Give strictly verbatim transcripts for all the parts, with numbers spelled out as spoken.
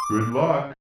Good luck.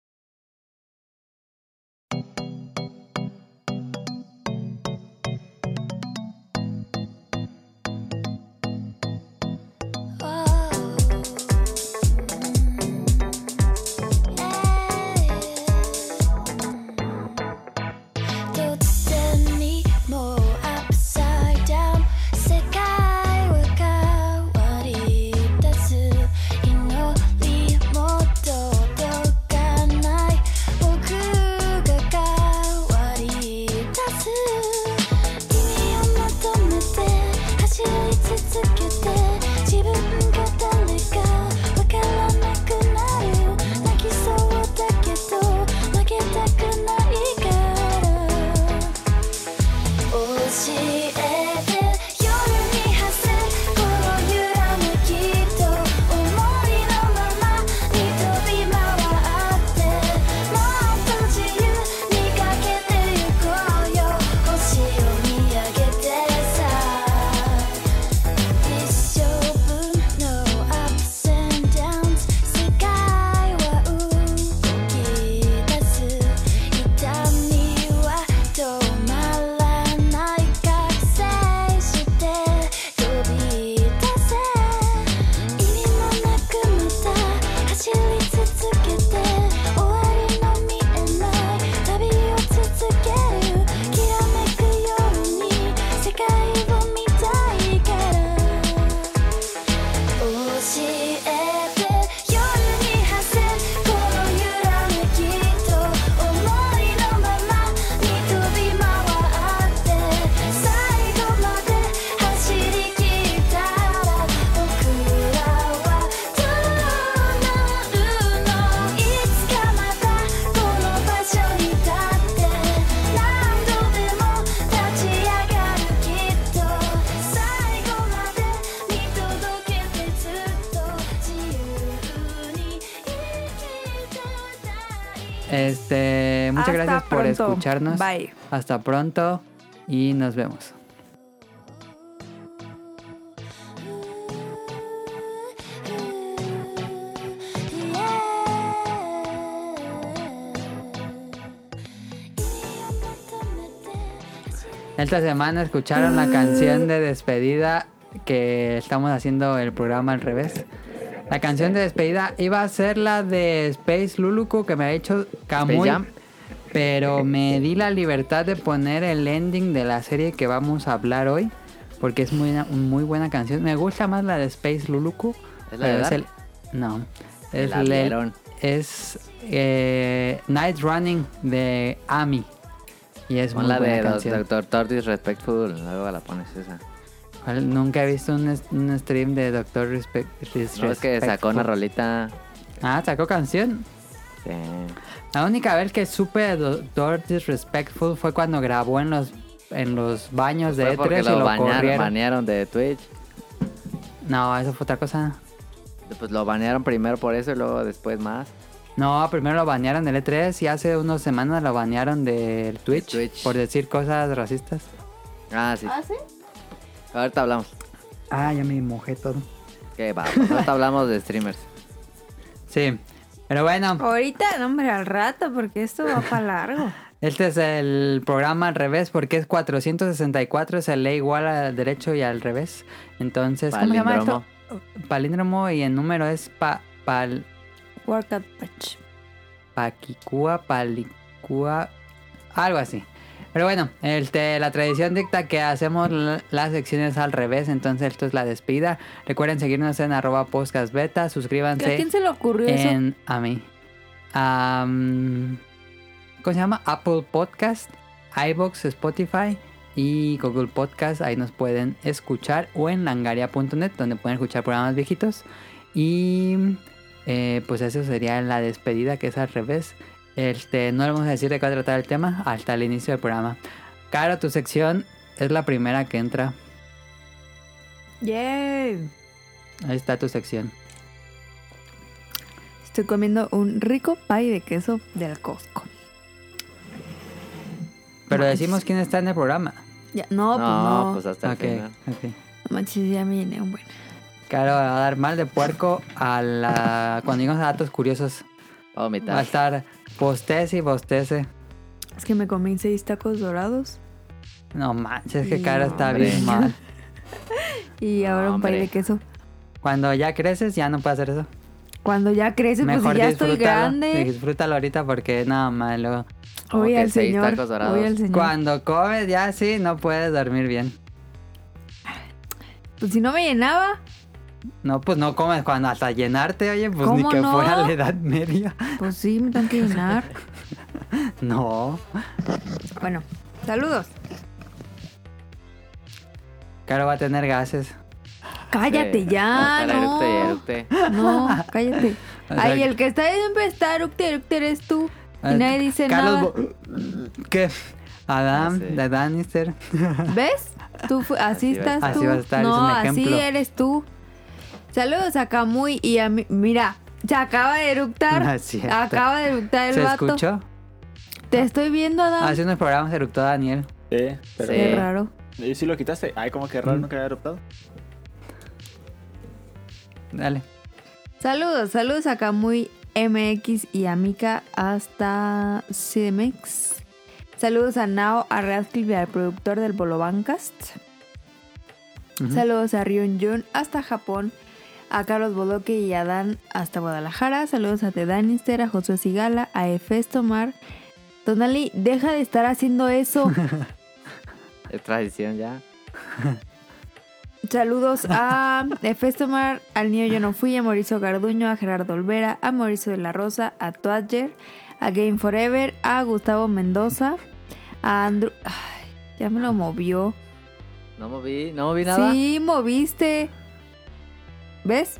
Este, muchas Hasta gracias por pronto. escucharnos. Bye. Hasta pronto y nos vemos. Esta semana escucharon la canción de despedida que estamos haciendo el programa al revés. La canción de despedida iba a ser la de Space Luluco que me ha hecho Kamui, Jam. pero me di la libertad de poner el ending de la serie que vamos a hablar hoy porque es muy, muy buena canción. Me gusta más la de Space Luluco. ¿Es la de pero es Dark? el no, Me es, la el- vieron. es eh, Night Running de Ami y es Pon muy la buena de canción. Doctor Thor Disrespectful, luego la pones esa. ¿Cuál? Nunca he visto un, es- un stream de Doctor Respect. No, es que sacó una rolita. Ah, sacó canción. Sí. La única vez que supe de Doctor Disrespectful fue cuando grabó en los en los baños de Fue E porque tres y lo lo banearon, corrieron. banearon de Twitch. No, eso fue otra cosa. Pues lo banearon primero por eso y luego después más. No, primero lo banearon del E tres y hace unas semanas lo banearon del Twitch, Twitch. por decir cosas racistas. Ah, sí. ¿Ah, sí? Ahorita hablamos. Ah, ya me mojé todo. ¿Qué va? Pues ahorita hablamos de streamers. Sí, pero bueno, Ahorita, no, hombre, al rato, porque esto va para largo. este es el programa al revés porque es cuatrocientos sesenta y cuatro, se lee igual al derecho y al revés. Entonces, ¿cómo se llama esto? Palíndromo y el número es pa, pal, Workout Patch. paquicúa, palicúa, algo así. Pero bueno, este, la tradición dicta que hacemos la- las secciones al revés, entonces esto es la despedida. Recuerden seguirnos en arroba podcast beta, ¿A suscríbanse quién se le ocurrió eso? en a mí. Am, ¿Cómo se llama? Apple Podcast, iVoox, Spotify y Google Podcast. Ahí nos pueden escuchar o en langaria punto net donde pueden escuchar programas viejitos. Y eh, pues eso sería la despedida, que es al revés. Este, no le vamos a decir de qué va a tratar el tema hasta el inicio del programa. Caro, tu sección es la primera que entra. Yay. Ahí está tu sección. Estoy comiendo un rico pie de queso del Costco. Pero Manches. decimos quién está en el programa. Ya, no, pues No, no. pues hasta el Ok, final. ok. No manches, ya me llené un buen. Caro va a dar mal de puerco a la... cuando llegamos a datos curiosos. Va a Va a vomitar. estar postece y postece. Es que me comí seis tacos dorados No manches, que Y- cara está Hombre. bien mal. y ahora un pay Hombre. de queso. Cuando ya creces, ya no puedes hacer eso. Cuando ya crece, pues Mejor si ya estoy disfrútalo. grande. Disfrútalo ahorita porque nada más luego. Como Voy que al seis señor. tacos dorados. Voy al señor. Cuando comes ya sí, no puedes dormir bien. Pues si no me llenaba, No, pues no comes cuando hasta llenarte, oye, pues ni ¿Cómo que no? fuera la Edad Media. pues sí, me tengo que llenar. No. Bueno, saludos. Caro va a tener gases. Cállate Sí. ya, Va a estar no. eructe y eructe. No, cállate. O sea, Ay, el que está siempre está eructe, eructe eres tú. Y eh, nadie dice Carlos nada. Bo- ¿Qué? Adam, Ya sé. de Danister. ¿Ves? Tú fu- así Así va a estás estar. tú. Así vas a estar, no, es un así ejemplo. eres tú. Saludos a Camuy y a mí. Mira, se acaba de eructar. No es cierto. Acaba de eructar el ¿Se vato. escuchó? Te estoy viendo, Adam. Hace unos programas eructó Daniel. Sí, pero... Sí. Qué raro. ¿Y si lo quitaste? Ay, como que raro, Mm. nunca había adoptado. Dale. Saludos, saludos a Camuy M X y a Mika hasta C D M X. Saludos a Nao, a Radcliffe y al productor del Bolobancast. Ujú. Saludos a Ryun Jun hasta Japón, a Carlos Bodoque y a Dan hasta Guadalajara. Saludos a The Danister, a Josué Sigala, a Efestomar. Tonali, deja de estar haciendo eso. Es tradición ya. Saludos a Efestomar, al niño Yo No Fui, a Mauricio Garduño, a Gerardo Olvera, a Mauricio de la Rosa, a Twadger, a Game Forever, a Gustavo Mendoza, a Andrew... Ay, ya me lo movió. No moví, no moví nada. Sí, moviste. ¿Ves?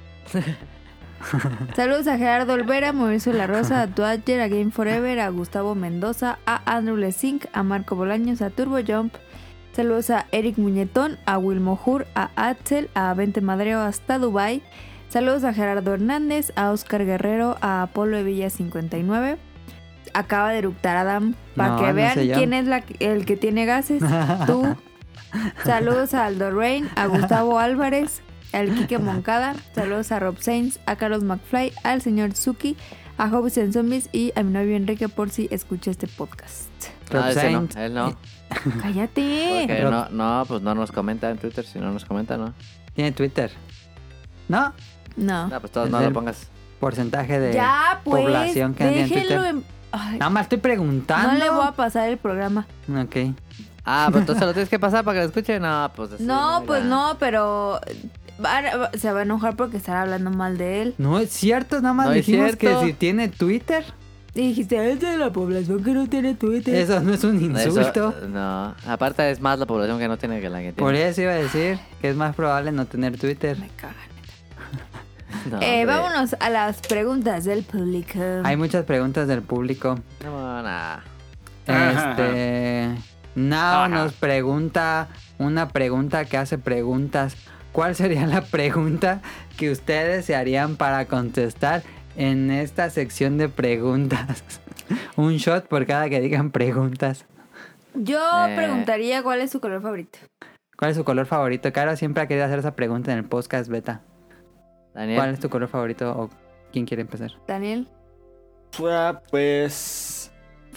Saludos a Gerardo Olvera, a Mauricio de la Rosa, a Twadger, a Game Forever, a Gustavo Mendoza, a Andrew Lesink, a Marco Bolaños, a Turbo Jump. Saludos a Eric Muñetón, a Wilmo Jur, a Axel, a Vente Madreo hasta Dubai. Saludos a Gerardo Hernández, a Oscar Guerrero, a Apolo de Villa cincuenta y nueve. Acaba de eructar Adam, para No, que no vean sé yo. quién es la, el que tiene gases. Tú. Saludos a Aldo Rain, a Gustavo Álvarez, al Quique Moncada. Saludos a Rob Sainz, a Carlos McFly, al señor Suki, a Hobbies and Zombies y a mi novio Enrique por si escucha este podcast. Rob Ah, ese no, Sainz. él no. ¡Cállate! Porque Rob- no, no, pues no nos comenta en Twitter. Si no nos comenta, no. Tiene Twitter. ¿No? No. No, pues todos Es no lo el- pongas. Porcentaje de Ya, pues. población que tiene Déjenlo Twitter. en... Ay, Nada más estoy preguntando. no le voy a pasar el programa. Ok. Ah, pues entonces lo tienes que pasar para que lo escuche. No, pues así, No, pues mira. no, pero va- va- se va a enojar porque estará hablando mal de él. No es cierto, nada más No es dijimos cierto. que si tiene Twitter, Y dijiste, es de la población que no tiene Twitter. eso no es un Eso, insulto. no, aparte es más la población que no tiene que la que Por tiene. eso iba a decir que es más probable no tener Twitter. Me cagan. No, Eh, hombre. vámonos a las preguntas del público. Hay muchas preguntas del público. No, nah. Este. Nao Ajá. nos pregunta una pregunta que hace preguntas. ¿Cuál sería la pregunta que ustedes se harían para contestar en esta sección de preguntas? Un shot por cada que digan preguntas. Yo Eh. preguntaría cuál es su color favorito. ¿Cuál es su color favorito? Caro siempre ha querido hacer esa pregunta en el podcast beta. Daniel. ¿Cuál es tu color favorito o quién quiere empezar? Daniel. Fue, pues...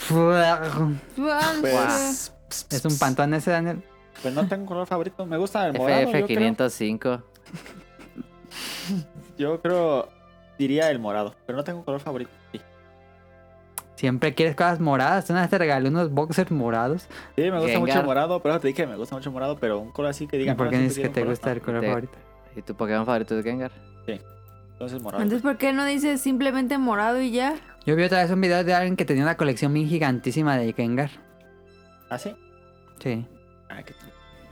Pues, Pues... ¿Es un pantón ese, Daniel? Pues no tengo color favorito. Me gusta el morado, F F yo creo. quinientos cinco. Yo creo... Diría el morado. Pero no tengo color favorito. Sí, Siempre quieres cosas moradas. Una vez te regalé unos boxers morados. Sí, me gusta Gengar. mucho el morado. Pero te dije que me gusta mucho el morado. Pero un color así que diga... ¿Y por no, qué siempre dices que quiero te un gusta el color Te- favorito? ¿Y tu Pokémon favorito es Gengar? Entonces morado. entonces, ¿por qué no dices simplemente morado y ya? Yo vi otra vez un video de alguien que tenía una colección bien gigantísima de Gengar. ¿Ah, sí? Sí. Ah, qué...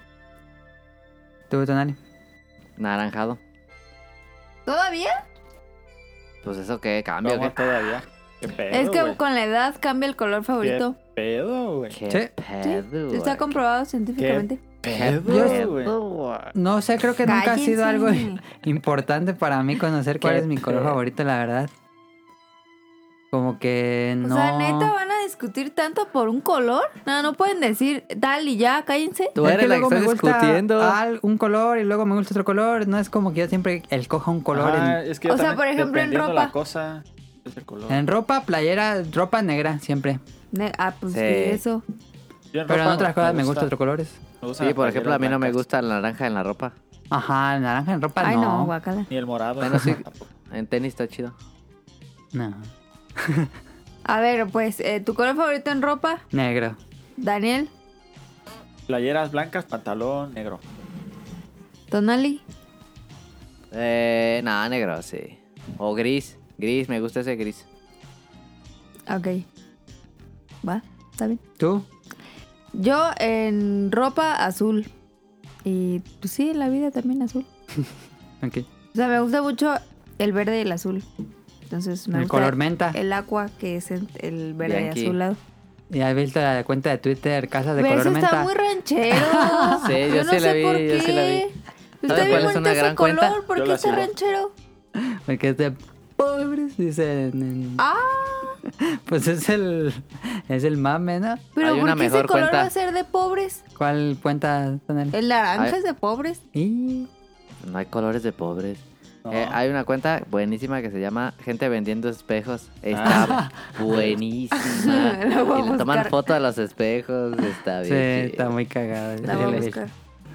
¿Tú, Tonali? Naranjado. ¿Todavía? Pues eso que cambia. ¿Cómo ¿Qué todavía? ¿Qué pedo, es que güey? con la edad cambia el color favorito. ¿Qué pedo, güey? ¿Qué Sí. pedo, Está güey? comprobado científicamente. ¿Qué Yo- pedo, güey? güey? No sé, creo que nunca ha sido algo Cállense. importante para mí conocer cuál Qué es mi color pedo. favorito, la verdad. Como que no... O sea, ¿neta van a discutir tanto por un color? No, no pueden decir tal y ya, cállense. Tú Es eres la que luego estás me gusta discutiendo. al- un color y luego me gusta otro color. No es como que yo siempre escoja un color. Ajá, en- es que yo O sea, también, por ejemplo, en dependiendo ropa. la cosa, es el color. En ropa, playera, ropa negra, siempre. Ne- ah, pues Sí. sí, eso. Yo en Pero en ropa otras cosas me gustan otros colores. me gustan Sí, las por ejemplo, a mí no me playeras gusta la naranja en la ropa. Ajá, el naranja en ropa Ay, no, no. guacala. blancas, ni el morado. Bueno, sí. Tampoco. En tenis está chido. No, A ver, pues, eh, ¿tu color favorito en ropa? negro. Daniel, Playeras blancas, pantalón negro. Tonali. Eh, nada, negro, sí. O gris. Gris, me gusta ese gris. Ok. Va, está bien. ¿Tú? Yo en ropa azul. Y pues sí, en la vida también azul. Ok. O sea, me gusta mucho el verde y el azul. Entonces me El gusta color menta. el aqua, que es el, el verde Yankee. azulado. ¿Y has visto la cuenta de Twitter Casas de Pero Color eso Menta? está muy ranchero. Sí, yo yo no sí la sé vi, por yo qué. sí la vi. Está ¿Sabes bien cuál es bonito una ese gran color. cuenta? ¿Por Yo qué la está sigo. ranchero? Porque es de pobres, dice. en- en- Ah, Pues es el es el mame, ¿no? pero Hay ¿por una qué ese mejor color cuenta. va a ser de pobres? ¿Cuál cuenta Tonel? El naranja Ay. es de pobres. Y... No hay colores de pobres. No. Eh, hay una cuenta buenísima que se llama Gente Vendiendo Espejos. Está buenísima. La voy a Y le toman buscar. foto a los espejos. Está Sí, bien. chido. está muy cagado. La Ya voy a le vi. buscar.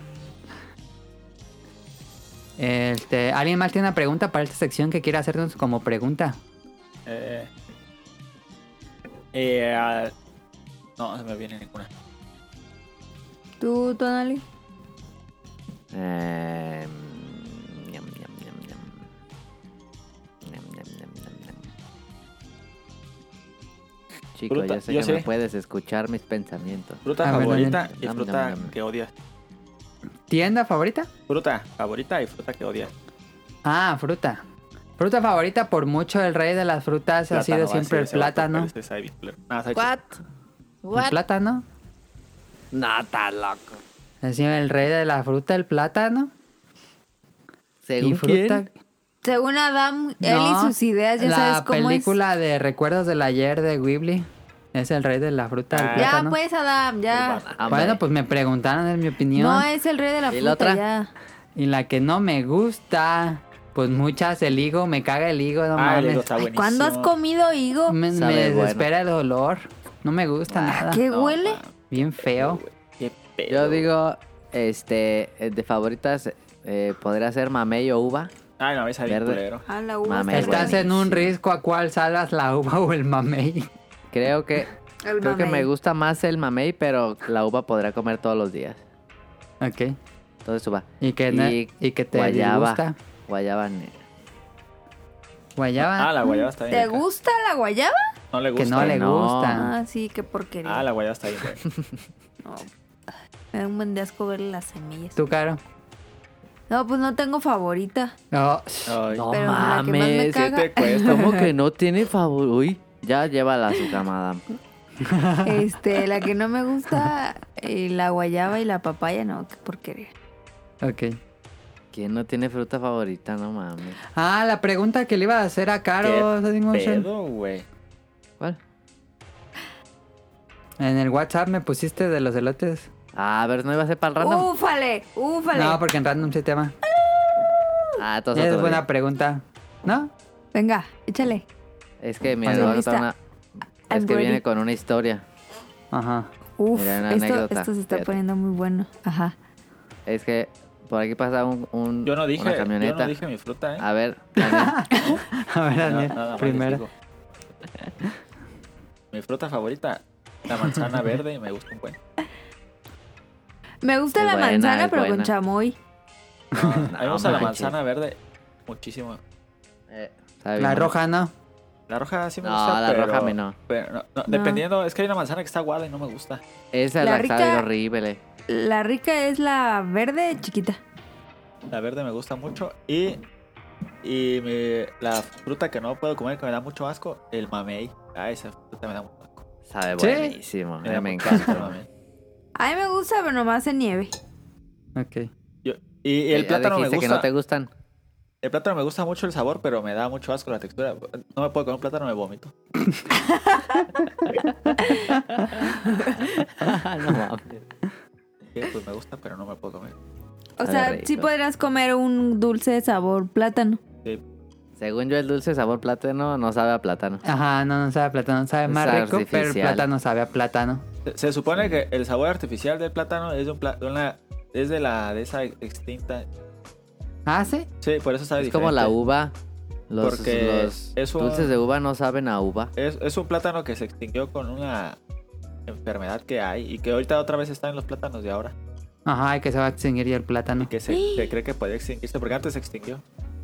Este, ¿alguien más tiene una pregunta para esta sección que quiera hacernos como pregunta? Eh, eh, ah, no, no se me viene ninguna. ¿Tú, Tonali? Eh, ñam, ñam, ñam, ñam. Ñam, ñam, ñam, ñam, ñam. Chico, Fruta, yo sé yo que sé. me puedes escuchar mis pensamientos. Fruta A ver, favorita Daniel. y Nam, fruta nam, nam. que odias. ¿Tienda favorita? Fruta favorita y fruta que odias. Ah, fruta. Fruta favorita por mucho el rey de las frutas ha sido Plátano, siempre ah, el sí, ese vato, plátano. pero ese es ahí bien culero. Nada, está What? chido. ¿El plátano? No, está loco. Ha sido el rey de la fruta, el plátano. Y ¿Según fruta... quién? Según Adam, él No, y sus ideas, ya la sabes cómo película de Recuerdos del Ayer de Ghibli es el rey de la fruta, el Ah. es. Ya, plátano. pues, Adam, ya. Hombre. Bueno, pues me preguntaron en mi opinión. No es el rey de la ¿Y fruta, la otra? ya. Y la que no me gusta, pues muchas, el higo, me caga el higo, no Ah, el higo mames. está Ay, buenísimo. ¿cuándo has comido higo? Me, me Sabe bueno. desespera el olor. No me gusta nada. ¿Qué No, huele? man, Bien feo. qué pedo. Yo digo, este, eh, de favoritas, eh, podría ser mamey o uva. Ay, no, esa bien Verde. culero. Ah, la uva Mame, está Estás en un buenísimo. risco a cuál salgas, la uva o el mamey. Creo que, El creo que mamey. me gusta más el mamey, pero la uva podría comer todos los días. Ok. Entonces uva. ¿Y que, no- Y y que te guayaba. gusta? Guayaba negra. Guayaba. Ah, la guayaba está bien. ¿Te rica. gusta la guayaba? No le que gusta. no le no. gusta. Ah, sí, qué porquería. Ah, la guayaba está bien. buena. No. Me da un buen de asco ver las semillas. ¿Tú, Caro? No, pues no tengo favorita. No. Ay, No Pero la que más me mames, caga- ¿qué te cuesta? ¿cómo que no tiene favor? Uy, ya llévala a su cama, Adam. Este, la que no me gusta, eh, la guayaba y la papaya, no, qué porquería. Ok. ¿Quién no tiene fruta favorita? No mames. Ah, la pregunta que le iba a hacer a Caro. ¿Qué Sudden Motion. pedo, güey? ¿Cuál? En el WhatsApp me pusiste de los elotes. Ah, a ver, ¿no iba a ser para el random? ¡Úfale! ¡Úfale! No, porque en random sí tema. Ah, entonces Es otro buena día. pregunta. ¿No? Venga, échale. Es que, mira, Pues le voy a lista. contar una... Es I'm que ready. viene con una historia. Ajá. Uf, Mira, una esto, anécdota, esto se está fíjate. poniendo muy bueno. Ajá. Es que por aquí pasa un, un- Yo no dije, una yo camioneta. no dije mi fruta, ¿eh? A ver, Daniel, A ver, Nada- Daniel, nada más les primero. digo. Mi fruta favorita, la manzana verde, me gusta un buen. Me gusta Es la buena, manzana, es pero con buena. chamoy. No, a mí me gusta la manches. manzana verde muchísimo. eh, sabe La bien roja, ¿no? La roja sí me No, gusta, la pero... roja a mí no. pero no, no, No. Dependiendo, es que hay una manzana que está aguada y no me gusta. buena. Esa es La la que sabe rica- horrible. La rica es la verde chiquita. La verde me gusta mucho y... Y mi- la fruta que no puedo comer, que me da mucho asco, el mamey. Ah, esa fruta me da mucho asco. Sabe ¿Sí? buenísimo. Me a da mí me mucho asco el encanta. mamey. A mí me gusta, pero nomás en nieve. Ok. Yo- y, y el Ya plátano me dijiste gusta. que no te gustan. El plátano me gusta mucho el sabor, pero me da mucho asco la textura. No me puedo comer un plátano, me vomito. no mames. Sí, pues me gusta, pero no me puedo comer. O Sabe sea, rico. sí podrías comer un dulce de sabor plátano. Sí. Sí, Según yo, el dulce sabor plátano no sabe a plátano. Ajá, no, no sabe a plátano, sabe Es más rico, pero el artificial. plátano sabe a plátano. Se, se supone que el sabor artificial del plátano es de, un pla- de una es de la de esa extinta. ¿Ah, sí? Sí, por eso sabe Es diferente. como la uva. Los, Porque los es un- dulces de uva no saben a uva. Es, es un plátano que se extinguió con una enfermedad que hay y que ahorita otra vez está en los plátanos de ahora. Ajá, y que se va a extinguir ya el Y plátano. que se, se cree que puede extinguirse porque antes se extinguió.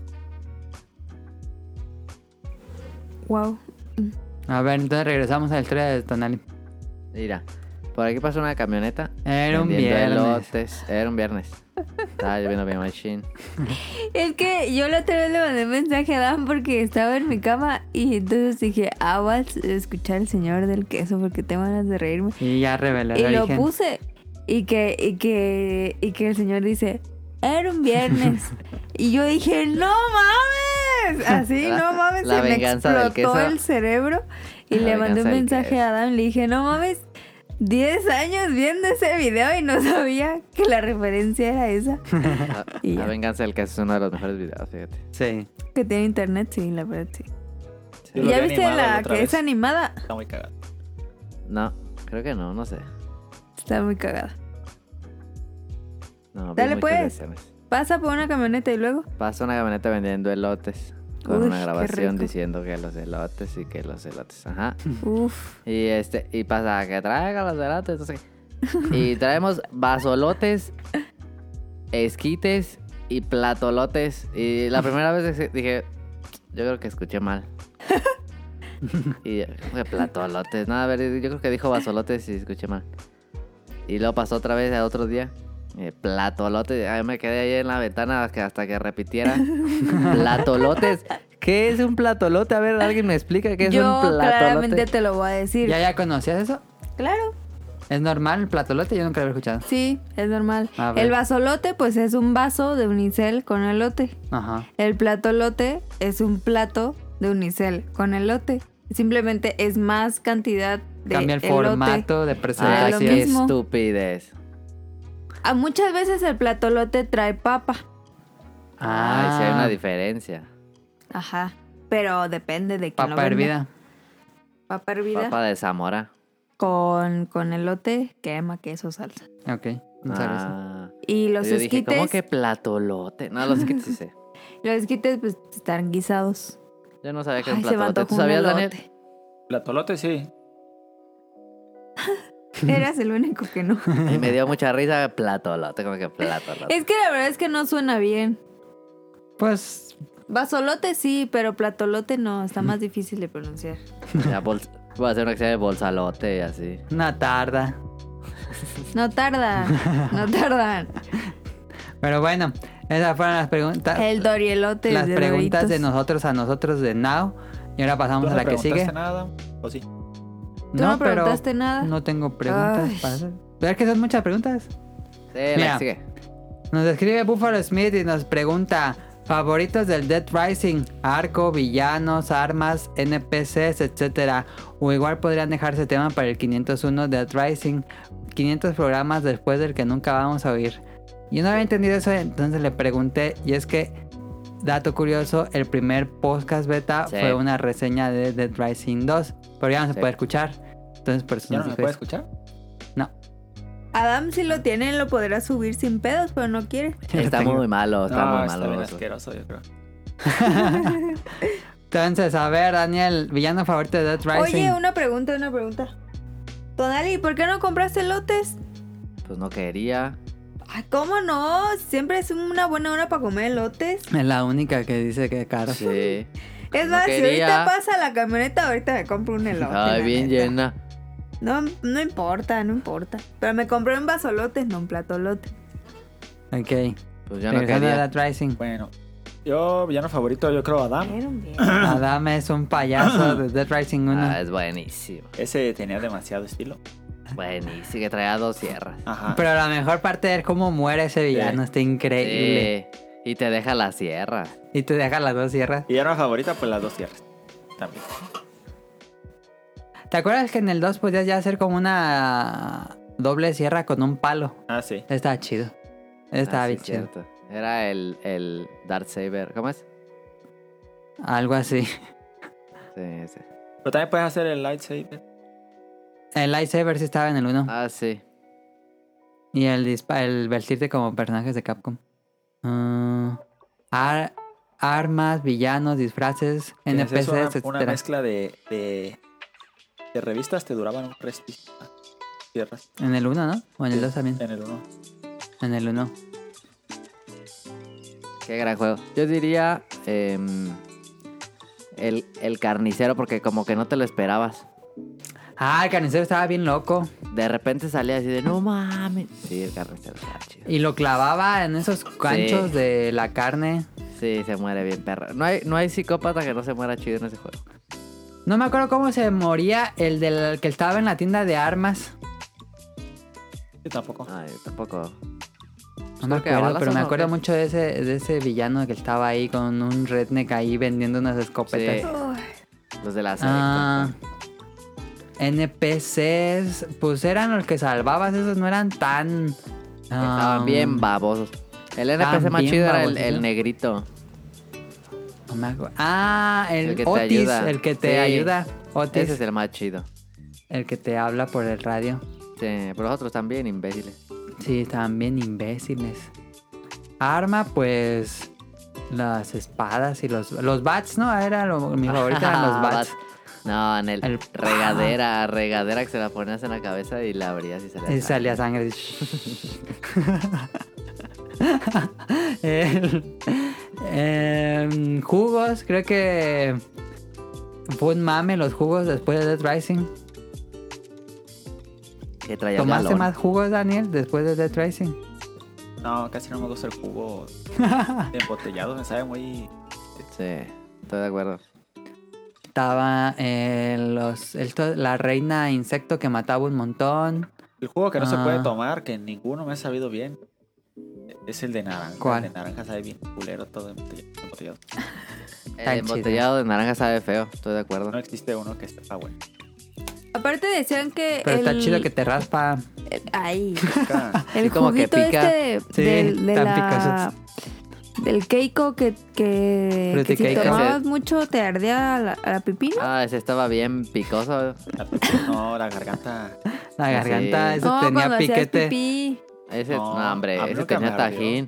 Wow. A ver, entonces regresamos a la historia de Tonali. Mira, por aquí pasó una camioneta. Era un vendiendo viernes. elotes. Era un viernes. Estaba lloviendo bien machine. Es que yo la otra vez le mandé un mensaje a Dan porque estaba en mi cama y entonces dije, ah, voy a escuchar el señor del queso porque tengo ganas de reírme. Y ya revelé Y el lo origen. puse y que, y que, y que el señor dice, era un viernes. Y yo dije, no mames. Así, La- no mames. la Se me venganza del explotó queso. el cerebro. Y La le mandé un venganza del mensaje queso. a Adam. Le dije, no mames. diez años viendo ese video y no sabía que la referencia era esa. La, Y la ya. venganza del queso es uno de los mejores videos, fíjate. Sí. Que tiene internet, sí, la verdad, sí. Yo lo ¿Ya vi viste animado la otra que vez. es animada? Está muy cagado. No, creo que no, no sé. Está muy cagada. No, vi Dale, muchas pues. versiones. Pasa por una camioneta y luego. Pasa una camioneta vendiendo elotes. Con Uy, una qué grabación rico. diciendo que los elotes y que los elotes. Ajá. Uf. Y este, y pasa que traiga los elotes, no sé qué. Y traemos vasolotes, esquites y platolotes. Y la primera vez dije, yo creo que escuché mal. Y ¿cómo que platolotes? No, a ver, yo creo que dijo vasolotes y escuché mal. Y luego pasó otra vez a otro día. Eh, platolotes, ahí me quedé ahí en la ventana hasta que, hasta que repitiera. Platolotes. ¿Qué es un platolote? A ver, alguien me explica qué es Yo un platolote. claramente te lo voy a decir. ¿Ya ya conocías eso? Claro. ¿Es normal el platolote? Yo nunca lo había escuchado. Sí, es normal. A ver. El vasolote, pues es un vaso de unicel con elote. Ajá. El platolote es un plato de unicel con elote. Simplemente es más cantidad de Cambia el elote. formato de Ah, lo presentación. qué mismo. estupidez. A muchas veces el platolote trae papa. Ay, sí hay Ah. una diferencia. Ajá. Pero depende de quién lo Papa venda. hervida. Papa hervida Papa de Zamora. con, con elote, crema, queso, salsa. Ok. No sabes eso. Ah. Y los Yo dije, esquites, ¿cómo que platolote? No, los esquites sí sé. los esquites pues están guisados. Yo no sabía que era Ay, un se me platolote. antojó ¿Tú un sabías, elote. Daniel? Platolote sí. Eras el único que no. Y me dio mucha risa platolote, como que platolote. Es que la verdad es que no suena bien. Pues, Vasolote sí, pero platolote no. Está más difícil de pronunciar. Ya, bols- voy a hacer una que sea de bolsalote y así. una tarda. No tardan. No tardan. Pero bueno, esas fueron las preguntas. El dorielote Las de preguntas Doritos. de nosotros a nosotros de Now. Y ahora ¿Tú pasamos no a la que preguntaste sigue. nada? ¿O sí? ¿Tú no preguntaste nada? No tengo preguntas Ay. para hacer. ¿Verdad que son muchas preguntas? Sí, la Mira. que sigue. Nos escribe Buffalo Smith y nos pregunta: favoritos del Dead Rising, arco, villanos, armas, N P Cs, etcétera. O igual podrían dejarse tema para el quinientos uno Dead Rising, quinientos programas después del que nunca vamos a oír. Yo no había entendido eso, entonces le pregunté, y es que, dato curioso, el primer podcast beta Sí. fue una reseña de Dead Rising dos, pero ya no se Sí. puede escuchar. Entonces por eso ¿Ya nos no me dijo puede eso. escuchar? No. Adam si lo tiene, lo podrá subir sin pedos, pero no quiere. Yo Está tengo. muy malo, está no, muy está bien malo. asqueroso, yo creo. Entonces, a ver, Daniel, villano favorito de Dead Rising. Oye, una pregunta, una pregunta. Tonali, ¿por qué no compraste lotes? Pues no quería. Ay, ¿cómo no? Siempre es una buena hora para comer elotes. Es la única que dice que caro. Sí. Es No más, si quería. ahorita pasa la camioneta, ahorita me compro un elote. Ay, la bien neta. llena. No, no importa, no importa. Pero me compré un vasolote, no un platolote. Ok. Pues yo no Regresando a quería. Dead Rising. Bueno, yo, villano favorito, yo creo Adam. Era un bien. Adam es un payaso de Dead Rising uno. Ah, es buenísimo. Ese tenía demasiado estilo. Buenísimo, que traía dos sierras. Ajá. Pero la mejor parte es cómo muere ese villano. Sí. Está increíble. Sí. Y te deja la sierra. Y te deja las dos sierras. Y era favorita, pues las dos tierras. También. ¿Te acuerdas que en el dos podías ya hacer como una doble sierra con un palo? Ah, sí. Estaba chido. Estaba Ah, sí, bien chido. cierto. Era el, el Darth Saber. ¿Cómo es? Algo así. Sí, sí. Pero también puedes hacer el lightsaber. El lightsaber sí estaba en el uno. Ah, sí. Y el, dispa- el vestirte como personajes de Capcom. Ah, ar- armas, villanos, disfraces, Tienes eso, N P Cs, una, etcétera. una mezcla de, de, de revistas te duraban un restis. Cierras En el uno, ¿no? O en el dos también. en el uno. En el uno. Qué gran juego. Yo diría em, el, el carnicero porque como que no te lo esperabas. Ah, el carnicero estaba bien loco. De repente salía así de no mames. Sí, el carnicero estaba chido. Y lo clavaba en esos ganchos Sí. de la carne. Sí, se muere bien perro. No hay, no hay psicópata que no se muera chido en ese juego. No me acuerdo cómo se moría el del que estaba en la tienda de armas. Yo tampoco. Ay, tampoco. No me Creo que a acuerdo, pero balazos, me ¿no? acuerdo ¿Qué? mucho de ese, de ese villano que estaba ahí con un redneck ahí vendiendo unas escopetas. Sí. Uy, Los de la secta. Ah, N P Cs, pues eran los que salvabas, esos no eran tan... Estaban ah, bien babosos. El N P C estaban más bien chido era el, babosos, el ¿no? negrito. no me acuerdo. Ah, el, El que te Otis, ayuda. el que te Sí. ayuda. Otis, Ese es el más chido. el que te habla por el radio. Sí, pero los otros también imbéciles. Sí, estaban bien imbéciles. Arma, pues... Las espadas y los... Los bats, ¿no? Era lo, mi favorito eran los bats. No, en el, El- regadera, regadera que se la ponías en la cabeza y la abrías y salía. Y salía sangre. sangre. El- em, jugos, creo que fue un mame los jugos después de Dead Rising. Que traía el ¿Tomaste galón. más jugos, Daniel, después de Dead Rising? No, casi no me gusta el jugo de embotellado. Me sabe muy... Sí, estoy de acuerdo. Estaba eh, los, el to- la reina insecto que mataba un montón. El jugo que no se Ah. puede tomar, que ninguno me ha sabido bien, es el de naranja. ¿Cuál? El de naranja sabe bien culero todo embotellado. embotellado. El Tan embotellado de naranja sabe feo, estoy de acuerdo. No existe uno que esté bueno. aparte decían que Pero el... está chido que te raspa. el- Ahí. Acá, El Sí, como que juguito pica. este de, Sí, del- de tan la... picosos. Del Keiko que, que, Fruity que si Keiko. tomabas Ese- mucho te ardía la, la pipí, ¿no? Ah, ese estaba bien picoso. no, la garganta. La garganta, Sí. ese No, tenía cuando hacías piquete. pipí. Ese, no, No, hombre, a mí ese nunca tenía me ardió. tajín.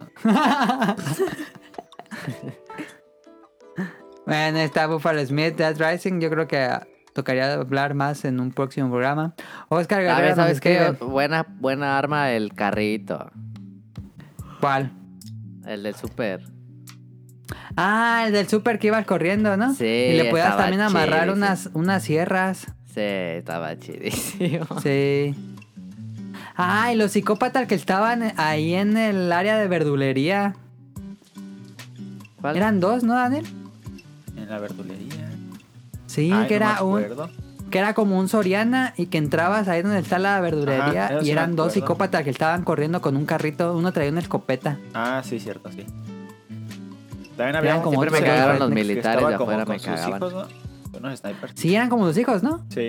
Bueno, está Buffalo Smith, Dead Rising. Yo creo que tocaría hablar más en un próximo programa. Oscar A Guerrero ver, nos ¿sabes qué? escribe. Buena, buena arma el carrito. ¿Cuál? El del super. Ah, el del super que ibas corriendo, ¿no? Sí, Y le podías estaba también amarrar chidísimo. unas, unas sierras. Sí, estaba chidísimo. Sí. Ah, y los psicópatas que estaban ahí en el área de verdulería. ¿Cuál? Eran dos, ¿no, Daniel? En la verdulería. Sí, Ay, que no era me un acuerdo. que era como un Soriana y que entrabas ahí donde está la verdulería Ajá, eso y sí me eran dos acuerdo. psicópatas que estaban corriendo con un carrito, uno traía una escopeta. Ah, sí, cierto, sí. También había Eran un como que Siempre me otros cagaron los rednecks que militares estaba de como afuera, con me sus cagaban. hijos, ¿no? Unos snipers. Sí, eran como sus hijos, ¿no? Sí.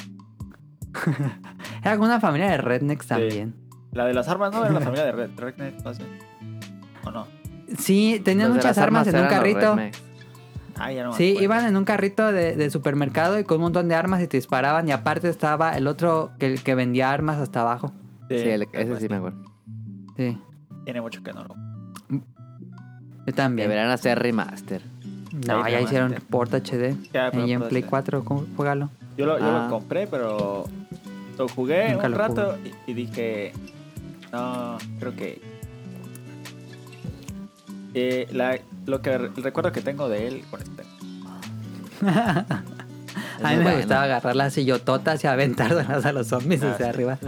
Era como una familia de rednecks también. La de las armas, ¿no? Era la familia de Red Redneck, más bien. ¿O no? Sí, tenían Los de muchas las armas en un eran los carrito. rednecks. Ah, ya no me Sí, acuerdo. iban en un carrito de, de supermercado y con un montón de armas y te disparaban. Y aparte estaba el otro que, que vendía armas hasta abajo. Sí, el- pues, ese sí me acuerdo. Sí, Tiene mucho que no lo. yo también. Deberían hacer remaster. No, Ahí ya remaster. hicieron Port H D. Ya, pero Ahí en puede Play ser. cuatro, ¿cómo? Juégalo. Yo, lo, yo Ah. lo compré, pero lo jugué Nunca un lo rato y, y dije, no, creo que... Eh, la, lo que el recuerdo que tengo de él con este... A mí muy me bueno. gustaba agarrar las sillototas y aventárselas a los zombies Ah, desde sí. arriba.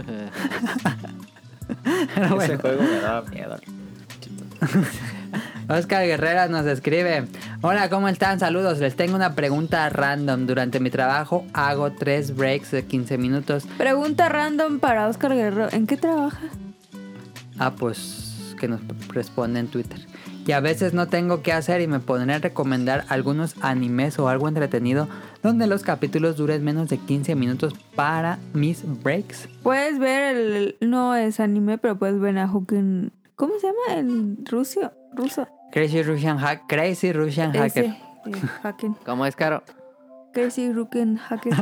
Pero Ese bueno. juego me daba miedo. Oscar Guerrera nos escribe: hola, ¿cómo están? Saludos, les tengo una pregunta random. Durante mi trabajo hago tres breaks de quince minutos. Pregunta random para Oscar Guerrero. ¿En qué trabaja? Ah, pues que nos responde en Twitter. Y a veces no tengo qué hacer y me pondré a recomendar algunos animes o algo entretenido donde los capítulos duren menos de quince minutos para mis breaks. Puedes ver el... No es anime, pero puedes ver a Hoken... ¿Cómo se llama? El ruso. Ruso. Crazy Russian, Hack, Crazy Russian Ese. Hacker. eh, hacking. ¿Cómo es, Caro? Crazy Rookin Hacker.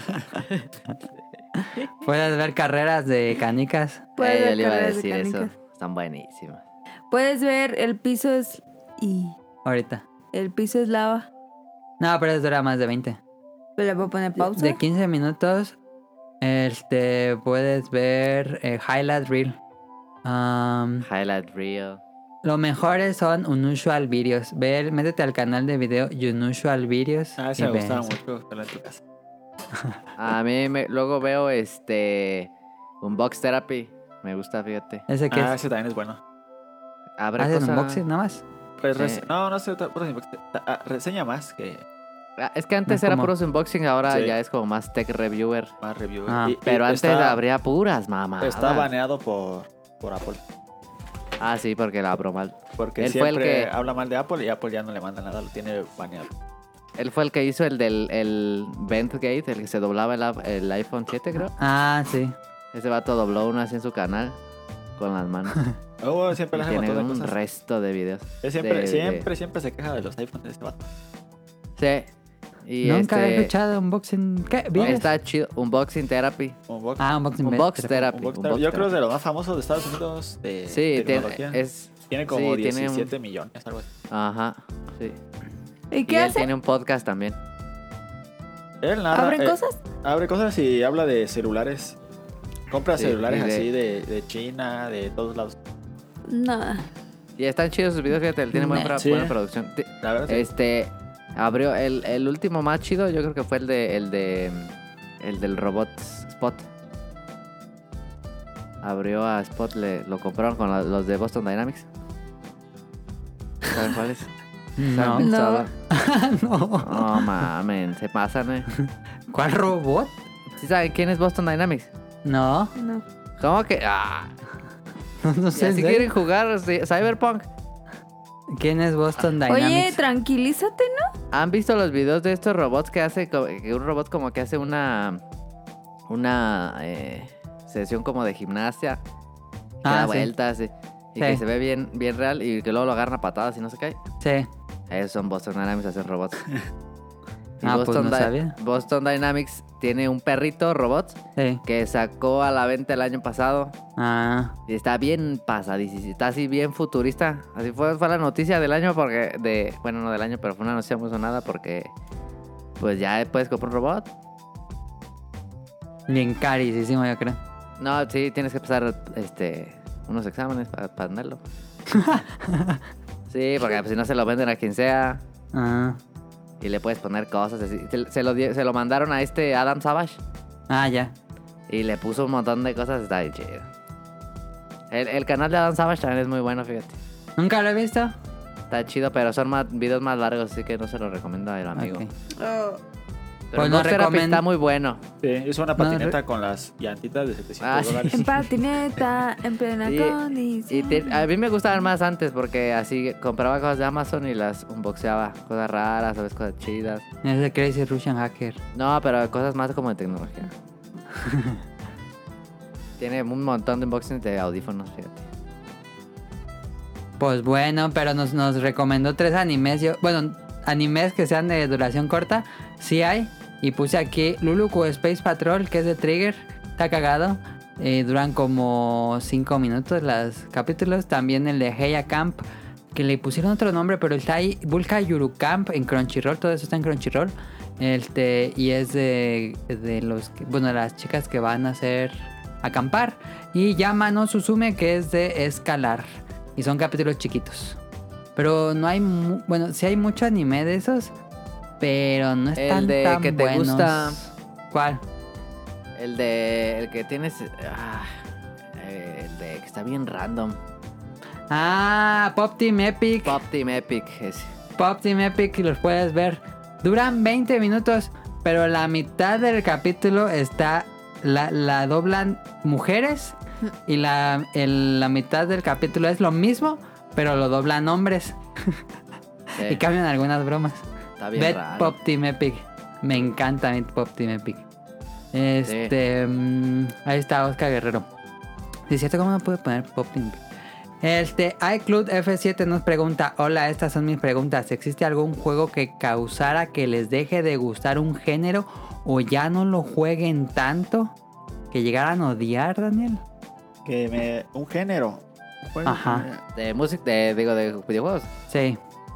Puedes ver carreras de canicas. Puedes Eh, yo ver le iba a carreras de decir eso. canicas. Están buenísimas. Puedes ver el piso es... Y Ahorita. el piso es lava. No, pero eso dura más de veinte. Pero le puedo poner pausa. De quince minutos, este, puedes ver eh, Highlight Reel. Um, Highlight Reel. Lo mejores son Unusual Videos. Ver, métete al canal de video Unusual Videos. Ah, y ese me ve gustaba eso. mucho verlo en tu casa. A mí me, luego veo este Unbox Therapy. Me gusta, fíjate. ¿Ese qué Ah, es? ese también es bueno. Abre ¿Hacen cosas. unboxing nada más? Pues Sí. rese- No, no sé, otra- otra- ah, reseña más que Ah, Es que antes No, era ¿cómo? puros unboxing, ahora Sí. ya es como más tech reviewer. más review. Ah, Y- y Pero antes está, habría puras mamadas. está baneado por, por Apple. Ah, sí, porque la abro mal. Porque Él fue el siempre que- habla mal de Apple y Apple ya no le manda nada, lo tiene baneado. Él fue el que hizo el del el Ventgate, el que se doblaba el, ap- el iPhone siete, creo. Ah, sí. Ese vato dobló uno así en su canal con las manos. Oh, siempre Y le hace un tiene montón de un cosas. resto de videos. Él siempre, de- de- siempre, siempre se queja de los iPhones de este vato. Sí. Y Nunca he este, escuchado unboxing. ¿Qué? ¿Videos? está chido. Unboxing Therapy. Unbox, Ah, unboxing. Unbox ve- Therapy. Unbox Unbox Yo creo Therapy. es de los más famosos de Estados Unidos de Sí, tiene, tecnología. es... Tiene como sí, tiene un- diecisiete millones, algo así. Ajá, sí. ¿Y Y qué él hace? tiene un podcast también. Él narra, ¿Abren eh, cosas? Abre cosas y habla de celulares. Compra Sí, celulares y de- así de, de China, de todos lados. No. Y están chidos sus videos, fíjate, él tiene buena, Sí. buena producción. Ti- La verdad, sí. Este, abrió el, el último más chido, yo creo que fue el de el de el del robot Spot. Abrió a Spot, le, lo compraron con la- los de Boston Dynamics. ¿Saben cuáles? No. ¿Saben de qué No. hablo? no. No mamen, se pasan, eh. ¿Cuál robot? ¿Sí saben quién es Boston Dynamics? No. No. ¿Cómo que? Ah, No, no ¿y sé. así ¿en quieren serio? jugar sí, Cyberpunk? ¿Quién es Boston Dynamics? Oye, tranquilízate, ¿no? ¿Han visto los videos de estos robots que hace, co- que un robot como que hace una, una eh, sesión como de gimnasia? Que Ah, da sí. vueltas y, y Sí. que se ve bien, bien real y que luego lo agarran a patadas y no se cae. Sí. Esos son Boston Dynamics, hacen robots. Y Ah, pues Boston, no Dy- sabía. Boston Dynamics tiene un perrito robot Sí. que sacó a la venta el año pasado. Ah. Y está bien pasadísimo, está así bien futurista. Así fue, fue la noticia del año porque de, bueno, no del año, pero fue una noticia muy sonada porque pues ya puedes comprar un robot. Bien carísimo, yo creo. No, sí, tienes que pasar este unos exámenes para, para tenerlo. Sí, porque pues, si no se lo venden a quien sea Ah. y le puedes poner cosas así. Se, se lo, di- se lo mandaron a este Adam Savage Ah, ya. y le puso un montón de cosas, está bien chido. El, el canal de Adam Savage también es muy bueno, fíjate. ¿Nunca lo he visto? Está chido, pero son más, videos más largos, así que no se lo recomiendo al amigo. Ok. Pero Pues no no Therapy recomen- está muy bueno. Sí, hizo una No, patineta con las llantitas de setecientos Ah, sí. dólares. En patineta, en plena Sí, condición. Y te- a mí me gustaban más antes porque así compraba cosas de Amazon y las unboxeaba. Cosas raras, ¿sabes? Cosas chidas. Es de Crazy Russian Hacker. No, pero cosas más como de tecnología. Tiene un montón de unboxings de audífonos, fíjate. Pues bueno, pero nos, nos recomendó tres animes. Yo, bueno, animes que sean de duración corta, sí hay. Y puse aquí Luluco Space Patrol, que es de Trigger. Está cagado. Eh, duran como cinco minutos los capítulos. También el de Heya Camp, que le pusieron otro nombre, pero está ahí. Bulka Yuru Camp en Crunchyroll. Todo eso está en Crunchyroll. Este, y es de, de los, que- bueno, las chicas que van a hacer acampar. Y Yama no Suzume, que es de escalar. Y son capítulos chiquitos. Pero no hay... mu- bueno, sí hay mucho anime de esos. Pero no El están de tan que te buenos. gusta. ¿Cuál? El de. El que tienes. Ah, eh, el de que está bien random. Ah, Pop Team Epic. Pop, Pop Team Epic. Ese. Team Epic, los puedes ver. Duran veinte minutos. Pero la mitad del capítulo está... La, la doblan mujeres. Y la, el- la mitad del capítulo es lo mismo. Pero lo doblan hombres. Sí, Y cambian algunas bromas. está bien Ved raro. Pop Team Epic. Me encanta mi Pop Team Epic. Este. mm, ahí está Oscar Guerrero. ¿Es cierto cómo me puede poner Pop Team Epic? Este, iCloud F siete nos pregunta, hola, estas son mis preguntas. ¿Existe algún juego que causara que les deje de gustar un género o ya no lo jueguen tanto que llegaran a odiar, Daniel? Que me... Un género. Un juego Ajá. que- De música, de, digo, de videojuegos. Sí.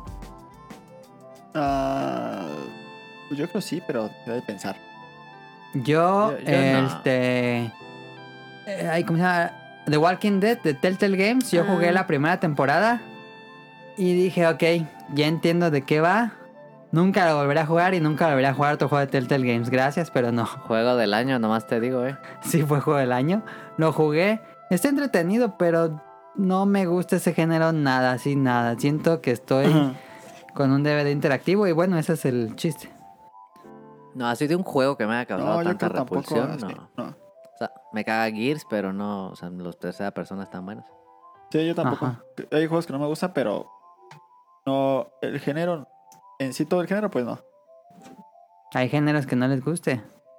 Ah, pues yo creo sí, pero debe de pensar. Yo, Yo- yo no. este... eh, ay, ¿cómo se llama? The Walking Dead de Telltale Games. Yo Ah. jugué la primera temporada y dije, ok, ya entiendo de qué va. Nunca lo volveré a jugar y nunca volveré a jugar otro juego de Telltale Games. Gracias, pero no. Juego del año, nomás te digo, eh. Sí fue juego del año. Lo jugué. Está entretenido, pero no me gusta ese género nada, así nada. Siento que estoy Ajá. con un D V D interactivo y bueno, ese es el chiste. No, así de un juego que me haya causado No, yo tanta creo tampoco. repulsión, así, no. no. O sea, me caga Gears, pero no, o sea, los tercera persona están buenos. Sí, yo tampoco. Ajá. Hay juegos que no me gustan, pero no, el género, en sí todo el género, pues no. Hay géneros que no les guste.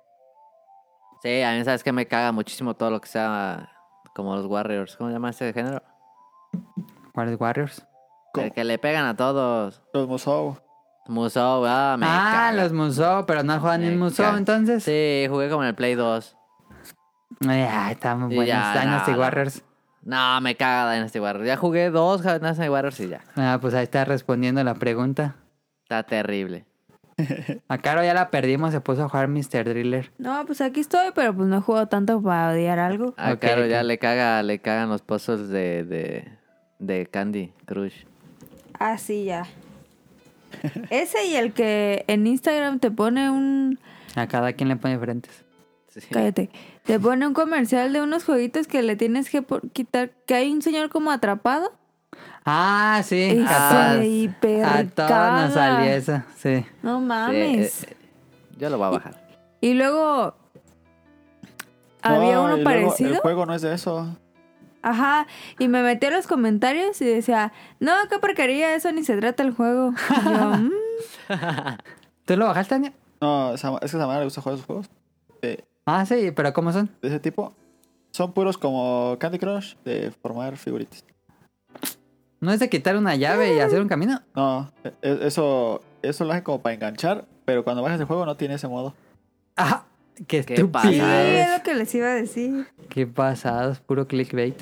Sí, a mí sabes que me caga muchísimo todo lo que sea como los Warriors. ¿Cómo se llama ese género? Warriors Warriors. ¿Cómo? El que le pegan a todos. Los Musou. Musou, ah, me Ah, caga. los Musou, pero no juegan Me en Musou caga. entonces. Sí, jugué como en el Play dos. Ay, ay, están muy Y buenos. ya, Dynasty no, no. Warriors. No, me caga Dynasty Warriors. Ya jugué dos Dynasty Warriors y ya. Ah, pues ahí está respondiendo la pregunta. Está terrible. A Caro ya la perdimos, se puso a jugar mister Driller. No, pues aquí estoy, pero pues no he jugado tanto para odiar algo. A Ok, Caro ya ok. le caga, le cagan los puzzles de, de, de Candy Crush. Ah, sí, ya. Ese y el que en Instagram te pone un... A cada quien le pone diferentes. Sí. Cállate. Te pone un comercial de unos jueguitos que le tienes que por- quitar... Que hay un señor como atrapado. Ah, sí. Ese A todas, hiper a todas caga. nos salía eso. Sí. No Sí, mames. eh, eh, yo lo voy a bajar. Y luego... Había No, uno y luego parecido. El juego no es de eso. Ajá, y me metí a los comentarios y decía, no, qué porquería, eso ni se trata el juego. Y yo, "Mm". ¿Tú lo bajaste, Daniel? No, esa- es que a Samara le gusta jugar esos juegos de, Ah, sí, pero ¿cómo son? de ese tipo. Son puros como Candy Crush de formar figuritas. ¿No es de quitar una llave y hacer un camino? No, e- e- eso, eso lo hace como para enganchar, pero cuando bajas el juego no tiene ese modo. Ah, qué Qué Sí, estúpido. es lo que les iba a decir. Qué pasados, puro clickbait.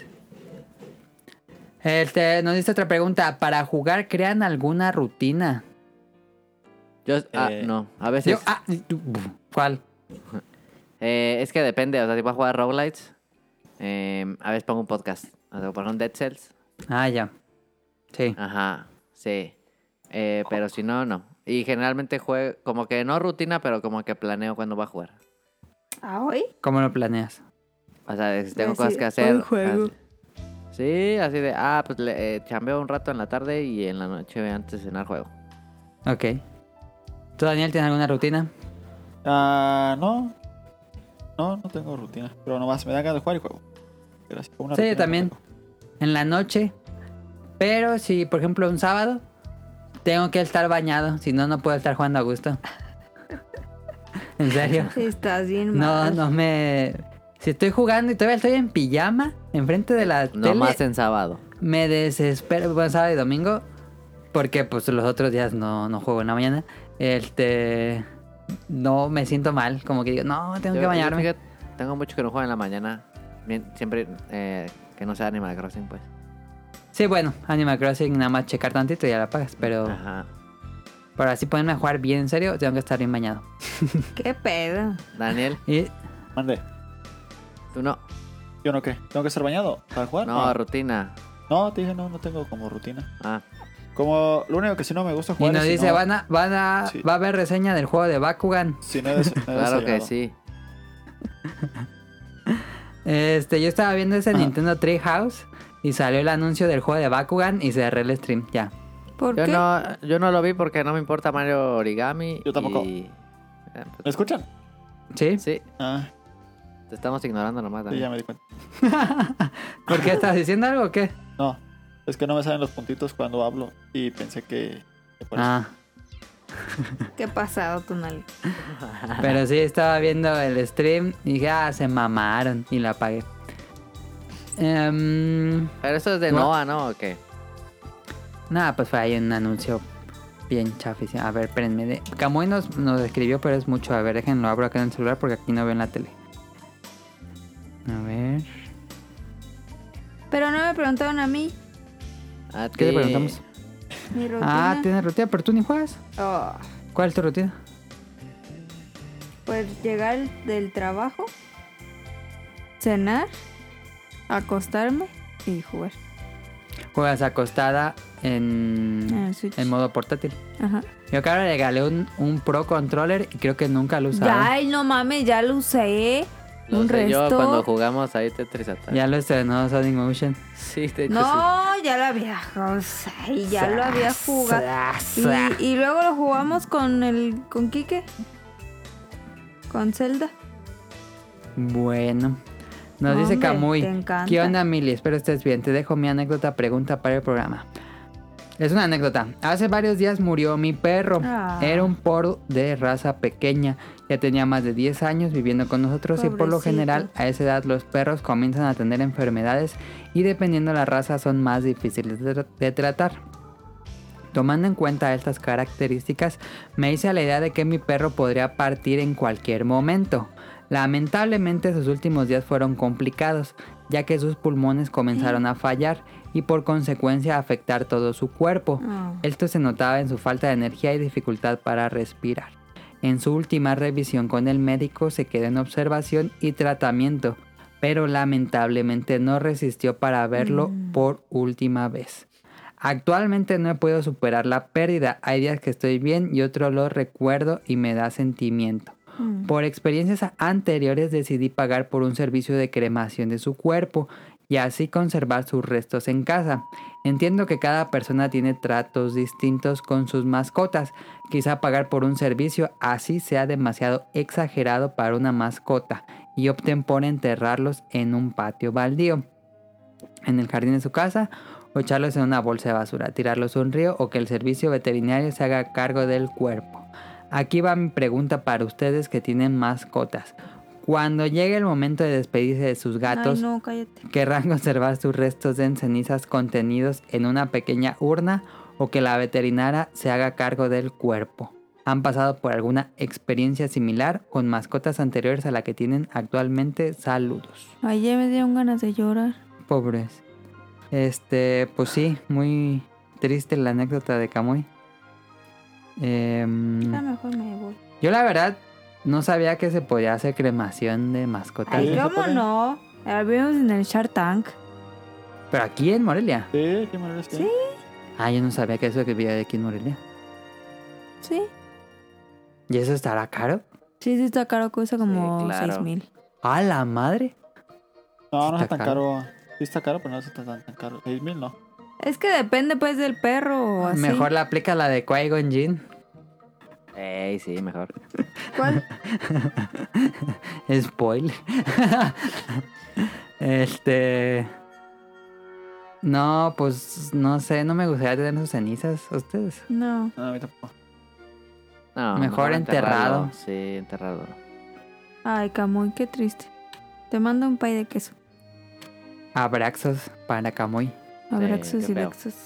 Este, nos dice otra pregunta. ¿Para jugar crean alguna rutina? Yo, ah, Eh, no, a veces. Yo, ah, ¿cuál? Eh, es que depende, o sea, si voy a jugar roguelites, eh, a veces pongo un podcast. O sea, por ejemplo, Dead Cells. Ah, ya. Sí. Ajá, sí. Eh, pero si no, no. Y generalmente juego, como que no rutina, pero como que planeo cuando voy a jugar. ¿Ah, hoy? ¿Cómo lo planeas? O sea, si tengo Así, cosas que hoy hacer. juego. así- Sí, así de, ah, pues le, eh, chambeo un rato en la tarde y en la noche antes de cenar juego. Ok. ¿Tú, Daniel, tienes alguna rutina? Ah, no. No, no tengo rutina. Pero nomás me da ganas de jugar y juego. Pero así como una Sí, rutina no también. tengo. En la noche. Pero si, por ejemplo, un sábado, tengo que estar bañado. Si no, no puedo estar jugando a gusto. ¿En serio? Estás bien No, mal. no me... Si estoy jugando y todavía estoy en pijama, enfrente de la No tele, más en sábado. me desespero. Bueno, sábado y domingo, porque pues los otros días no, no juego en la mañana. Este... No, me siento mal. Como que digo, no, tengo Yo- que yo, bañarme. fíjate, tengo mucho que no juego en la mañana. Bien, siempre eh, que no sea Animal Crossing, pues. Sí, bueno, Animal Crossing, nada más checar tantito y ya la pagas. Pero Ajá. para así ponerme a jugar bien en serio, tengo que estar bien bañado. ¿Qué pedo? Daniel, Y Mande. tú no. ¿Yo no qué? ¿Tengo que estar bañado para jugar? No, No, rutina. no, te dije no, no tengo como rutina. Ah, Como lo único que si no me gusta Y jugar nos es si dice, no- van a, van a, Sí. va a haber reseña del juego de Bakugan. Si no he des- no he claro que desayunado. sí. Este, yo estaba viendo ese Ajá. Nintendo Treehouse y salió el anuncio del juego de Bakugan y cerré el stream, ya. ¿Por Yo qué? no, yo no lo vi porque no me importa Mario Origami. Yo tampoco. Y, eh, ¿Me pues, escuchan? ¿Sí? sí, Ah, te estamos ignorando nomás. sí, Daniel. ya me di cuenta. ¿Por qué estás diciendo algo o qué? No, es que no me salen los puntitos cuando hablo y pensé que... que por eso. Ah, ¿Qué pasado, Tonali? pero sí, estaba viendo el stream y dije, ah, se mamaron y la apagué. Em, Pero eso es de No. Noah, ¿no? ¿O qué? nada, pues fue ahí un anuncio bien chafísimo. A ver, espérenme. De... Camuy nos, nos escribió, pero es mucho. A ver, déjenlo abro acá en el celular porque aquí no veo en la tele. A ver. Pero no me preguntaron a mí. A ¿Qué te ti. preguntamos? Mi rutina. Ah, tienes rutina, pero tú ni juegas. Oh, ¿Cuál es tu rutina? pues llegar del trabajo, cenar, acostarme y jugar. Juegas acostada en, En el Switch. en modo portátil. Ajá. Yo acá le regalé un, un Pro Controller y creo que nunca lo he usado. Ya, ay, no mames, ya lo usé. Lo un sé yo resto. cuando jugamos ahí Tetris Attack. Ya lo estrenó Sonic Motion. Sí, de hecho No, ya lo había, o sea, y ya lo había jugado. Sa, sa. Y, y luego lo jugamos con el, con Kike, con Zelda. Bueno. Nos dice Hombre, Camuy. te encanta. ¿Qué onda, Mili? Espero estés bien. Te dejo mi anécdota pregunta para el programa. Es una anécdota. Hace varios días murió mi perro. Ah. Era un poro de raza pequeña. Ya tenía más de diez años viviendo con nosotros y por lo Pobrecito. general a esa edad los perros comienzan a tener enfermedades y dependiendo de la raza son más difíciles de, tra- de tratar. Tomando en cuenta estas características, me hice a la idea de que mi perro podría partir en cualquier momento. Lamentablemente sus últimos días fueron complicados, ya que sus pulmones comenzaron a fallar y por consecuencia a afectar todo su cuerpo. Ah. Esto se notaba en su falta de energía y dificultad para respirar. En su última revisión con el médico se quedó en observación y tratamiento, pero lamentablemente no resistió para verlo Mm. por última vez. Actualmente no he podido superar la pérdida. Hay días que estoy bien y otros lo recuerdo y me da sentimiento. Mm. Por experiencias anteriores decidí pagar por un servicio de cremación de su cuerpo y así conservar sus restos en casa. Entiendo que cada persona tiene tratos distintos con sus mascotas. Quizá pagar por un servicio así sea demasiado exagerado para una mascota y opten por enterrarlos en un patio baldío, en el jardín de su casa, o echarlos en una bolsa de basura, tirarlos a un río o que el servicio veterinario se haga cargo del cuerpo. Aquí va mi pregunta para ustedes que tienen mascotas. Cuando llegue el momento de despedirse de sus gatos, Ay, no, cállate. ¿querrán conservar sus restos en cenizas contenidos en una pequeña urna o que la veterinaria se haga cargo del cuerpo? ¿Han pasado por alguna experiencia similar con mascotas anteriores a la que tienen actualmente? Saludos. Ay, ya me dieron ganas de llorar. Pobres. Este, pues sí, muy triste la anécdota de Camuy. Em, Ya mejor me voy. yo la verdad no sabía que se podía hacer cremación de mascotas. Ay, ¿se ¿cómo puede? no? La vimos en el Shark Tank. Pero aquí en Morelia. Sí, qué manera Sí. Ah, yo no sabía que eso que vivía de aquí en Morelia. Sí. ¿Y eso estará caro? Sí, sí está caro, cuesta como Sí, claro. seis mil. ¡A la madre! No, no Está está tan caro. caro. Sí está caro, pero no está tan, tan caro. seis mil no. Es que depende pues del perro o así. Mejor la aplica la de Qui-Gon Jinn. Ey, sí, mejor. ¿Cuál? Spoiler. este... No, pues no sé, no me gustaría tener sus cenizas. ¿Ustedes? No. No, a mí tampoco. No, Mejor enterrado. Sí, enterrado. Ay, Camuy, qué triste. Te mando un pay de queso. Abraxos para Camuy. Abrazos qué y feo. bexos.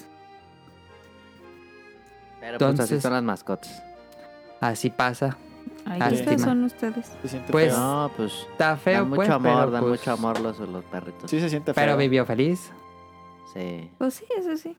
Pero pues así Entonces- son las mascotas. Así pasa. Ay, Lástima. ¿qué ustedes son ustedes? Se siente Pues- feo. No, pues Está feo, dan mucho pues, amor, pero, dan pues, mucho amor los, los perritos. Sí se siente feo. Pero vivió feliz. Sí. Pues sí, eso sí.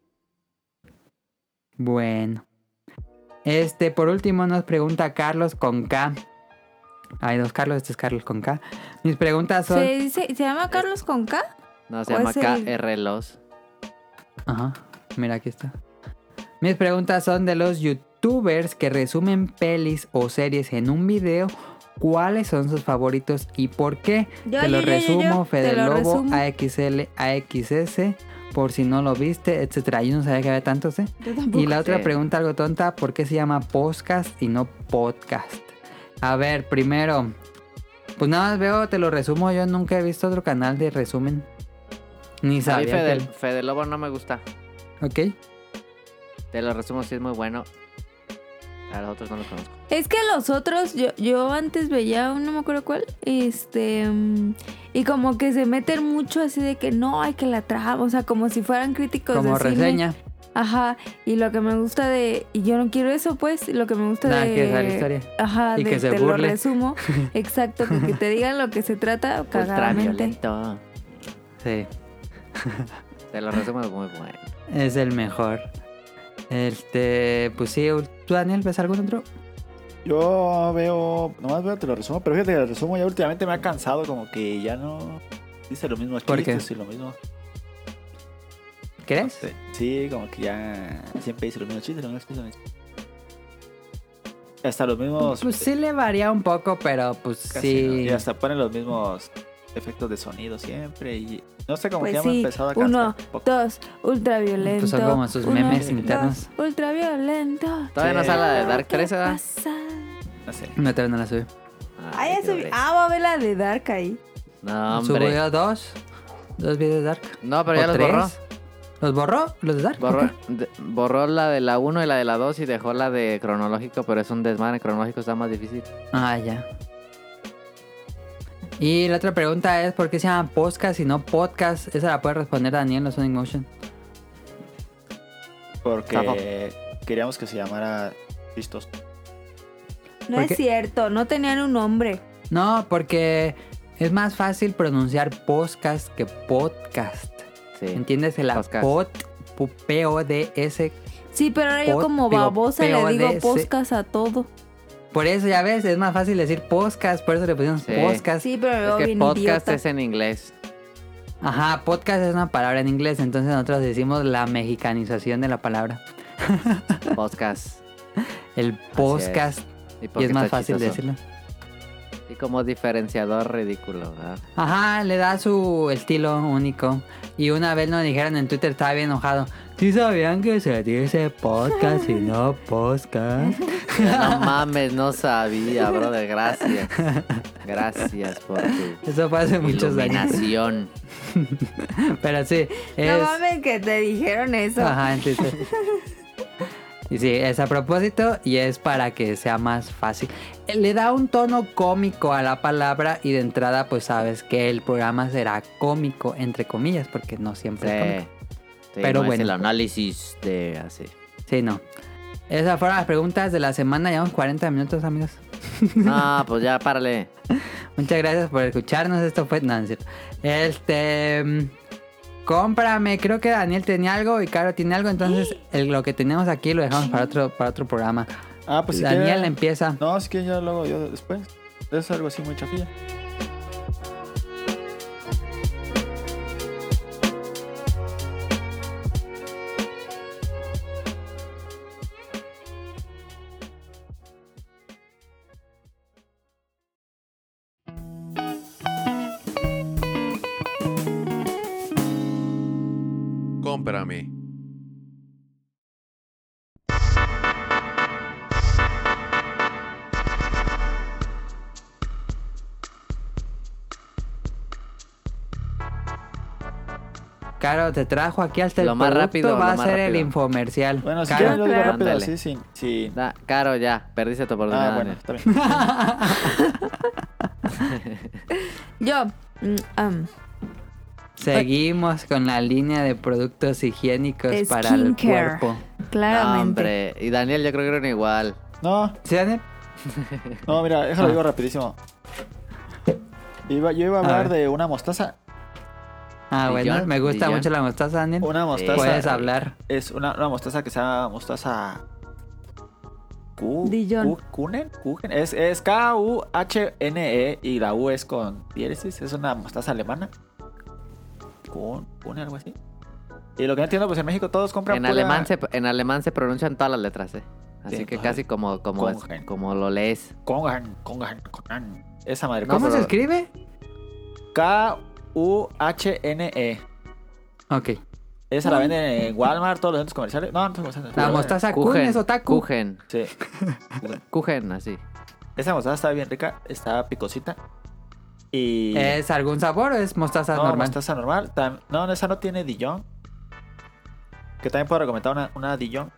Bueno. Este, por último, nos pregunta Carlos con K. Hay dos Carlos, este es Carlos con K. Mis preguntas son... ¿Se, dice, ¿Se llama Carlos con K? No, se ¿O llama es el- K R Los. Ajá, mira, aquí está. Mis preguntas son de los youtubers que resumen pelis o series en un video. ¿Cuáles son sus favoritos y por qué? Yo, Te lo yo, yo, yo, resumo, yo. Fede Te lo Lobo, resumo. A X L, A X S, por si no lo viste, etcétera. Yo no sabía que había tantos, ¿eh? Yo tampoco. Y la otra Sí. pregunta algo tonta, ¿por qué se llama podcast y no podcast? A ver, primero, pues nada más veo, te lo resumo, yo nunca he visto otro canal de resumen. Ni A mí sabía Fede, que... Fede Lobo no me gusta. Ok. Te lo resumo, sí es muy bueno. A los otros no los conozco. Es que los otros, yo, yo antes veía, un- no me acuerdo cuál, este, mm, y como que se meten mucho así de que no, hay que la trama, o sea, como si fueran críticos Como de cine. reseña. Ajá, y lo que me gusta de, y yo no quiero eso, pues, y lo que me gusta Nada, de... que esa es la historia. Ajá, Y de, que se te lo burle. resumo, exacto, que, que te digan lo que se trata cagadamente. Ultraviolento. Sí, Te lo resumo muy bueno. es el mejor. Este, pues sí, ¿tú, Daniel, ves algún otro? Yo veo, nomás veo, te lo resumo, pero fíjate que el resumo ya últimamente me ha cansado, como que ya no dice lo mismo ¿Por qué? chistes y lo mismo. ¿Crees? Sí, sí, como que ya siempre dice los mismos chistes, los mismos chistes. los mismos- Hasta los mismos. Pues sí le varía un poco, pero pues casi, ¿no? sí. Y hasta ponen los mismos efectos de sonido siempre. Y no sé, como Pues que ya me ha sí, empezado a cansar uno, un poco. dos, ultraviolento. Pues son como sus uno, memes dos, internos. Ultraviolento. Todavía no Sí. sale la de Dark ¿Qué tres, ¿verdad? pasa? No sé. No, todavía no la subí. Ah, ya qué subí. horrible. Ah, va a ver la de Dark ahí. No, hombre. Subió dos. Dos videos de Dark. No, pero ya ¿O los tres? borró. ¿Los borró? ¿Los de Dark? Borró, Ok. de- borró la de la uno y la de la dos y dejó la de cronológico, pero es un desmadre. Cronológico está más difícil. Ah, ya. Y la otra pregunta es: ¿por qué se llama podcast y no podcast? Esa la puede responder Daniel en Sonic Motion. Porque queríamos que se llamara Chistoso. No ¿Por es qué? cierto, no tenían un nombre. No, porque es más fácil pronunciar podcast que podcast. Sí. ¿Entiendes? La Podcast. pod, pu- P O D S. Sí, pero ahora yo Pod- como digo, babosa le digo P O D S. podcast a todo. Por eso, ya ves, es más fácil decir podcast, por eso le pusimos Sí. podcast. Sí, pero Es luego que bien podcast idiota. es en inglés. Ajá, podcast es una palabra en inglés, entonces nosotros decimos la mexicanización de la palabra. Podcast. El podcast. Y, Y porque es más está fácil chistoso. decirlo. Y como diferenciador ridículo, ¿verdad? Ajá, le da su estilo único. Y una vez nos dijeron en Twitter, estaba bien enojado. ¿Sí sabían que se dice podcast y no podcast? No mames, no sabía, brother. Gracias. Gracias por tu Eso fue hace muchos años. iluminación. Pero sí, es... No mames que te dijeron eso. Ajá, en Twitter. Y sí, es a propósito y es para que sea más fácil. Le da un tono cómico a la palabra y de entrada pues sabes que el programa será cómico, entre comillas, porque no siempre es cómico. Sí. Sí, Pero no bueno. es el análisis de así. Sí, no. Esas fueron las preguntas de la semana. Llevamos cuarenta minutos, amigos. No, pues ya, párale. Muchas gracias por escucharnos. Esto fue... No, no es cierto. Este... mm, Cómprame. Creo que Daniel tenía algo y Caro tiene algo. Entonces el- lo que tenemos aquí lo dejamos para otro, para otro programa. Ah, pues si Daniel quiere- empieza. No, es que ya lo hago yo después. Es algo así muy chafilla. Cómprame. Caro, te trajo aquí hasta el Lo más producto. rápido, Va lo a más ser el rápido. infomercial. Bueno, si Caro, quieren yo digo claro. rápido Ándale. así, sin... sin... Da, Caro, ya. Perdiste tu oportunidad. Ah, bueno, Daniel. está bien. Yo, mm, am, seguimos con la línea de productos higiénicos para el Skincare. cuerpo. No, claramente. hombre. Y Daniel, yo creo que eran igual. No, ¿Sí, Daniel? no, mira, déjalo Ah. digo rapidísimo. Iba- yo iba a A hablar ver. de una mostaza. Ah, bueno, Dillon, me gusta Dillon. mucho la mostaza, Daniel. Una mostaza. Puedes hablar. Es una, una mostaza que se llama mostaza... Q, Dijon. Q- Kuchen, Kuchen. Es, es K U H N E y la U es con diéresis. Es una mostaza alemana. Kun, Kuchen, algo así. Y lo que no entiendo, pues en México todos compran En pura- alemán, se, en alemán se pronuncian todas las letras, ¿eh? Así Sí, que entonces, casi como, como, es- Kongen. como lo lees. Kongan, Kongan, Kongan. Esa madre. No, ¿Cómo pero- se escribe? K U H N E. Ok. Esa la venden en Walmart, todos los centros comerciales. No, no son comerciales. La pero- mostaza Kun es otaku. Kuchen. Sí. Kuchen, así. Esa mostaza está bien rica, está picosita. Y. ¿Es algún sabor o es mostaza no, normal? mostaza normal. Tam- No, esa no tiene Dijon. Que también puedo recomendar una, una Dijon.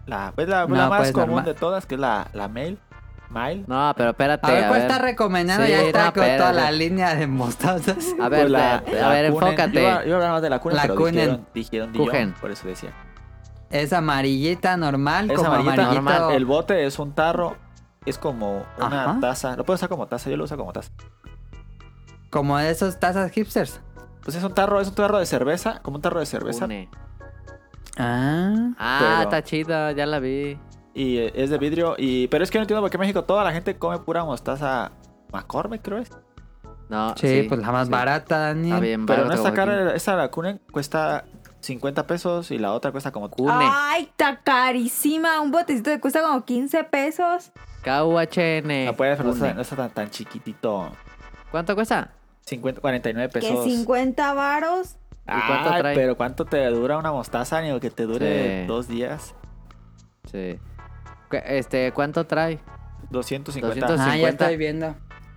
La, pues la, No, la más pues, común normal. de todas, que es la, la Mail. Mail. No, pero espérate. A ver, a ¿cuál ver. está recomendando? Sí, ya está no, con toda espérate. la línea de mostazas. A ver, Pues la, te- la a ver, Kunen. enfócate. Yo iba, yo iba a hablar más de la Kunen, La pero Kunen. dijeron, dijeron Dijon, Kuchen. por eso decía. Es amarillita normal, Es como amarillita, amarillito. normal. El bote es un tarro, es como una Ajá. taza. Lo puedo usar como taza, yo lo uso como taza. Como de esos tazas hipsters. Pues es un tarro, es un tarro de cerveza, como un tarro de cerveza. Une. Ah. Ah, Pero- está chida, ya la vi. Y eh, es de vidrio. Y, pero es que no entiendo por qué en México toda la gente come pura mostaza McCormick, creo es. No, Sí, pues la más sí. barata, Daniel. Está bien Pero barato no está como aquí. cara, esa la Kunen cuesta cincuenta pesos y la otra cuesta como... Kune. Ay, está carísima. Un botecito te cuesta como quince pesos. K U H N. No puede, pero no Kune. está, no está tan, tan chiquitito. ¿Cuánto cuesta? cincuenta, cuarenta y nueve Que pesos. cincuenta varos. ¿Y cuánto Ay, trae? pero ¿cuánto te dura una mostaza? Ni que te dure Sí. dos días. Sí. Cu- Este, ¿cuánto trae? doscientos cincuenta. doscientos Ah, ya cincuenta. estoy viendo.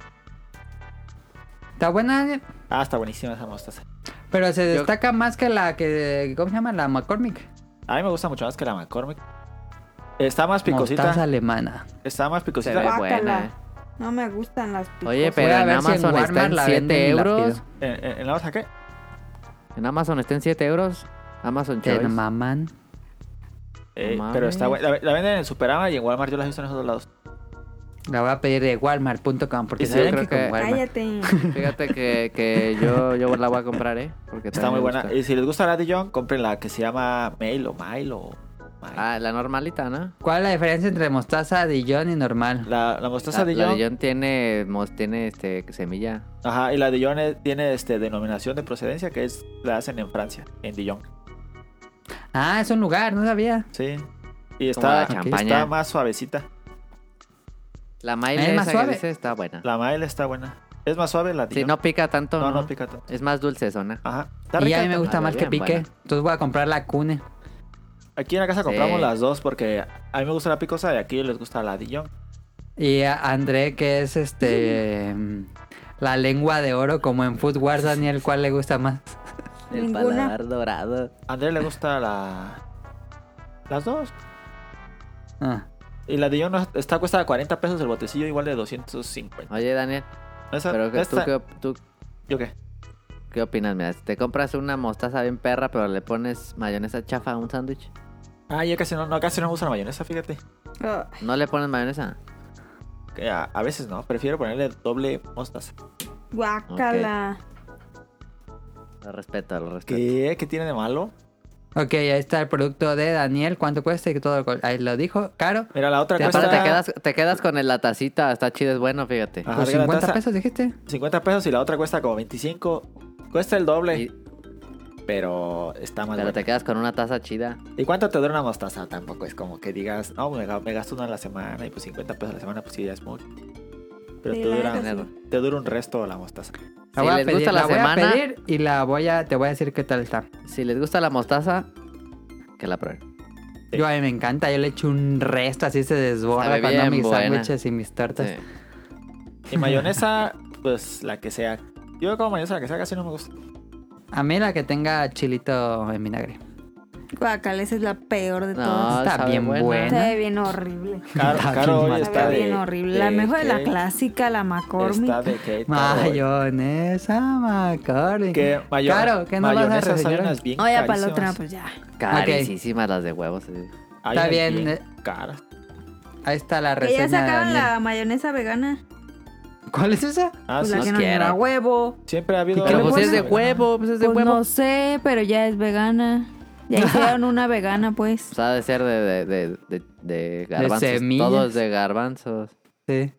Está buena, Daniel. Ah, está buenísima esa mostaza. Pero se Yo- destaca más que la que... ¿Cómo se llama? La McCormick. A mí me gusta mucho más que la McCormick. Está más picosita. Mostaza alemana. Está más Se picosita. ve Guácala. buena, eh. No me gustan las picosas. Oye, Voy pero a en ver si en Amazon está Walmart en la siete venden y la euros. pido. ¿En, en, en la otra qué? En Amazon está en siete euros. Amazon Te Choice. maman. Eh, No pero está mames. buena. La, la venden en Superama y en Walmart. Yo la he visto en esos dos lados. La voy a pedir de walmart punto com porque Sí, saben creo que, con que- Walmart. Cállate. Fíjate que, que yo, yo la voy a comprar, ¿eh? Porque Está también muy me buena. gusta. Y si les gusta la Dijon, compren la que se llama Mail o Mail o... Mail. Ah, la normalita, ¿no? ¿Cuál es la diferencia entre mostaza Dijon y normal? La, la mostaza La, la Dijon. Dijon tiene, mos- tiene este, semilla. Ajá, y la Dijon es- tiene este, denominación de procedencia que es la hacen en Francia, en Dijon. Ah, es un lugar, no sabía. Sí. Y Como la está, champaña. está más suavecita. La mail Es más esa suave. que dice está buena. La Mail está buena. Es más suave la Sí, Dijon. no pica tanto, no, ¿no? no pica tanto. Es más dulce, zona. Ajá. Está Y rica. a mí me gusta Ah, más que bien pique. buena. Entonces voy a comprar la Cune. Aquí en la casa Sí. compramos las dos porque a mí me gusta la picosa y aquí les gusta la Dijon. Y a André, que es este... mm, la lengua de oro, como en Food Wars, Daniel, ¿cuál le gusta más? El Ninguna. paladar dorado. A André le gusta la... Las dos. Ah, Y la Dijon no- está cuesta cuarenta pesos el botecillo, igual de doscientos cincuenta. Oye, Daniel, Esa- pero que tú, esta- qué, op- tú ¿Yo qué? qué opinas? Mira, si te compras una mostaza bien perra, pero le pones mayonesa chafa a un sándwich. Ah, yo casi no, no, casi no me gusta la mayonesa, fíjate. Ah, ¿No le pones mayonesa? Que a, a veces no, prefiero ponerle doble mostaza. guácala. Lo respeto, lo respeto. ¿Qué? ¿Qué tiene de malo? ok, ahí está el producto de Daniel. ¿Cuánto cuesta? Y todo, ahí lo dijo. Caro. Mira, la otra Te- cuesta... Aparte te quedas, te quedas con el- la tacita, está chido, es bueno, fíjate. Ajá, Pues porque la cincuenta taza- pesos, dijiste. cincuenta pesos y la otra cuesta como veinticinco. Cuesta el doble, Y- pero está más pero buena. te quedas con una taza chida. ¿Y cuánto te dura una mostaza? Tampoco es como que digas, no, me, ga- me gasto una a la semana y pues cincuenta pesos a la semana, pues sí, ya es mucho. Pero Sí, te la dura, neta sí. te dura un resto la mostaza. La Si voy a les pedir, gusta la voy a semana- pedir y la voy a, te voy a decir qué tal está. Si les gusta la mostaza, que la prueben. Sí. Yo a mí me encanta, yo le echo un resto, así se desborda Sabe cuando bien mis buena. sándwiches y mis tortas. Sí. Y mayonesa, pues la que sea. Yo como mayonesa la que sea casi no me gusta. A mí la que tenga chilito en vinagre. Guácala, esa es la peor de No, todas. Está sabe bien buena. Sabe bien horrible. Caro, Está Caro bien hoy mal. está Sabe de... bien horrible. La de mejor es la que- clásica, la McCormick. Está de que... Caro, Mayonesa, McCormick. que mayo- Claro, que no vas a mayonesas hay reseñar. unas bien Oye, para la otra, carísimas. pues ya. Carísimas las de huevos. sí. Hay Está unas bien, eh. caras. Ahí está la Que reseña ya de sacaron Daniel. la mayonesa vegana. ¿Cuál es esa? Ah, Pues sí. la que no no lleva quiero. huevo. Siempre ha habido... ¿Y qué le Pero pues es de vegana. huevo, pues es de Pues huevo. no sé, pero ya es vegana. Ya hicieron una vegana, pues. Pues ha de ser de, de, de, de, de garbanzos. semillas. Todos de garbanzos. Sí.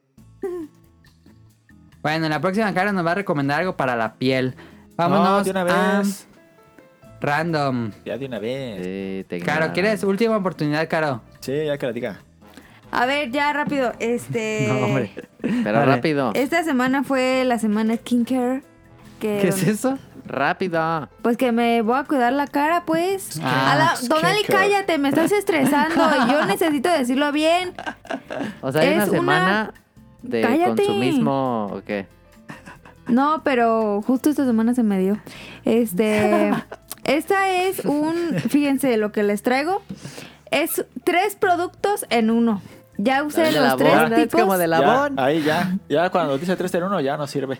Bueno, en la próxima cara nos va a recomendar algo para la piel. Vámonos No, de una a vez. Random. Ya de una vez. Sí, te Caro, ignoran. ¿quieres última oportunidad, Caro? Sí, ya que la diga. A ver, ya rápido. Este. No, hombre. Pero Vale. rápido. Esta semana fue la semana skincare. Que ¿Qué es eso? Rápido. Pues que me voy a cuidar la cara, pues. Ah, a la, Don Ali, skincare. cállate, me estás estresando. Yo necesito decirlo bien. O sea, hay Es una una- semana de Cállate. consumismo o qué. No, pero justo esta semana se me dio. Este. Esta es un. Fíjense lo que les traigo. Es tres productos en uno. Ya usé De los la tres Avon, es tipos. como de la Ya, Avon. ahí ya. Ya cuando dice tres en uno ya no sirve.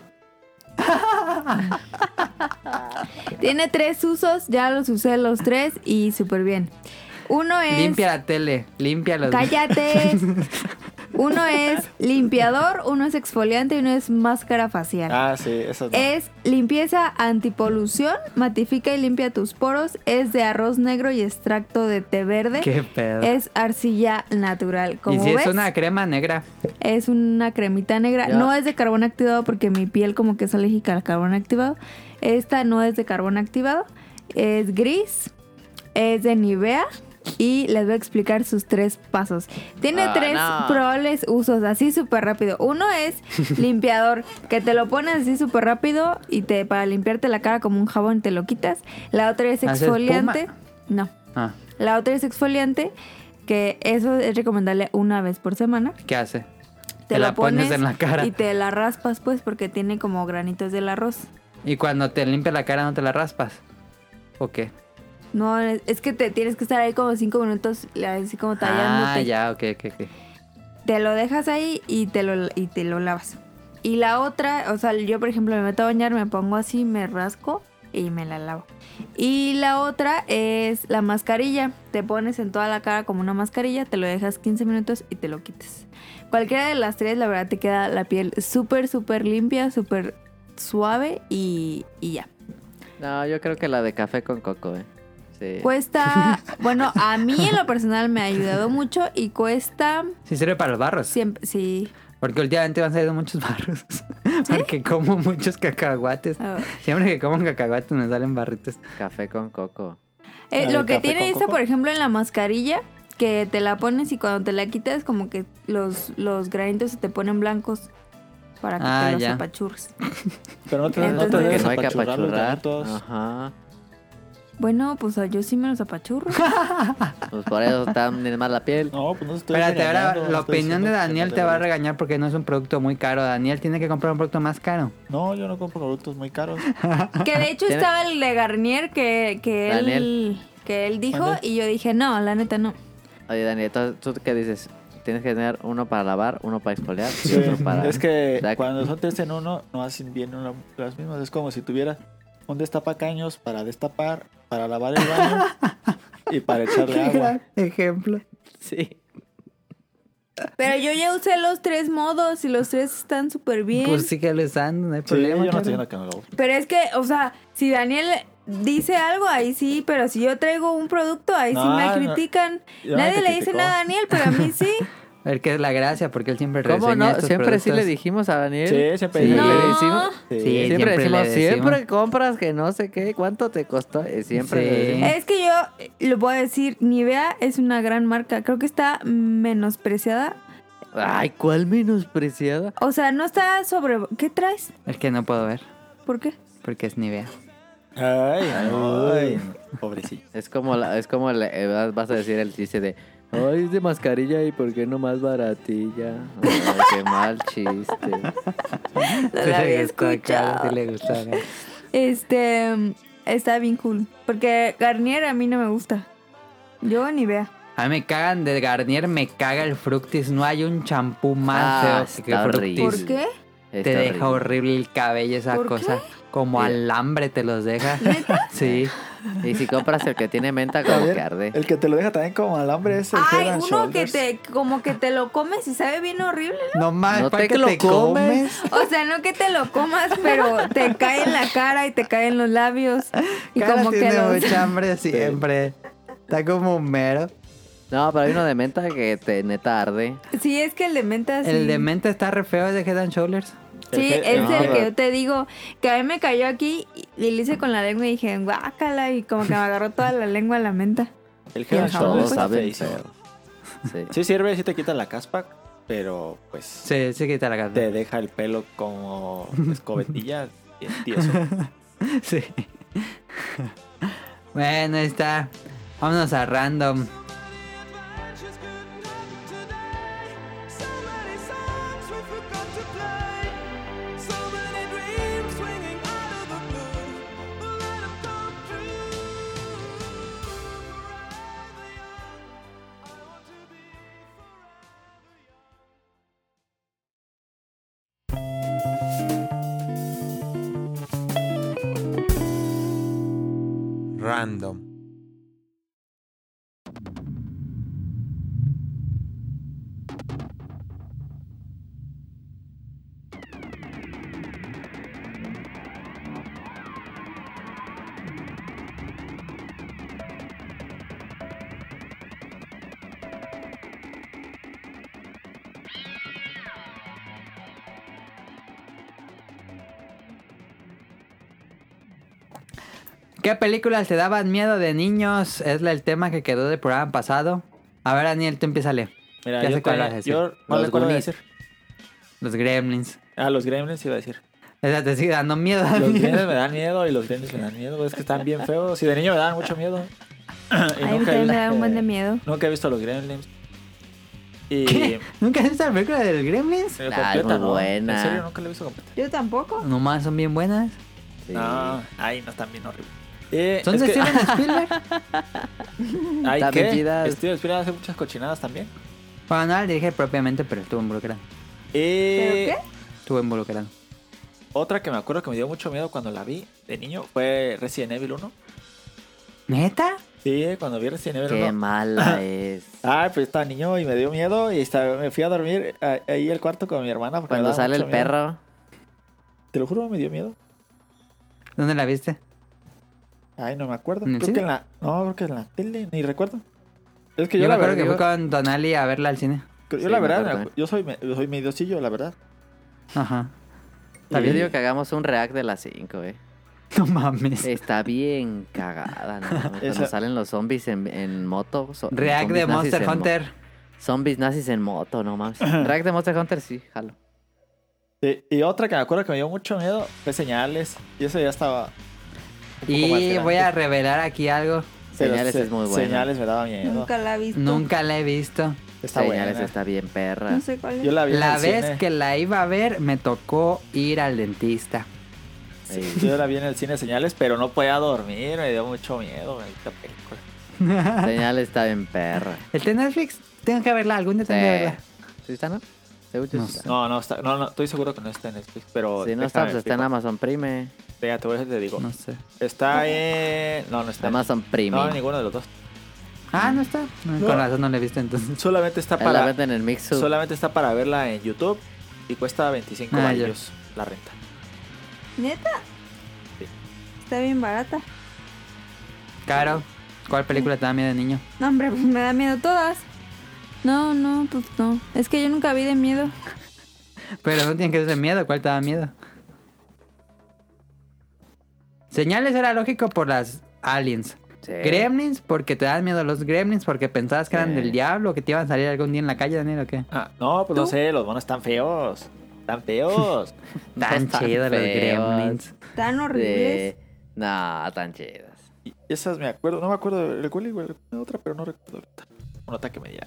Tiene tres usos, ya los usé los tres y súper bien. Uno es... Limpia la tele, limpia los... ¡Cállate! Uno es limpiador, uno es exfoliante y uno es máscara facial. Ah, sí, eso no. Es limpieza antipolución, matifica y limpia tus poros. Es de arroz negro y extracto de té verde. Qué pedo. Es arcilla natural. Y Como si ves, es una crema negra. es una cremita negra. Ya. No es de carbón activado porque mi piel como que es alérgica al carbón activado. Esta no es de carbón activado. Es gris. Es de Nivea. Y les voy a explicar sus tres pasos. Tiene Ah, tres no. probables usos, así súper rápido. Uno es limpiador, que te lo pones así súper rápido y te para limpiarte la cara como un jabón te lo quitas. La otra es ¿Hace exfoliante. espuma? No. Ah, La otra es exfoliante, que eso es recomendable una vez por semana. ¿qué hace? Te, Te lo la pones en la cara. y te la raspas pues porque tiene como granitos del arroz. Y cuando te limpia la cara no te la raspas. ¿O qué? No, es es que te tienes que estar ahí como cinco minutos así como tallándote. Ah, ya, ok, ok, ok. Te lo dejas ahí y te lo, y te lo lavas. Y la otra, o sea, yo por ejemplo me meto a bañar, me pongo así, me rasco y me la lavo. Y la otra es la mascarilla. Te pones en toda la cara como una mascarilla, te lo dejas quince minutos y te lo quitas. Cualquiera de las tres, la verdad, te queda la piel súper, súper limpia, súper suave y, y ya. No, yo creo que la de café con coco, eh. Sí. Cuesta, bueno, a mí en lo personal me ha ayudado mucho y cuesta Sí sirve para los barros. siempre, sí. Porque últimamente van saliendo muchos barros. Porque como muchos cacahuates. Ah. Siempre que como cacahuates me salen barritos. Café con coco. Eh, ¿La lo del que café tiene con esta, coco? por ejemplo, en la mascarilla, que te la pones y cuando te la quitas, como que los, los granitos se te ponen blancos para que Ah, te los ya. apachurres. Pero no te, no Entonces- te Que dejes no hay que apachurrar los apachurrar. granitos. Ajá. Bueno, pues yo sí me los apachurro. Pues por eso está bien más la piel. No, pues no estoy Espérate, ahora regañando, no la estoy opinión de diciendo que Daniel no te va a debes. regañar porque no es un producto muy caro. Daniel tiene que comprar un producto más caro. No, yo no compro productos muy caros. Que de hecho ¿Tiene- estaba el de Garnier que, que, él, Daniel. que él dijo ¿Mande? y yo dije, no, la neta no. Oye, Dani, entonces, ¿tú qué dices? Tienes que tener uno para lavar, uno para exfoliar y Sí, otro para... es que Exacto. cuando son tres en uno, no hacen bien una- las mismas. Es como si tuvieras un destapacaños para destapar, para lavar el baño y para echarle agua. ejemplo. Sí. Pero yo ya usé los tres modos y los tres están súper bien. Pues síguelo usando, no hay Sí, problema. yo no claro. estoy diciendo que no lo uso. Pero es que, o sea, si Daniel dice algo, ahí sí, pero si yo traigo un producto, ahí sí No, me no. critican. Yo no Nadie te le dice criticó. nada a Daniel, pero a mí sí. A ver qué es la gracia, porque él siempre ¿Cómo reseña no? estos Siempre sí le productos. dijimos a Daniel. Sí, siempre Sí. dije- Le No. decimos... Sí. Sí, Siempre, siempre le decimos, decimos. siempre compras que no sé qué, ¿cuánto te costó? Eh, Siempre Sí. le decimos. Es que yo eh, lo voy a decir, Nivea es una gran marca. Creo que está menospreciada. Ay, ¿cuál menospreciada? O sea, no está sobre... ¿Qué traes? Es que no puedo ver, ¿Por qué? porque es Nivea. Ay, ay, pobrecillo. Es como, la, es como le- eh, vas- vas a decir el chiste de... Ay, es de mascarilla y ¿por qué no más baratilla? Ay, qué mal chiste. No la había escuchado. Sí le gustó. acá. Este... mm, Está bien cool. Porque Garnier a mí no me gusta. Yo Nivea. A mí me cagan de Garnier, me caga el Fructis. No hay un champú más Ah, feo que está Fructis. horrible. ¿Por qué? Está Te deja horrible el cabello esa ¿Por cosa. Como Sí. alambre te los deja. Sí. Y si compras el que tiene menta, como También, que arde. el que te lo deja también como alambre es el Ay, Head and uno que Shoulders. te... Como que te lo comes y sabe bien horrible. No más, No ¿para te qué lo te comes? comes? O sea, no que te lo comas, pero te cae en la cara y te cae en los labios. Y Cara como que tiene los... mucha hambre siempre. Está como un mero. No, pero hay uno de menta que te neta arde. Sí, es que el de menta sí. El de menta está re feo, es de Head and Shoulders. Sí, El Head- es no, el pero- que yo te digo, que a mí me cayó aquí y le hice con la lengua y dije, guácala, y como que me agarró toda la lengua la menta. El Y Head el and jabón, Shoulders Todos pues. está saben feísimo. feo. Sí. Sí sirve, sí te quita la caspa, pero pues Sí, sí quita la casa. te deja el pelo como escobetilla bien tieso. Sí. Bueno, ahí está. Vámonos a random. random. ¿Qué películas te daban miedo de niños? Es el tema que quedó del programa pasado. A ver, Daniel, tú empiézale. Mira, Ya yo, sé cuál también- vas a decir. yo ¿cuál, Los cuál voy a Goonies. decir? Los Gremlins. Ah, los Gremlins iba a decir. Esa te sigue dando miedo. Los Daniel. Gremlins me dan miedo y los Gremlins me dan miedo. Es que están bien feos. Y de niño me daban mucho miedo. Y A mí nunca, también he- me da un buen de eh, miedo. nunca he visto los Gremlins. Y... ¿Qué? ¿Nunca has visto la película de los Gremlins? Eh, Ah, es completa, muy ¿no? buena. En serio, nunca la he visto completa. Yo tampoco. Nomás son bien buenas. Sí. No, ay, no están bien horribles. Eh, ¿Son es de que- Steven Spielberg? Ay, También ¿qué? chidas. Steven Spielberg hace muchas cochinadas también. Bueno, no la dirige propiamente, pero estuvo involucrado. Eh, ¿Pero Estuvo involucrado. Otra que me acuerdo que me dio mucho miedo cuando la vi de niño fue Resident Evil uno. ¿Neta? Sí, cuando vi Resident Evil Qué uno. mala es. Ay, pues estaba niño y me dio miedo y estaba- me fui a dormir a- ahí al cuarto con mi hermana. porque me Cuando daba sale el mucho miedo. perro. Te lo juro, me dio miedo. ¿Dónde la viste? Ay, no me acuerdo. ¿En el Creo cine? que en la... No, creo que en la tele, ni recuerdo. Es que Yo, yo, me la acuerdo verdad... que Yo, fui con Donali a verla al cine. yo Sí, la me verdad, acuerdo me acu- también. yo soy, me- yo soy mediocillo, la verdad. Ajá. Yo Y- digo que hagamos un react de las cinco, eh. No mames. Está bien cagada, ¿no? Cuando Esa- salen los zombies en, en moto. so- React zombies de nazis Monster en mo- Hunter. Zombies nazis en moto, no mames. React de Monster Hunter, sí, jalo. Sí, y otra que me acuerdo que me dio mucho miedo fue Señales. Y eso ya estaba... un poco más Y grande. voy a revelar aquí algo. Pero Señales se- es muy buena. Señales me daba miedo. Nunca la he visto. Nunca la he visto. Está Señales buena. está bien perra. No sé cuál es. Yo la vi La en el vez cine. que la iba a ver, me tocó ir al dentista. Sí. Yo la vi en el cine Señales, pero no podía dormir. Me dio mucho miedo esta película. Señales está bien perra. ¿El de Netflix? Tengo que verla, algún día tengo que verla. ¿Sí está, no? Según yo No sí sé. está. No, no, está, no, no, estoy seguro que no está en Netflix, pero... Si no está, déjame pues está en fijo. Amazon Prime. Venga, te voy a te digo. No sé. Está en... No, no está en... Amazon No, Premium. en ninguno de los dos. Ah, no está. No, No. Con razón no la he visto entonces. Solamente está Ahí la para... venden en Mixup. Solamente está para verla en YouTube y cuesta veinticinco Ah, ya. varillos la renta. ¿Neta? Sí. Está bien barata. Caro, ¿cuál película te da miedo de niño? No, hombre, pues me da miedo todas. No, no, pues no. Es que yo nunca vi de miedo. Pero no tiene que ser de miedo, ¿cuál te da miedo? Señales era lógico por las aliens. Sí. Gremlins porque te dan miedo los gremlins porque pensabas que eran Sí. del diablo, que te iban a salir algún día en la calle, Daniel, ¿o qué? Ah, no, pues no sé, los monos están feos. Están feos. No Tan están chidos los feos. gremlins. Tan horribles. De... No, tan chidas. Y esas me acuerdo, no me acuerdo, recuerdo igual otra, pero no recuerdo ahorita. Un ataque media.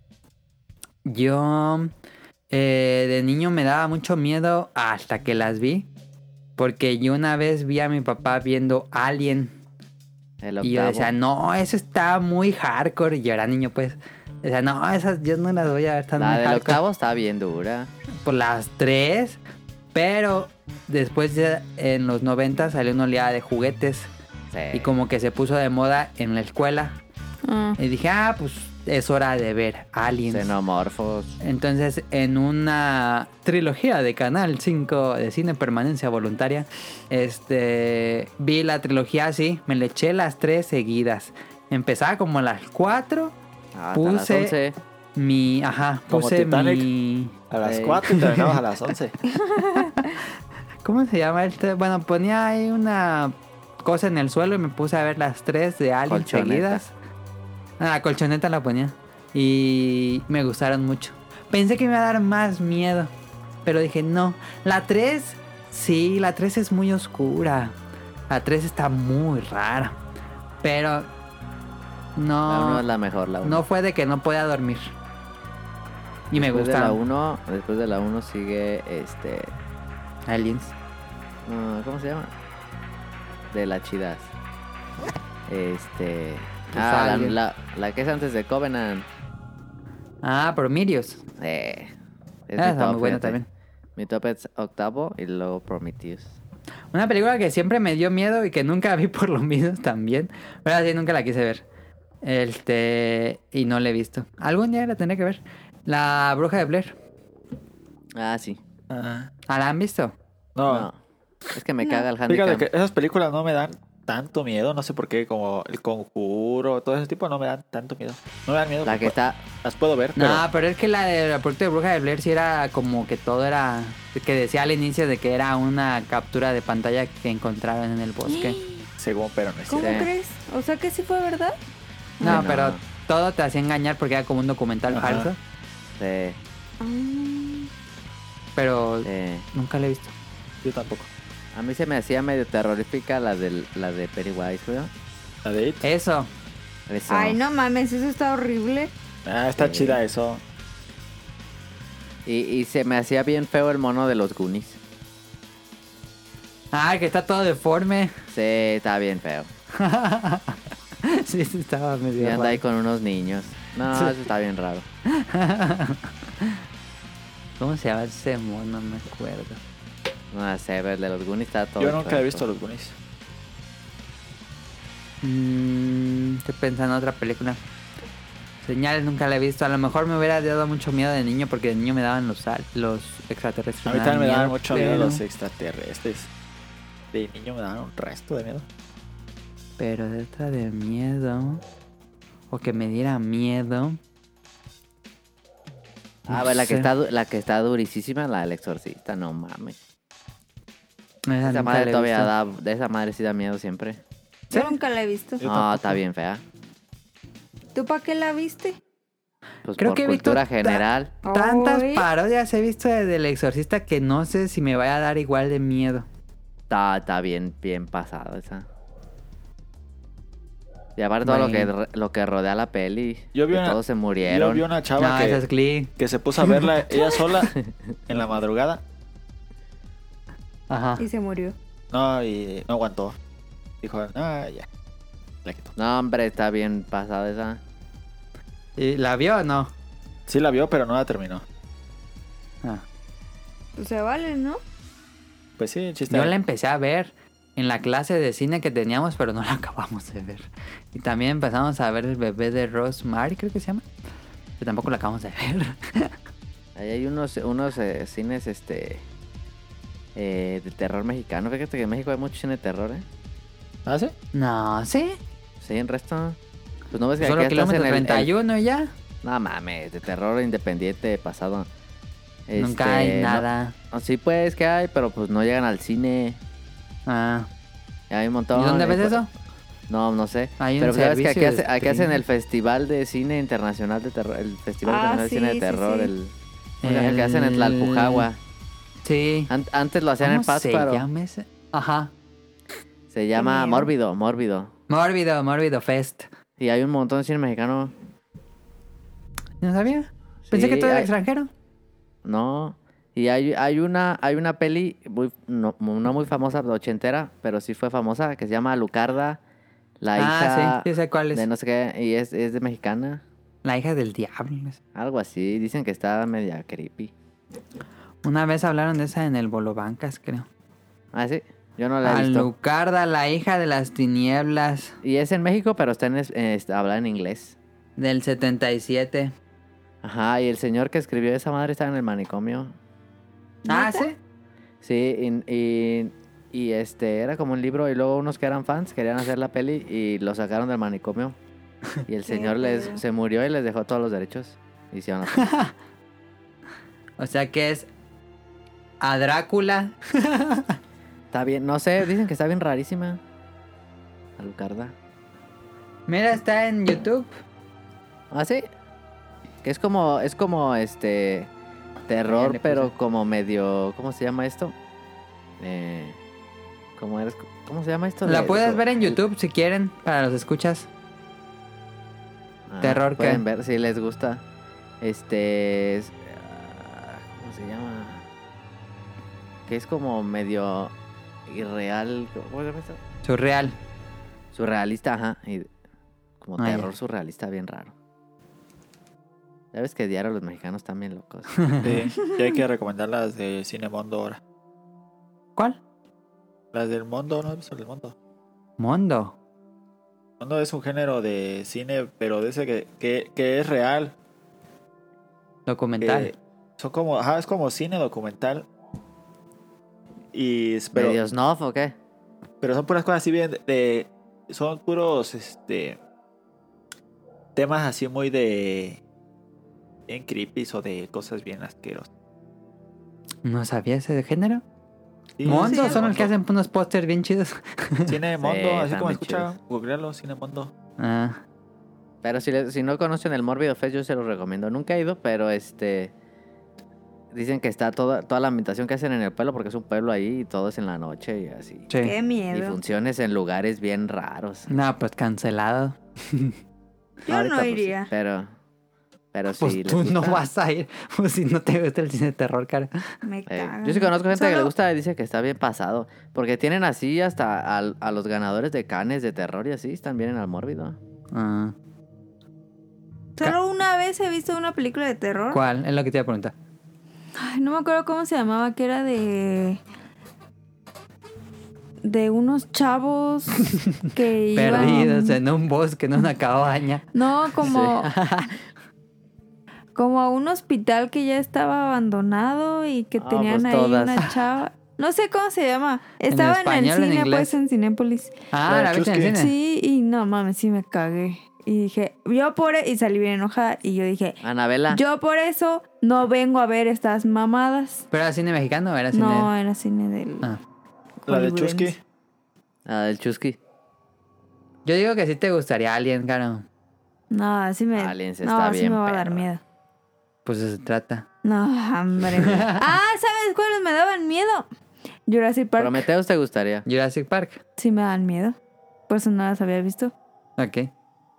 Yo eh, de niño me daba mucho miedo hasta que las vi. Porque yo una vez vi a mi papá viendo Alien. El Y yo octavo. decía, no, eso está muy hardcore. Y yo era niño, pues. Decía, no, esas yo no las voy a ver tan La muy del hardcore. octavo está bien dura. Por las tres. Pero después ya en los noventa salió una oleada de juguetes. Sí. Y como que se puso de moda en la escuela. Ah. Y dije, ah, pues es hora de ver Aliens. Xenomorfos. Entonces, en una trilogía de Canal cinco de Cine Permanencia Voluntaria, este, vi la trilogía así, me le eché las tres seguidas. Empezaba como a las cuatro, Ah, hasta Puse- las once. mi, ajá, Como puse Titanic. mi, A las Ey. cuatro y terminamos a las once. ¿cómo se llama este? Bueno, ponía ahí una cosa en el suelo y me puse a ver las tres de Alien Colchoneta. seguidas. Ah, la colchoneta la ponía. Y me gustaron mucho. Pensé que me iba a dar más miedo. Pero dije, no. La tres, sí, la tres es muy oscura. La tres está muy rara. Pero La uno no, es la mejor, la uno. no fue de que no podía dormir. Y me Después de la gustaron. uno, después de la uno sigue este... Aliens. no, ¿cómo se llama? De las chidas. Este... Pues Ah, la, Alien. la, la que es antes de Covenant. Ah, Promirios. Eh, es Ah, mi está top, muy buena fíjate. también. Mi top es octavo y luego Prometheus. Una película que siempre me dio miedo y que nunca vi por lo mismo también. Pero así nunca la quise ver. Este. Y no la he visto. Algún día la tendré que ver. La Bruja de Blair. Ah, sí. Ah, ¿Ah, la han visto? no. No. Es que me No. caga el Fíjate handicap. que esas películas no me dan tanto miedo, no sé por qué, como El Conjuro, todo ese tipo no me dan tanto miedo. No me dan miedo. La porque que está... las puedo ver, pero No, pero es que la de la proyecto de Bruja de Blair sí era como que todo era. Que decía al inicio de que era una captura de pantalla que encontraron en el bosque. según, pero no es ¿Cómo cierto. Sí. crees? O sea que sí fue verdad. No, Bueno. pero todo te hacía engañar porque era como un documental Ajá. falso. Sí, Ah, Pero sí. nunca la he visto. Yo tampoco. A mí se me hacía medio terrorífica la de, la de Pennywise, güey. La de It. Eso. Eso. Ay, no mames, eso está horrible. Ah, está Sí. chida eso. Y, y se me hacía bien feo el mono de los Goonies. Ah, que está todo deforme. Sí, está bien feo. Sí, sí, estaba Y medio anda ahí raro. con unos niños. No, Sí. eso está bien raro. ¿Cómo se llama ese mono? No me acuerdo. No sé, el de los Goonies está todo Yo nunca he chueco. visto los Goonies. Mm, estoy pensando en otra película. Señales nunca la he visto. A lo mejor me hubiera dado mucho miedo de niño porque de niño me daban los, al- los extraterrestres. A mí también me daban miedo, mucho miedo pero- los extraterrestres. De niño me daban un resto de miedo. Pero de otra de miedo. O que me diera miedo. Ah, No pues la que, sé. está, du- la que está durísima, la del exorcista, no mames. Esa Esa nunca madre la he todavía visto. da, de esa madre sí da miedo siempre. Yo nunca la he visto. Yo No, tampoco. está bien fea. ¿Tú para qué la viste? Pues Creo por que he visto cultura ta- general. Tantas Ay. parodias he visto de- del exorcista que no sé si me vaya a dar igual de miedo. Está, está bien, bien pasado esa. Y aparte todo lo que, Bueno. re- lo que rodea la peli. Yo vi que una- todos se Yo murieron. vi una chava No, que, esa es Glee. que se puso a verla ella sola en la madrugada. Ajá. Y se murió. No, y no aguantó. Dijo, ah, ya. La quitó. No, hombre, está bien pasada esa. ¿Y la vio o no? Sí la vio, pero no la terminó. Ah. Pues se vale, ¿no? Pues sí, el chiste. Yo la empecé a ver en la clase de cine que teníamos, pero no la acabamos de ver. Y también empezamos a ver El bebé de Rosemary, creo que se llama. Que tampoco la acabamos de ver. Ahí hay unos, unos eh, cines este eh, de terror mexicano. Fíjate que en México hay mucho cine de terror, ¿eh? ¿Ah, sí? No, ¿sí? Sí, en resto. Pues no ves que Solo aquí estás en kilómetro el, treinta y el- uno y ya. No mames, de terror independiente pasado. Nunca Este, hay no- nada. no, sí, pues que hay, pero pues no llegan al cine. Ah. Hay un montón. ¿Y dónde eh, ves pues- eso? No, no sé. Hay un Pero pues, sabes que aquí, servicio hace- de aquí hacen el streaming. Festival de Cine Internacional de Terror. El Festival Ah, Internacional sí, de Cine sí, de Terror. sí. El, ¿cómo se llama? El que hacen en Tlalpujahua. Sí. An- antes lo hacían ¿Cómo en Pátzcuaro. se llama ese? Ajá. Se llama miedo. Mórbido, Mórbido. Mórbido, Mórbido Fest. Y hay un montón de cine mexicano. ¿No sabía? Pensé Sí, que todo era hay- extranjero. No. Y hay, hay una hay una peli muy, no, no muy famosa, ochentera, pero sí fue famosa, que se llama Lucarda, la Ah, hija sí, sí sé cuál es. de no sé qué, y es, es de mexicana. La hija del diablo. Algo así. Dicen que está media creepy. Una vez hablaron de esa en el Bolo Bancas, creo. Ah, sí. Yo no la he visto. Alucarda, la hija de las tinieblas, Y es en México, pero está en es- eh, está- habla en inglés. del setenta y siete. Ajá, y el señor que escribió esa madre estaba en el manicomio. Ah, ¿Neta? sí. Sí, y, y, y, este era como un libro y luego unos que eran fans querían hacer la peli y lo sacaron del manicomio. Y el Qué señor les, pedo. se murió y les dejó todos los derechos. Hicieron la peli. O sea que es a Drácula. Está bien, no sé, dicen que está bien rarísima. Alucarda. Mira, está en YouTube. Ah, sí. Que es como, es como este terror, Ya le pero puse. como medio, ¿cómo se llama esto? Eh, ¿cómo, eres, ¿Cómo se llama esto? La De- puedes de- ver en YouTube si quieren, para los escuchas. Ah, Terror, pueden ¿qué? ver si les gusta. Este, es- ah, ¿cómo se llama? Que es como medio irreal, ¿cómo se llama esto? Surreal. Surrealista, ajá, y como Ah, ya. terror surrealista bien raro. Ya ves que diario los mexicanos están bien locos. Sí, y hay que recomendar las de Cinemondo ahora. ¿Cuál? Las del Mondo, ¿no has visto el Mondo? Mondo. Mondo es un género de cine, pero de ese que, que, que es real. Documental. que son como, ajá, es como cine documental. Y pero, ¿Medio snuff o qué? pero son puras cosas así bien de, de- son puros este temas así muy de bien creepy o de cosas bien asquerosas. ¿No sabía ese de género? Sí, Mondo sí, son los que Mondo. hacen unos pósters bien chidos. Cine Mondo, Sí, así están como bien escucha, chidos. googlealo, Cine Mondo. Ah, Pero si, le- si no conocen el Mórbido Fest, yo se los recomiendo. Nunca he ido, pero este... Dicen que está toda, toda la ambientación que hacen en el pueblo, porque es un pueblo ahí y todo es en la noche y así. sí. Qué Y miedo. funciones en lugares bien raros. No, pues cancelado. Yo Ahorita, no pues, sí, iría. pero... Pero Pues si tú les no gusta- vas a ir. Pues si no te gusta el cine de terror, cara. Me Eh, cagan. yo sí conozco gente que le Solo- gusta y dice que está bien pasado. Porque tienen así hasta al- a, los ganadores de Cannes de terror y así, están bien en el mórbido. Ah, Solo una vez he visto una película de terror. ¿cuál? Es lo que te iba a preguntar. Ay, no me acuerdo cómo se llamaba, que era de... De unos chavos que iban... Perdidos en un bosque, en una cabaña. No, como... Como a un hospital que ya estaba abandonado y que Ah, tenían pues ahí todas. una chava. No sé cómo se llama. Estaba en, español, el en cine, inglés? pues, en Cinépolis. Ah, La la viste en el Chusky. cine. Sí, y no mames, sí me cagué. Y dije, yo por... e- Y salí bien enojada. Y yo dije, Anabela. yo por eso no vengo a ver estas mamadas. ¿Pero era cine mexicano o era cine? No, era cine del... Ah. La de hollywoodense. Chusky. Ah, del Chusky. Yo digo que sí te gustaría Alien, claro. No, así me... Aliens no, está sí bien me va a dar perra. miedo. Pues eso se trata. No, hombre. Ah, ¿sabes cuáles me daban miedo? Jurassic Park. Prometheus te gustaría. Jurassic Park. Sí me dan miedo. Por eso no las había visto. Ok.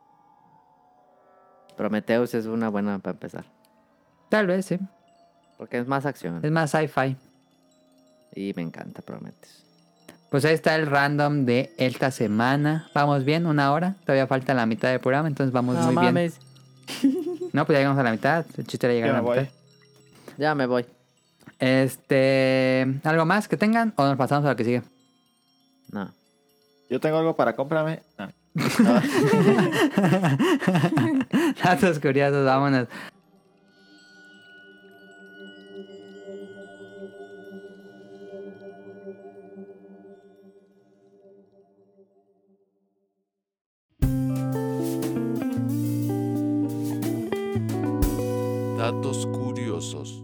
Prometheus es una buena para empezar. Tal vez, sí. Porque es más acción. Es más sci-fi. Y me encanta Prometheus. Pues ahí está el random de esta semana. Vamos bien, una hora. Todavía falta la mitad del programa, entonces vamos muy bien. No, pues ya llegamos a la mitad. El chiste era llegar Ya a me la voy. mitad. Ya me voy. Este. ¿Algo más que tengan? O nos pasamos a lo que sigue. No. Yo tengo algo para cómprame. No. Datos curiosos, vámonos. Datos curiosos.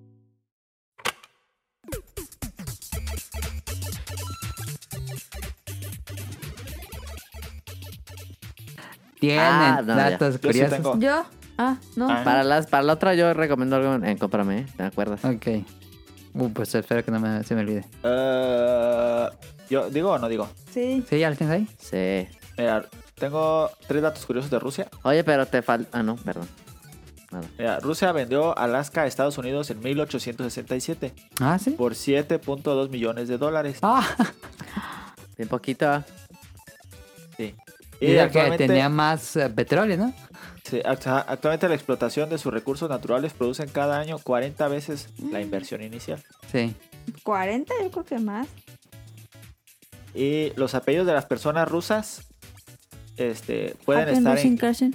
Tienen Ah, no, ya. datos Yo sí curiosos. tengo. ¿Yo? Ah, no. Ah. Para, las, para la otra yo recomiendo algo en, en Cómprame, ¿eh? ¿Te acuerdas? Ok. Uh, pues espero que no me, se me olvide. Eh, yo digo o no digo. Sí. ¿Sí? ¿Ya lo tienes ahí? Sí. Mira, tengo tres datos curiosos de Rusia. Oye, pero te falta... Ah, no, perdón. Nada. Mira, Rusia vendió Alaska a Estados Unidos en mil ochocientos sesenta y siete Ah, sí. por siete punto dos millones de dólares. Ah, Bien poquito. ¿eh? Sí. y Y que actualmente, tenía más eh, petróleo, ¿no? sí, actua- actualmente la explotación de sus recursos naturales producen cada año cuarenta veces la inversión inicial. Sí. cuarenta, yo creo que más. Y los apellidos de las personas rusas este, pueden, Happen estar Russian en, Kardashian.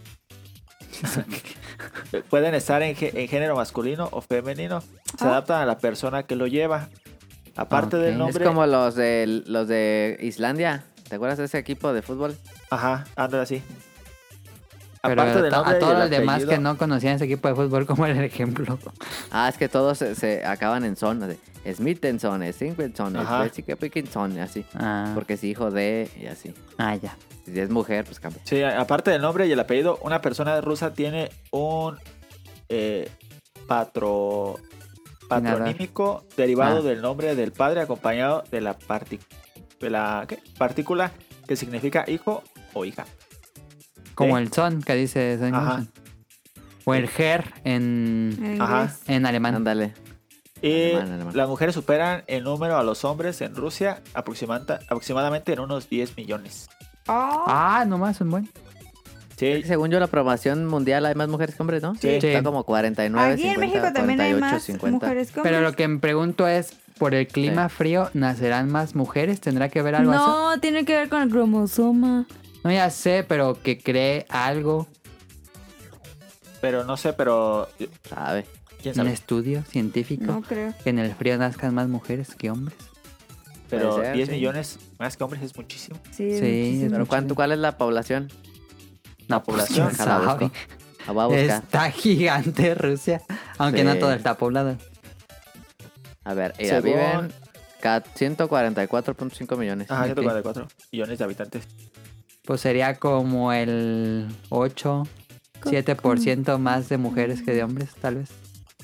pueden estar en, gé- en género masculino o femenino. Se Ah. adaptan a la persona que lo lleva. Aparte del Ok. nombre... Es como los de, los de Islandia. ¿Te acuerdas de ese equipo de fútbol? Ajá, anda así. Pero Aparte del to- nombre a y todos el los demás apellido- que no conocían ese equipo de fútbol, ¿cómo era el ejemplo? Ah, es que todos se, se acaban en son. De Smithenson, Singleton, Ajá. Pickinson, y así. Ah, Porque es hijo de... y así. ah, ya. Si es mujer, pues cambia. Sí, aparte del nombre y el apellido, una persona rusa tiene un eh, patro, patronímico derivado Ah. del nombre del padre acompañado de la, parti- de la ¿qué? partícula que significa hijo o hija. Como Sí. el son que dice Son Ajá. Johnson. O el her en, En Ajá. inglés. en alemán. Ándale. Y Alemán, alemán. las mujeres superan en número a los hombres en Rusia aproximanta- aproximadamente en unos diez millones. Oh, Ah, nomás un buen. Sí, Según yo, la aprobación mundial hay más mujeres que hombres, ¿no? Sí. Está Sí. como cuarenta y nueve, Aquí en cincuenta, México también hay cuarenta y ocho, más cincuenta. mujeres que hombres. Pero lo que me pregunto es, ¿por el clima frío nacerán más mujeres? ¿Tendrá que ver algo así? No, tiene que ver con el cromosoma. No, ya sé, pero que cree algo, pero no sé, pero... ¿Sabe? ¿Quién un sabe? estudio científico, No creo. que en el frío nazcan más mujeres que hombres. Pero Puede ser, diez sí. millones más que hombres es muchísimo. Sí, es Sí, muchísimo. ¿Pero cuánto, cuál es la población? No, La población, pues, Déjala sabe. busco. La voy a buscar. Está gigante Rusia, aunque Sí. no todo está poblado. A ver, mira, Según- viven ca- ciento cuarenta y cuatro punto cinco millones. Ajá, Ok. ciento cuarenta y cuatro millones de habitantes. Pues sería como el ocho, siete por ciento más de mujeres que de hombres, tal vez.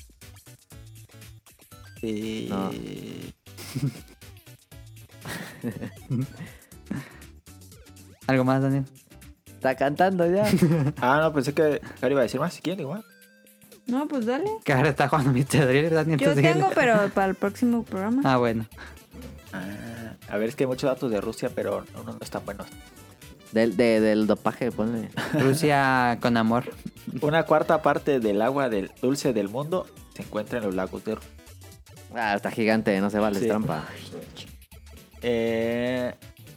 Sí. No. ¿Algo más, Daniel? Está cantando ya. Ah, no, pensé que Cari iba a decir más. Si quieren, igual. No, pues dale. Que ahora está jugando mister Driller, Daniel. Yo tú síguele. tengo, pero para el próximo programa. Ah, bueno. Ah, a ver, es que hay muchos datos de Rusia, pero unos no están buenos. Del, de- del dopaje, ponle. Rusia con amor. Una cuarta parte del agua del dulce del mundo se encuentra en los lagos de Rusia. Ah, está gigante, no se vale, es Sí. trampa. Eh...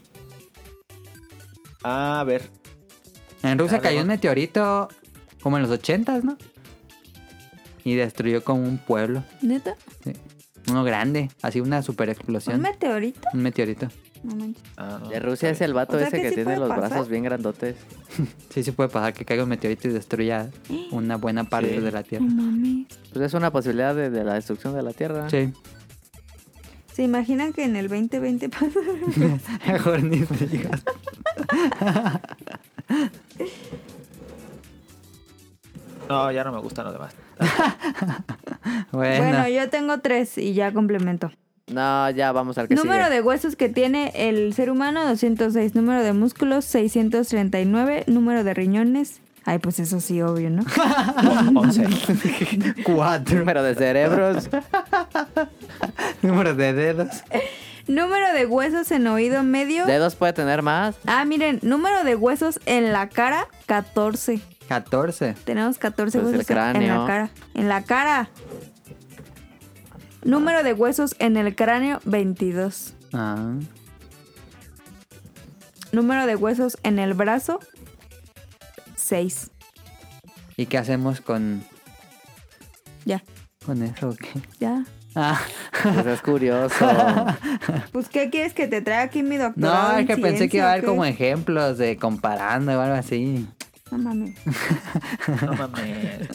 A ver. En Rusia Además- cayó un meteorito como en los ochentas, ¿no? Y destruyó como un pueblo. ¿Neta? Uno grande, así una super ¿Un explosión. meteorito? Un meteorito. No manches. Ah, no, De Rusia es el vato O sea ese que que, sí tiene puede los pasar. brazos bien grandotes. Sí, sí puede pasar que caiga un meteorito y destruya una buena parte Sí. de la No Tierra. mames. Pues es una posibilidad de, de la destrucción de la Tierra. Sí. ¿Se imaginan que en el veinte veinte pasa? Mejor ni me digas. No, ya no me gustan los demás. Bueno, Bueno, yo tengo tres y ya complemento. No, ya vamos al que Número sigue. de huesos que tiene el ser humano, doscientos seis. Número de músculos, seiscientos treinta y nueve. Número de riñones. Ay, pues eso sí, obvio, ¿no? once. cuatro. Número de cerebros. Número de dedos. Número de huesos en oído medio. Dedos puede tener más. Ah, miren, número de huesos en la cara, catorce. catorce. Tenemos catorce Pues el huesos en- en cráneo. la cara. En la cara. Número de huesos en el cráneo, veintidós. Ah. Número de huesos en el brazo, seis. ¿Y qué hacemos con, Ya, con eso? o qué? ya. Ah. Pues es curioso. Pues, ¿qué quieres que te traiga aquí mi doctorado? No, es en que pensé que iba a haber ciencia o como qué? ejemplos de comparando o algo así. No mames. No mames.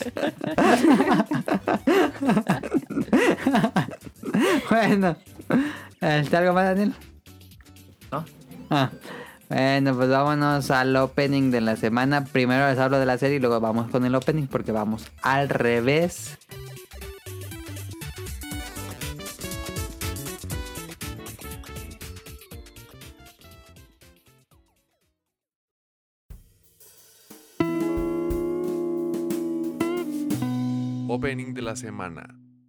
Bueno, ¿está algo más, Daniel? ¿No? Ah, bueno, pues vámonos al opening de la semana. Primero les hablo de la serie y luego vamos con el opening porque vamos al revés. Opening de la semana.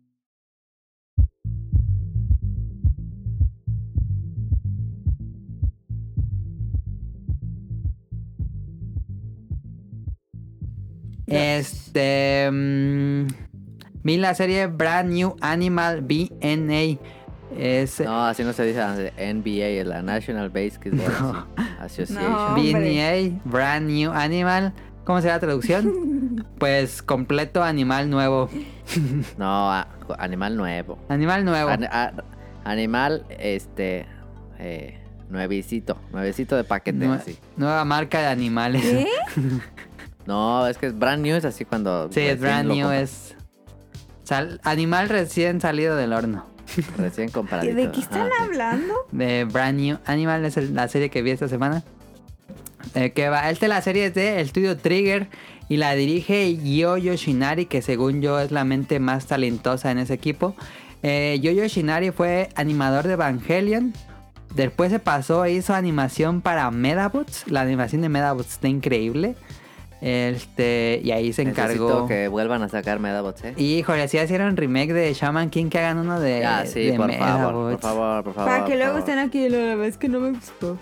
Este. mm, vi la serie Brand New Animal B N A. Es No, así no se dice N B A, es la National Basketball No. Association. No. B hombre. N A, Brand New Animal. ¿Cómo será la traducción? Pues completo animal nuevo. No, a- animal nuevo. Animal nuevo. An- a- animal, este, eh, nuevecito, nuevecito de paquete, Nue- así. Nueva marca de animales. ¿Qué? No, es que es brand new, es así cuando... Sí, es recién brand lo new, compras, es sal- animal recién salido del horno. Recién comparadito. ¿De qué están Ah, sí. hablando? De Brand New Animal es el- la serie que vi esta semana. Eh, que va, esta la serie es de Estudio Trigger y la dirige Yo Yoshinari, que según yo es la mente más talentosa en ese equipo. Eh, Yo Yoshinari fue animador de Evangelion. Después se pasó e hizo animación para Medabots. La animación de Medabots está increíble. Este, y ahí se encargó. Necesito que vuelvan a sacar Medabots, ¿eh? Y híjole, si hicieron remake de Shaman King, que hagan uno de, Ah, sí, de por favor, por Medabots. favor, por favor. Para que por luego favor. estén aquí, la vez que no me gustó.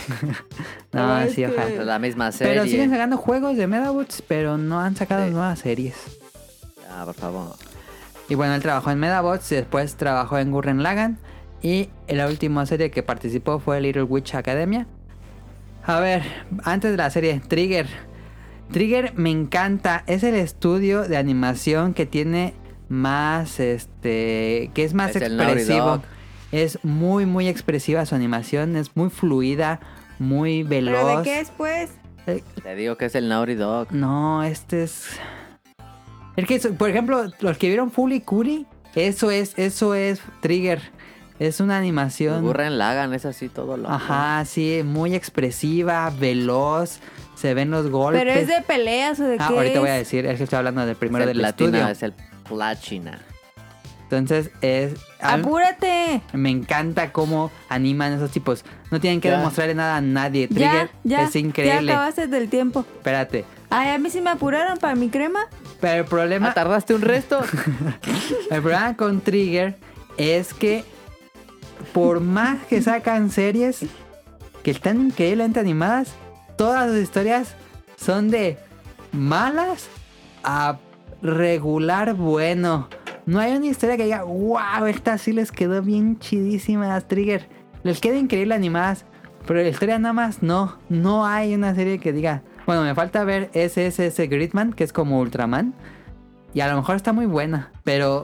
No, Ay, sí, es que- ojalá. Es la misma serie. Pero siguen sacando juegos de Medabots, pero no han sacado Sí. nuevas series. Ah, por favor. Y bueno, él trabajó en Medabots y después trabajó en Gurren Lagann. Y la última serie que participó fue Little Witch Academia. A ver, antes de la serie, Trigger. Trigger me encanta. Es el estudio de animación que tiene más, este, que es más Es el Naughty expresivo. Dog. Es muy, muy expresiva su animación. Es muy fluida, muy veloz. ¿Pero de qué es, pues? Eh, Te digo que es el Naughty Dog. No, este es... Es que, por ejemplo, los que vieron Fully Curi, eso es, eso es Trigger. Es una animación... Gurren Lagann es así todo lo. Ajá, sí, muy expresiva, veloz, se ven los golpes. ¿Pero es de peleas o de Ah, qué ahorita es? voy a decir, es que estoy hablando del primero es el del platina, estudio. es el Platina. Entonces, es... a mí ¡Apúrate! me encanta cómo animan esos tipos. No tienen que Ya. demostrarle nada a nadie. Trigger Ya, ya, es increíble. ya acabaste del tiempo. Espérate. Ay, a mí sí me apuraron para mi crema. Pero el problema... Ah, ¿tardaste un resto? El problema con Trigger es que por más que sacan series que están increíblemente animadas, todas sus historias son de malas a regular bueno. No hay una historia que diga, wow, esta sí les quedó bien chidísima a Trigger. Les queda increíble animadas, pero la historia nada más no. No hay una serie que diga... Bueno, me falta ver S S S Gridman, que es como Ultraman. Y a lo mejor está muy buena, pero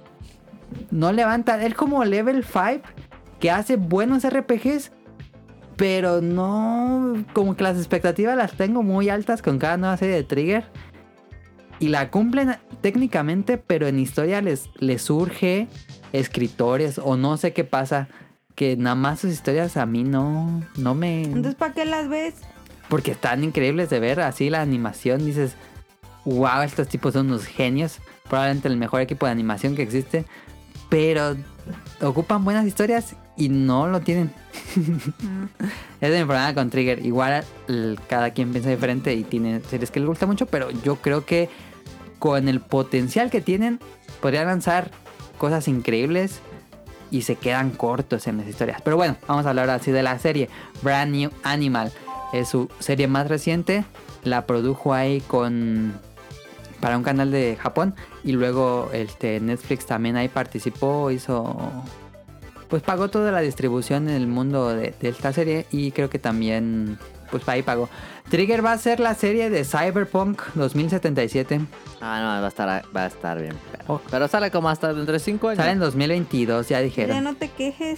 no levanta. Es como Level cinco, que hace buenos R P Gs, pero no... Como que las expectativas las tengo muy altas con cada nueva serie de Trigger. Y la cumplen técnicamente, pero en historia les, les surge escritores o no sé qué pasa. Que nada más sus historias a mí no, no me... Entonces, ¿para qué las ves? Porque están increíbles de ver, así la animación, dices, wow, estos tipos son unos genios, probablemente el mejor equipo de animación que existe, pero ocupan buenas historias y no lo tienen. Ese es mi problema con Trigger. Igual el- cada quien piensa diferente y tiene series que les gusta mucho, pero yo creo que con el potencial que tienen, podrían lanzar cosas increíbles y se quedan cortos en las historias. Pero bueno, vamos a hablar así de la serie Brand New Animal. Es su serie más reciente. La produjo ahí con... para un canal de Japón. Y luego este, Netflix también ahí participó. Hizo... pues pagó toda la distribución en el mundo de, de esta serie. Y creo que también... pues ahí pagó. Trigger va a ser la serie de Cyberpunk dos mil setenta y siete. Ah, no, va a estar, va a estar bien. Pero, Oh. pero sale como hasta dentro de cinco años. Sale en dos mil veintidós, ya Ya dijeron. no te quejes.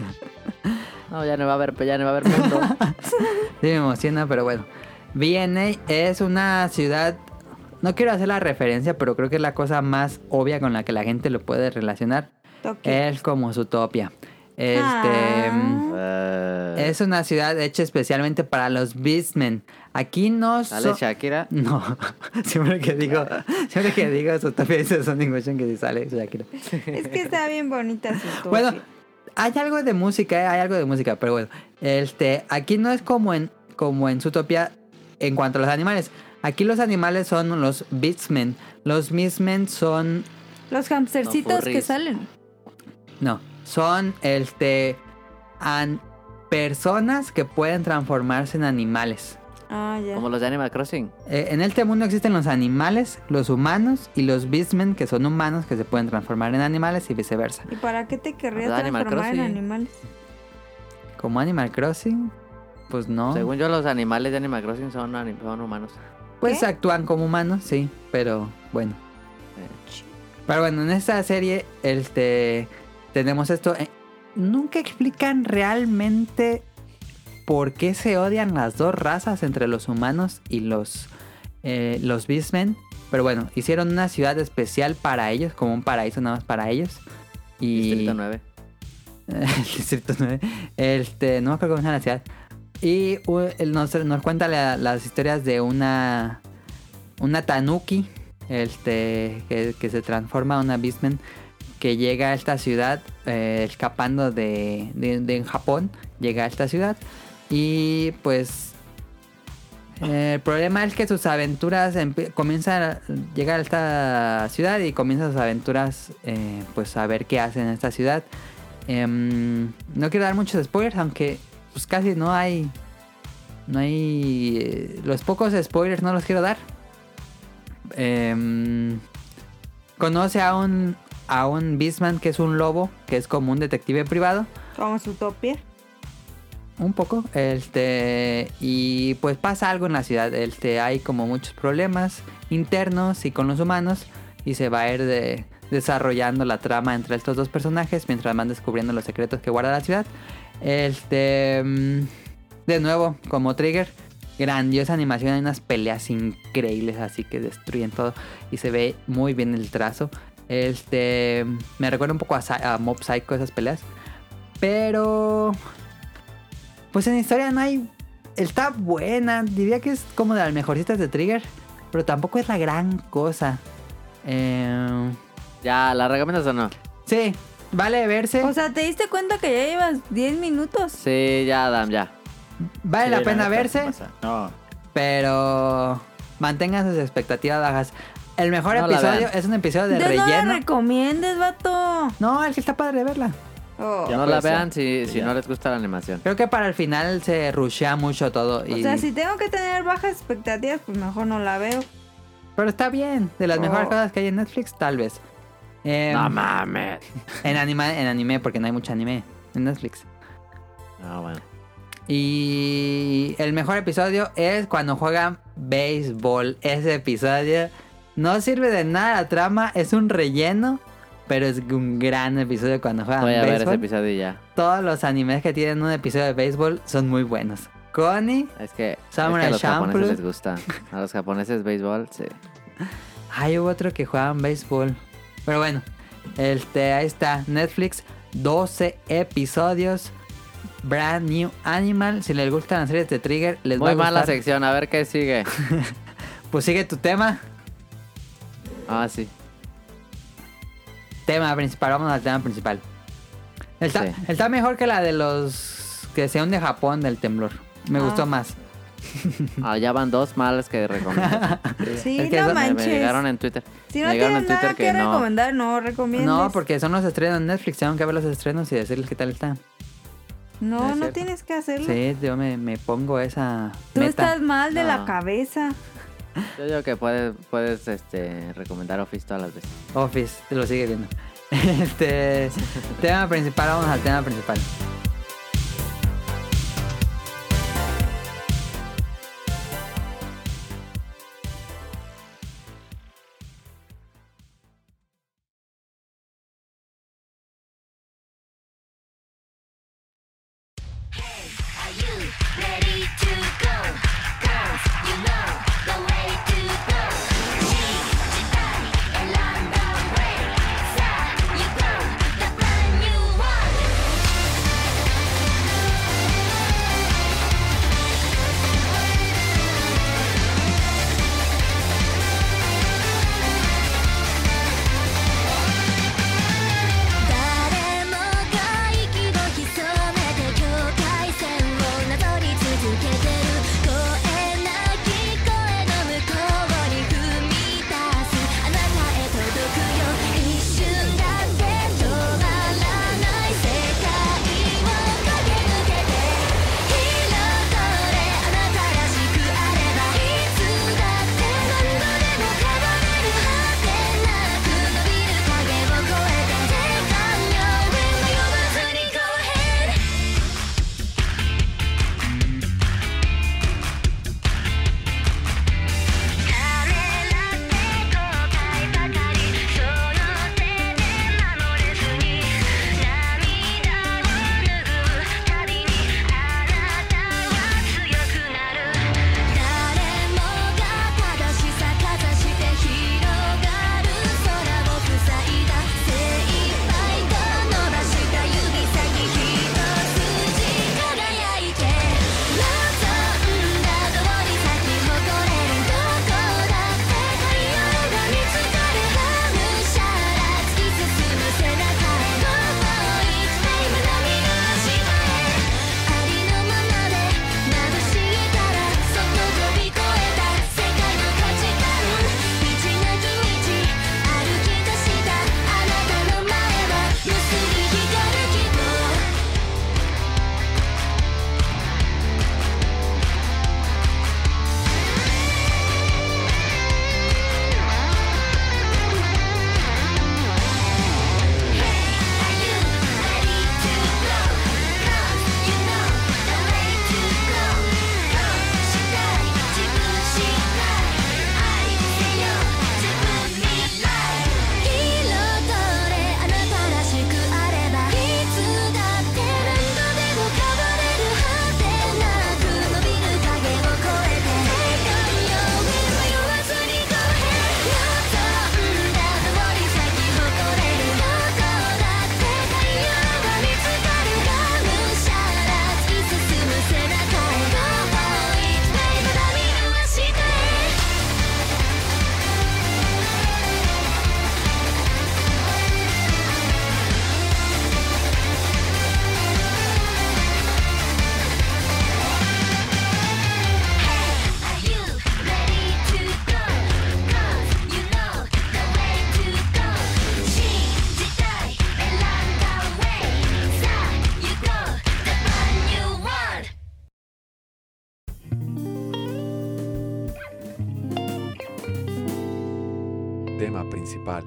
No, ya no va a haber, ya no va a haber mundo. Sí me emociona, pero bueno. V N A es una ciudad... No quiero hacer la referencia, pero creo que es la cosa más obvia con la que la gente lo puede relacionar. Toque. Es como Zootopia. Este... Ah. Eh, Es una ciudad hecha especialmente para los Beastmen. Aquí no sale son... Shakira. No, siempre que digo, siempre que digo Zootopia dice Sonic Motion que sí sale Shakira. Es que está bien bonita su toque. Bueno, hay algo de música, ¿eh? Hay algo de música, pero bueno. Este, aquí no es como en, como en Zootopia en cuanto a los animales. Aquí los animales son los Beastmen. Los Beastmen son... los hamstercitos No, que furries. salen. No, son este... an- personas que pueden transformarse en animales. Ah, ya. Como los de Animal Crossing. Eh, en este mundo existen los animales, los humanos y los Beastmen, que son humanos que se pueden transformar en animales y viceversa. ¿Y para qué te querrías Los de Animal transformar en Crossing. animales? Como Animal Crossing, pues no. Según yo, los animales de Animal Crossing son, anim- son humanos. Pues ¿Qué? actúan como humanos, sí, pero bueno. Eh, Pero bueno, en esta serie este, tenemos esto. Eh, nunca explican realmente por qué se odian las dos razas entre los humanos y los, eh, los Beastmen. Pero bueno, hicieron una ciudad especial para ellos, como un paraíso nada más para ellos. Y... Distrito nueve. El Distrito nueve. Este, no me acuerdo cómo se llama la ciudad. Y uh, él nos, nos cuenta la- las historias de una una tanuki, este, que, que se transforma en una Beastman, que llega a esta ciudad eh, escapando de, de, de Japón, llega a esta ciudad y pues eh, el problema es que sus aventuras empie- comienzan a llegar a esta ciudad y comienzan sus aventuras eh, pues a ver qué hacen en esta ciudad. Em, no quiero dar muchos spoilers, aunque pues casi no hay No hay... eh, los pocos spoilers no los quiero dar. Em, conoce a un, a un Beastman que es un lobo, que es como un detective privado. Como Zootopia. Un poco. Este. Y pues pasa algo en la ciudad. Este, hay como muchos problemas internos y con los humanos. Y se va a ir de, desarrollando la trama entre estos dos personajes mientras van descubriendo los secretos que guarda la ciudad. Este. mm, De nuevo, como Trigger. Grandiosa animación. Hay unas peleas increíbles así que destruyen todo. Y se ve muy bien el trazo. Este. Me recuerda un poco a, Psy- a Mob Psycho esas peleas. Pero. Pues en historia no hay... Está buena. Diría que es como de las mejorcitas de Trigger. Pero tampoco es la gran cosa. Eh... ¿Ya la recomiendas o no? Sí, vale verse. O sea, ¿te diste cuenta que ya llevas diez minutos? Sí, ya, Adam, ya. Vale Sí, la pena neta, verse. ¿qué pasa? No. Pero mantengan sus expectativas bajas. El mejor No la episodio vean. es un episodio de Ya no la relleno. recomiendes, vato. No, el que está padre verla. Oh. Ya No puede la ser. vean si, si Ya. no les gusta la animación. Creo que para el final se rushea mucho todo. Y... O sea, si tengo que tener bajas expectativas, pues mejor no la veo. Pero está bien. De las Oh. mejores cosas que hay en Netflix, tal vez. Eh, No mames. en, anima, en anime, porque no hay mucho anime en Netflix. No, bueno. Y el mejor episodio es cuando juegan béisbol. Ese episodio no sirve de nada la trama, es un relleno, pero es un gran episodio cuando juegan Voy a ver ese béisbol. episodio y ya. Todos los animes que tienen un episodio de béisbol son muy buenos. Connie, Es que, es que Samurai a los Champloo. japoneses les gusta. A los japoneses béisbol, sí. hay otro que juegan béisbol. Pero bueno, este, ahí está, Netflix, doce episodios. Brand New Animal. Si les gustan las series de Trigger, les va Muy a mala gustar. sección, a ver qué sigue. Pues sigue tu tema. Ah, sí. Tema principal, vamos al tema principal. Está, Sí. está mejor que la de los que se hunde Japón del temblor. Me Ah. gustó más. Ah, ya van dos malas que recomiendo. Sí, Es que no eso- me, me manches. llegaron en Twitter. Si no me llegaron tienes nada que, no. recomendar, no recomiendes. No, porque son los estrenos en Netflix. Tengo que ver los estrenos y decirles qué tal está. No, es no cierto. tienes que hacerlo. Sí, yo me, me pongo esa Tú meta. estás mal de la No. cabeza. Yo digo que puedes, puedes este, recomendar Office todas las veces. Office, te lo sigue viendo. Este tema principal, vamos al tema principal. Tema principal.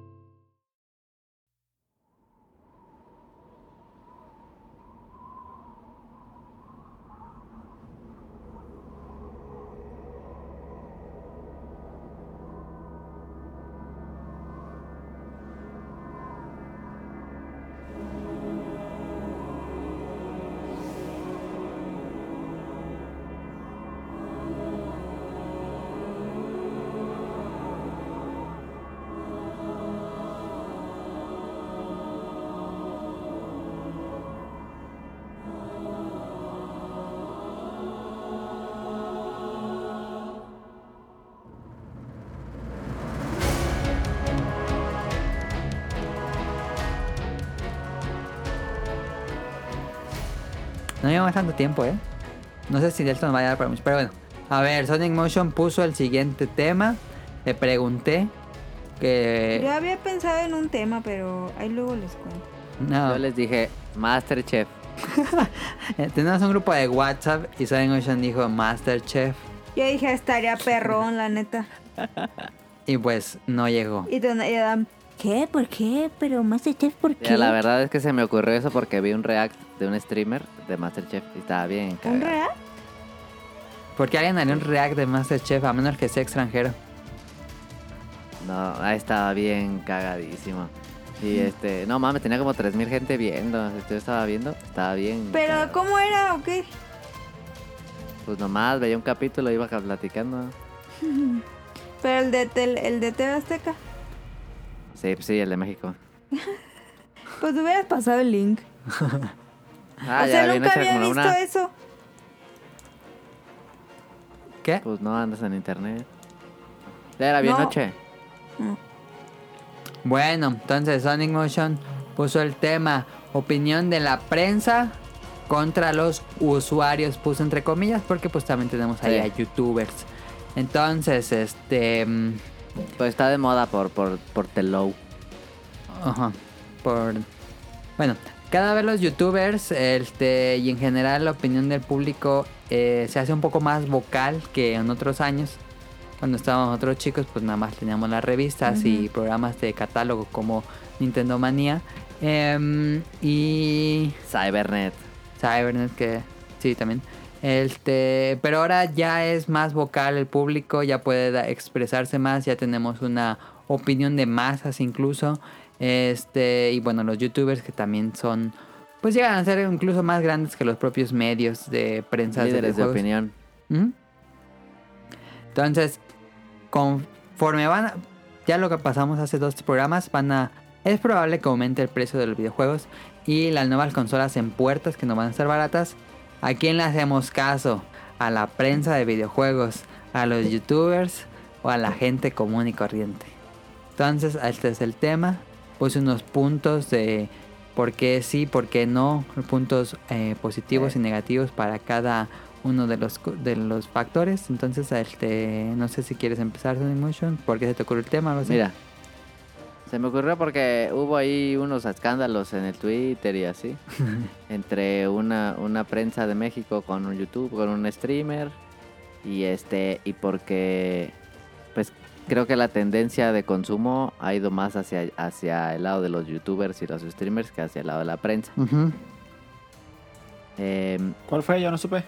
No llevamos tanto tiempo, ¿eh? No sé si esto nos va a dar para mucho, pero bueno. A ver, Sonic Motion puso el siguiente tema. Le pregunté que... Yo había pensado en un tema, pero ahí luego les cuento. No, Yo les dije, Masterchef. eh, tenemos un grupo de WhatsApp y Sonic Motion dijo Masterchef. Yo dije, estaría perrón, la neta. Y pues no llegó. Y te- y Adam, ¿qué? ¿Por qué? Pero Masterchef, ¿por qué? Ya, la verdad es que se me ocurrió eso porque vi un react de un streamer de Masterchef y estaba bien ¿Un cagado. real? Porque alguien haría un react de Masterchef, a menos que sea extranjero. No, ahí estaba bien cagadísimo. Y este, no mames, tenía como tres mil gente viendo. Yo estaba viendo, estaba bien. ¿Pero cagado. cómo era o qué? Pues nomás veía un capítulo, iba platicando. Pero el de, tel- el de T V Azteca. Sí, pues sí, el de México. Pues hubieras pasado el link. Ah, o sea, bien nunca hecha había como visto una- eso. ¿Qué? Pues no andas en internet. Ya era bien No. noche. Bueno, entonces Sonic Motion puso el tema opinión de la prensa contra los usuarios, puso entre comillas, porque pues también tenemos ahí Sí. a youtubers. Entonces, este... mm, Pues está de moda por, por, por Tellow. Ajá, por... Bueno, cada vez los youtubers este, y en general la opinión del público eh, se hace un poco más vocal que en otros años. Cuando estábamos nosotros chicos, pues nada más teníamos las revistas y programas de catálogo como Nintendo Manía. Em, y Cybernet. Cybernet, que sí, también. Este, pero ahora ya es más vocal el público, ya puede da- expresarse más, ya tenemos una opinión de masas incluso. Este, y bueno, los youtubers que también son, pues llegan a ser incluso más grandes que los propios medios de prensa Líderes de videojuegos. opinión. ¿Mm? Entonces, conforme van a- ya lo que pasamos hace dos programas, van a es probable que aumente el precio de los videojuegos y las nuevas consolas en puertas que no van a ser baratas. ¿A quién le hacemos caso? ¿A la prensa de videojuegos? ¿A los youtubers? ¿O a la gente común y corriente? Entonces, este es el tema. Puse unos puntos de por qué sí, por qué no, puntos eh, positivos y negativos para cada uno de los co- de los factores. Entonces, este, no sé si quieres empezar Sonic Motion, ¿por qué se te ocurre el tema? Algo así. Mira, se me ocurrió porque hubo ahí unos escándalos en el Twitter y así. entre una, una prensa de México con un YouTube, con un streamer. Y este, y porque pues creo que la tendencia de consumo ha ido más hacia, hacia el lado de los youtubers y los streamers que hacia el lado de la prensa. Ujú. Em, ¿Cuál fue? Yo no supe.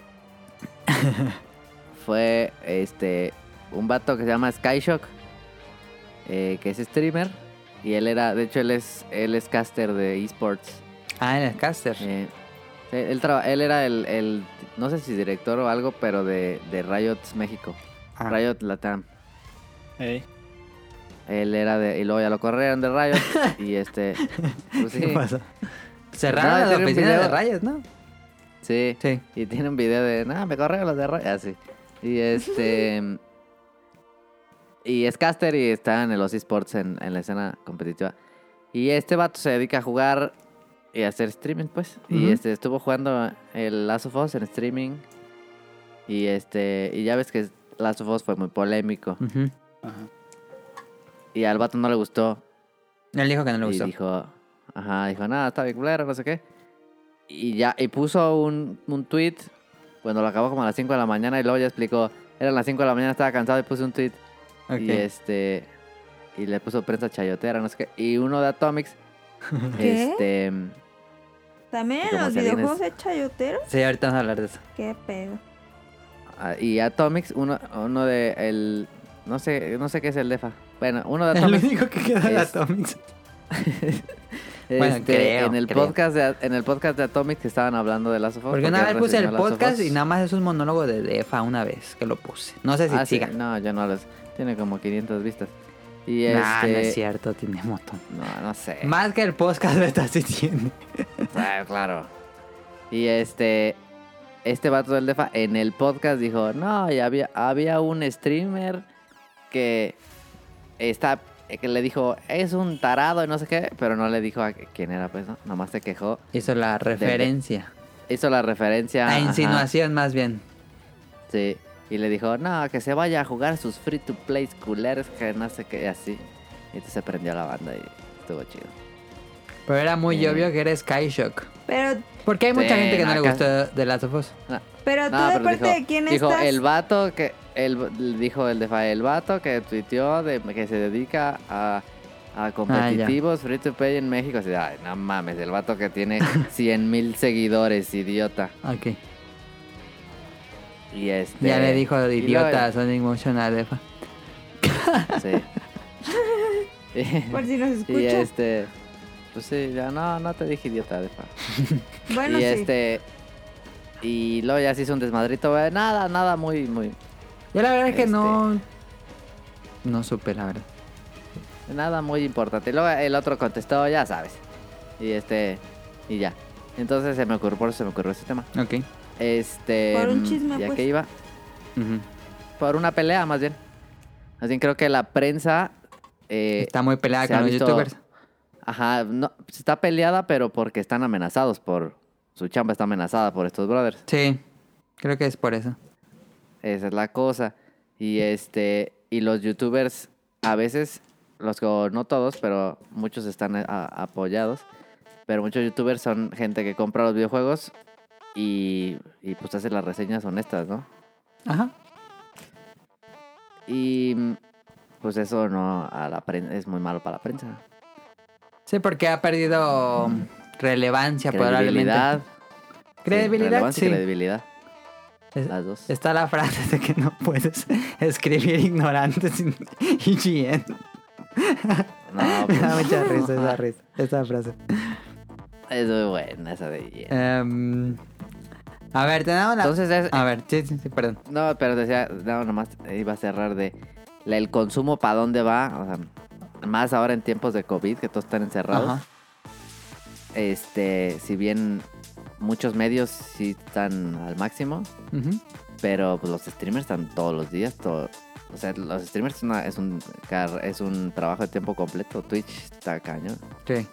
fue este un vato que se llama Skyshock, eh, que es streamer. Y él era, de hecho él es, él es caster de esports. Ah, en el caster. Eh, sí, él, traba- él era el, el, no sé si director o algo, pero de, de Riot México. Ah. Riot Latam. Ey. Él era de, y luego ya lo corrieron de Riot. y este, pues sí, ¿Qué pasó? Cerraron No, las tiene un oficinas de video. rayos, ¿no? sí. Sí. Y tiene un video de, nada, me corrieron los de Riot. Así. Y este, y es caster y está en los esports en, en la escena competitiva. Y este vato se dedica a jugar y a hacer streaming, pues. Y Ujú. este estuvo jugando el Last of Us en streaming. Y este, y ya ves que Last of Us fue muy polémico. Ujú. Ajá. Y al vato no le gustó. Él dijo que no le Y gustó. dijo, ajá, dijo, nada, está bien culero, no sé qué. Y ya, y puso un, un tweet cuando lo acabó como a las cinco de la mañana y luego ya explicó, eran las cinco de la mañana, estaba cansado y puse un tweet. Ok. Y este, y le puso prensa chayotera, no sé qué. Y uno de Atomics, ¿Qué? este... ¿También en Como los si alguien videojuegos es- es chayotero? Sí, ahorita vamos a hablar de eso. ¿Qué pedo? ah, y Atomics, uno, uno de el... No sé, no sé qué es el DEFA. Bueno, uno de El Atomics. único que queda de es- Atomics. Bueno, creo, en el creo. podcast de, en el podcast de Atomics que estaban hablando de Last of Us. Porque una vez puse el reseñó Last of podcast Us. y nada más es un monólogo de Defa una vez que lo puse. No sé si Ah, sí, siga. no, yo no los... Tiene como quinientas vistas. Y Nah, este... no es cierto, tiene un montón. No, no sé. Más que el podcast beta sí tiene. Ah, claro. Y este... Este vato del Defa en el podcast dijo... No, y había, había un streamer que... Está... Que le dijo... Es un tarado y no sé qué. Pero no le dijo a quién era, pues, ¿no? Nomás se quejó. Hizo la referencia. Hizo la referencia... La ajá, insinuación más bien. sí. Y le dijo... No, que se vaya a jugar sus free to play culeros. Que no sé qué. Y así. Y entonces se prendió la banda y estuvo chido. Pero era muy Sí. obvio que era Skyshock. Pero, Porque hay mucha Sí, gente que no le acá- gustó de Last of Us. pero tú No, de pero parte dijo, de quién dijo estás. el vato que el dijo el de el vato que tuiteó de que se dedica a, a competitivos free to play en México. Así, ay, no mames, el vato que tiene cien mil seguidores, idiota. Ok. Y este Ya le dijo y idiota luego- a Sonic Motion a Defa. Sí. y, Por si nos y escucha. este pues sí, ya no, no te dije idiota, Defa. Bueno, y sí. este y luego ya se hizo un desmadrito, güey. Nada, nada muy muy Yo la verdad es que Este- no... No supe, la verdad. Nada muy importante. Y luego el otro contestó, ya sabes. Y este, y ya. Entonces se me ocurrió, por eso se me ocurrió ese tema. Ok. Este. Por un mm, chisme, ¿y a pues. qué iba? Ujú. Por una pelea, más bien. Más bien creo que la prensa. eh, Está muy peleada se con ha los visto- youtubers. Ajá, no, está peleada, pero porque están amenazados por. Su chamba está amenazada por estos brothers. Sí, creo que es por eso. Esa es la cosa. Y este. Y los youtubers, a veces, los que no todos, pero muchos están a- apoyados. Pero muchos youtubers son gente que compra los videojuegos y, y pues hace las reseñas honestas, ¿no? Ajá. Y pues eso no a la prensa es muy malo para la prensa. Sí, porque ha perdido relevancia probablemente. Credibilidad. Credibilidad, relevancia sí. y credibilidad. Es- Las dos. Está la frase de que no puedes escribir ignorante sin I G N. No, Me pues, da mucha risa esa, risa, esa frase. es muy buena esa de I G N. Em, a ver, tenemos la... Entonces es, A ver, sí, sí, sí, perdón. no, pero decía, no, nomás iba a cerrar de la- el consumo para dónde va, o sea, más ahora en tiempos de COVID que todos están encerrados. Ajá. Este, si bien muchos medios sí están al máximo, Ujú. pero pues, los streamers están todos los días, todo, o sea, los streamers es, una- es un car- es un trabajo de tiempo completo. Twitch está cañón. Sí.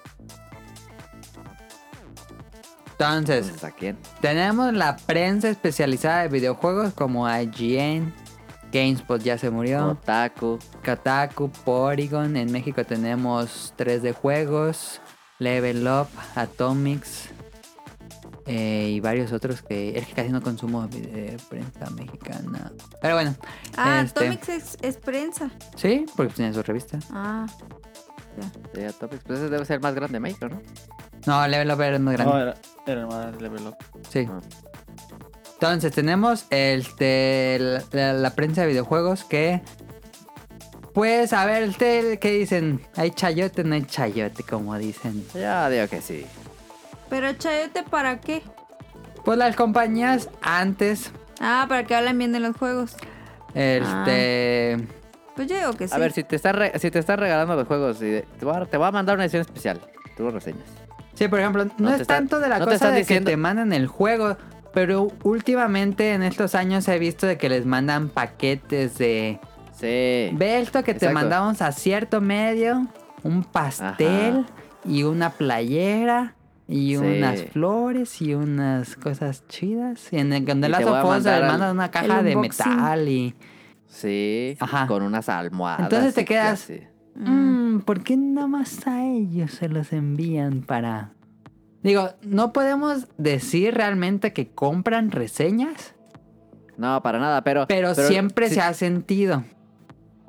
Entonces, Entonces, ¿a quién? tenemos la prensa especializada de videojuegos como I G N, GameSpot ya se murió, Otaku. Kotaku, Polygon. En México tenemos tres de juegos, Level Up, Atomics eh, y varios otros que es que casi no consumo eh, prensa mexicana. Pero bueno, Ah, este, Atomics es, es prensa. sí, porque tiene su revista. Ah, Sí, Atomics. Pues ese debe ser el más grande de México, ¿no? No, Level Up era más grande. No, era, era más level up. Sí. Ah. Entonces tenemos este, la, la- la prensa de videojuegos que... Pues a ver, este, ¿qué dicen? ¿Hay chayote? No hay chayote, como dicen. Ya digo que sí. pero chayote, ¿para qué? Pues las compañías antes, Ah, para que hablen bien de los juegos. este... Pues yo digo que sí. A ver, si te estás re- si te estás regalando los juegos, y de- te, voy a, te voy a mandar una edición especial. Tú lo reseñas. Sí, por ejemplo, no, No te es está- tanto de la no te cosa están de diciendo- que te mandan el juego, pero últimamente en estos años he visto de que les mandan paquetes de... Sí. Ve esto que te Exacto. mandamos a cierto medio, un pastel y una playera y Sí. unas flores y unas cosas chidas. Y en el donde Y las te voy a ofos mandar les al- mandan una caja el de unboxing. metal y... Sí. Ajá. Con unas almohadas. Entonces te y quedas- así. Mm, ¿por qué nada más a ellos se los envían para...? Digo, ¿no podemos decir realmente que compran reseñas? No, para nada, pero... Pero, siempre sí- se ha sentido.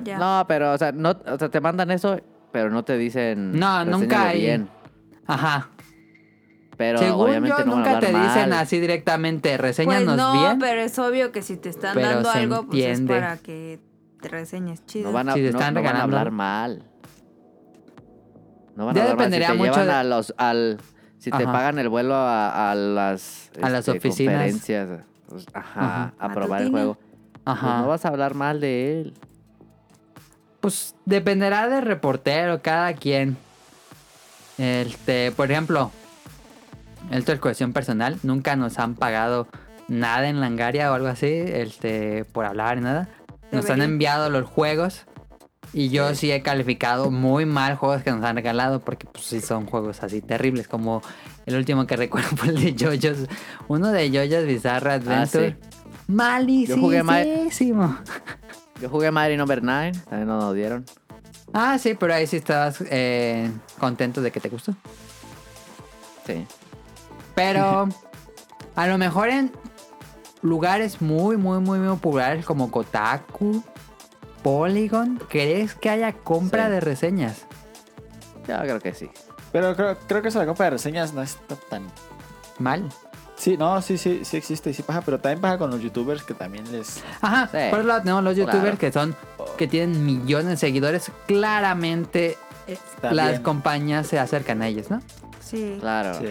Ya. No, pero, o sea, no, o sea, te mandan eso, pero no te dicen. No, reséñalo nunca hay- bien. Ajá. Pero Según obviamente yo, no van a nunca te hablar dicen mal. así directamente, Pues reséñanos no, bien. pero es obvio que si te están Pero dando se algo, pues es entiende. para que te reseñes chido. No van a, Si te no, están no van a regalando hablar algo. mal. No van Ya a hablar mal. Si dependería te mucho llevan de- a los, al, si te Ajá. pagan el vuelo a, a las, A las este, oficinas. conferencias, pues, ajá, Ajá. a probar el Matutina. juego, Ajá. pues no vas a hablar mal de él. Pues dependerá del reportero, cada quien. Este, por ejemplo, esto es cuestión personal. Nunca nos han pagado nada en Langaria o algo así, este, por hablar, nada. Nos han Debería. enviado los juegos. Y yo sí he calificado muy mal juegos que nos han regalado. Porque pues sí son juegos así terribles. Como el último que recuerdo fue el de JoJo's. Uno de JoJo's Bizarre Adventure. Malísimo. Yo jugué Ma- Yo jugué Mighty Number nueve, también nos lo dieron. Ah, sí, pero ahí sí estabas eh, contento de que te gustó. Sí. Pero a lo mejor en lugares muy, muy, muy, muy populares como Kotaku, Polygon, ¿crees que haya compra Sí. de reseñas? Yo creo que sí. Pero creo, creo que eso de la compra de reseñas no está tan... Mal. Sí, no, sí, sí, sí existe y sí pasa, pero también pasa con los youtubers que también les... Ajá, Sí. por otro lado tenemos los youtubers Claro. que son, que tienen millones de seguidores. Claramente eh, También. las compañías se acercan a ellos, ¿no? Sí. Claro. Sí,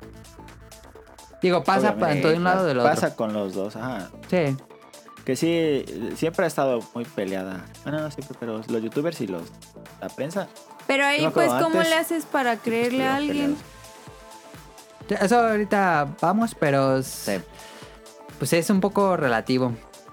Digo, pasa obviamente, tanto de un lado o del otro. Pasa con los dos, ajá. Sí. Que sí, siempre ha estado muy peleada. Bueno, no siempre, pero los youtubers y los la prensa. Pero Yo ahí, me pues, acuerdo ¿cómo antes, le haces para creerle a estuvieron alguien? peleados. Eso ahorita vamos, pero es- Sí. pues es un poco relativo.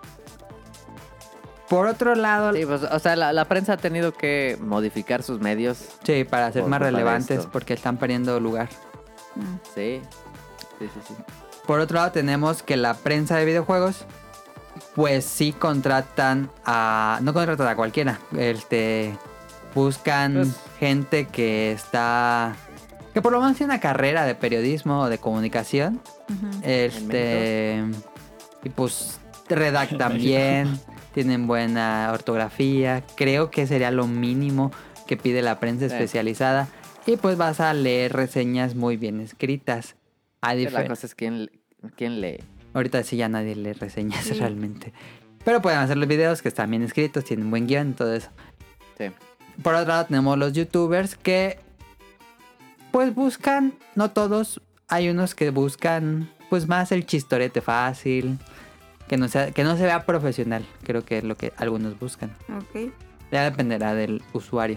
Por otro lado, Sí, pues, o sea, la, la prensa ha tenido que modificar sus medios. sí, para ser Por más culpa de relevantes esto. porque están perdiendo lugar. Mm. Sí. Sí, sí, sí. Por otro lado tenemos que la prensa de videojuegos pues sí contratan a... No contratan a cualquiera. Este, buscan Pues- gente que está... Que por lo menos tiene una carrera de periodismo o de comunicación. Ujú. Este... Y pues redactan bien. Tienen buena ortografía. Creo que sería lo mínimo que pide la prensa Sí. especializada. Y pues vas a leer reseñas muy bien escritas. A La difer- cosa es quién, quién lee. Ahorita sí ya nadie lee reseñas Sí. realmente. Pero pueden hacer los videos que están bien escritos, tienen buen guión, todo eso. Sí. Por otro lado tenemos los youtubers que pues buscan, no todos, hay unos que buscan pues más el chistorete fácil, que no sea, que no se vea profesional, creo que es lo que algunos buscan. Ok. Ya dependerá del usuario.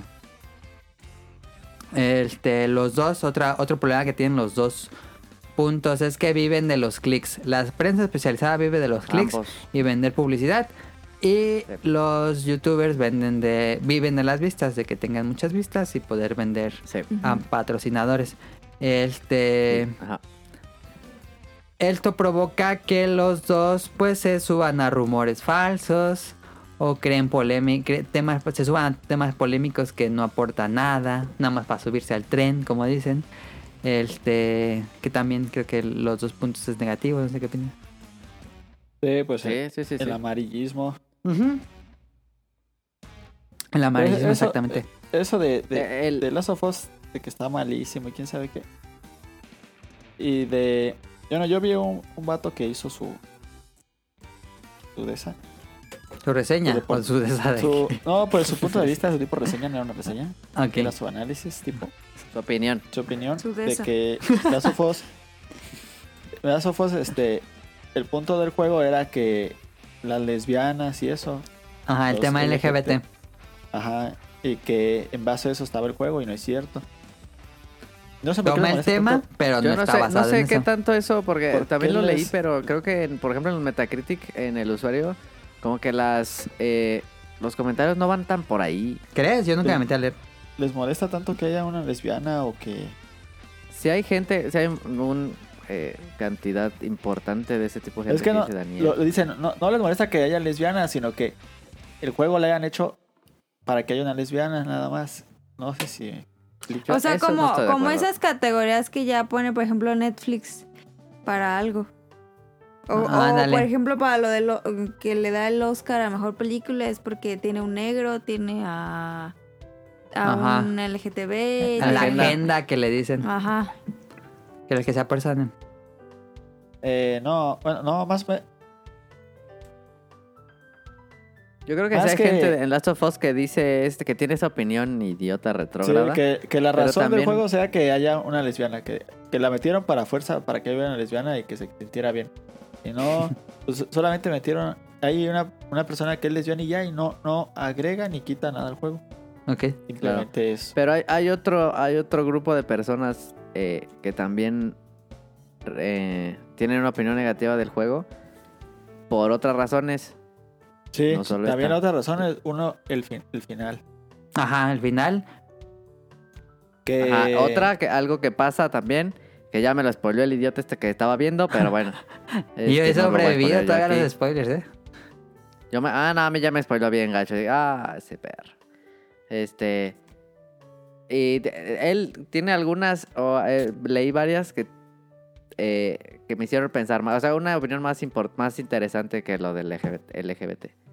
Este, los dos, otra, otro problema que tienen los dos puntos es que viven de los clics. La prensa especializada vive de los clics Ambos. y vender publicidad. Y los youtubers venden de, viven de las vistas, de que tengan muchas vistas y poder vender Sí. a patrocinadores. Este, Ajá. esto provoca que los dos pues se suban a rumores falsos o creen polémicos, temas, se suban a temas polémicos que no aportan nada, nada más para subirse al tren, como dicen. Este, que también creo que los dos puntos es negativo, no sé qué opinas. Sí, pues Sí, el, sí, sí. el sí. amarillismo. El amarillismo, Eso- exactamente. Eso de, de, Eh, el- de Last of Us, de que está malísimo y quién sabe qué. Y de... Bueno, yo vi un, un vato que hizo su... Su de esa. Su reseña Su o depor- su desade. Su, no, por su punto de vista, su tipo de reseña no era una reseña. Ok. Era su análisis, tipo, Su opinión. su opinión Su de desa. que Last of Us... Last of Us, este... El punto del juego era que las lesbianas y eso... Ajá, el los tema L G B T. Ajá, y que en base a eso estaba el juego y no es cierto. No sé por qué Toma les el molesta tema, tanto. pero no Yo no está sé, no basado sé en qué eso. tanto eso, porque ¿Por también qué lo leí, les- pero creo que, en- por ejemplo, en el Metacritic, en el usuario, como que las eh, los comentarios no van tan por ahí. ¿Crees? Yo nunca Sí. me metí a leer. ¿Les molesta tanto que haya una lesbiana o que... Si hay gente, si hay una cantidad importante de ese tipo de gente Es que no, dice Daniel. lo, lo dicen, no, no les molesta que haya lesbianas, sino que el juego le hayan hecho para que haya una lesbiana nada más. No sé si... explico. O sea, eso no como, estoy de como acuerdo. esas categorías que ya pone, por ejemplo, Netflix para algo. O, o, Ándale. por ejemplo, para lo de lo, que le da el Oscar a mejor película es porque tiene un negro, tiene a, a Ajá. un L G T B. A la tiene- agenda que le dicen. Ajá. Que el que sea persona. Eh, no, bueno, no, más... me- Yo creo que Más sí hay que- gente en Last of Us que dice este que tiene esa opinión idiota Sí, retrógrada. que, que la Pero razón también- del juego sea que haya una lesbiana, que, que la metieron para fuerza, para que haya una lesbiana y que se sintiera bien. Y no, pues solamente metieron ahí una, una persona que es lesbiana y ya, y no, no agrega ni quita nada al juego. Ok. Simplemente es... Pero hay, hay otro hay otro grupo de personas eh, que también eh, tienen una opinión negativa del juego por otras razones. Sí, no solo también esta. otra razón es uno, el, fin, el final. Ajá, al final. Que... Ajá, otra que algo que pasa también, que ya me lo spoileó el idiota este que estaba viendo, pero bueno. Y yo he este, no lo voy a sobrevivido spoilear yo todavía a aquí. los spoilers, ¿eh? Yo me, ah, no, a mí ya me spoiló bien, gacho. Digo, ah, ese perro. Este. Y de- él tiene algunas, o eh, leí varias que, eh, que me hicieron pensar más. O sea, una opinión más, import, más interesante que lo del L G B T. L G B T.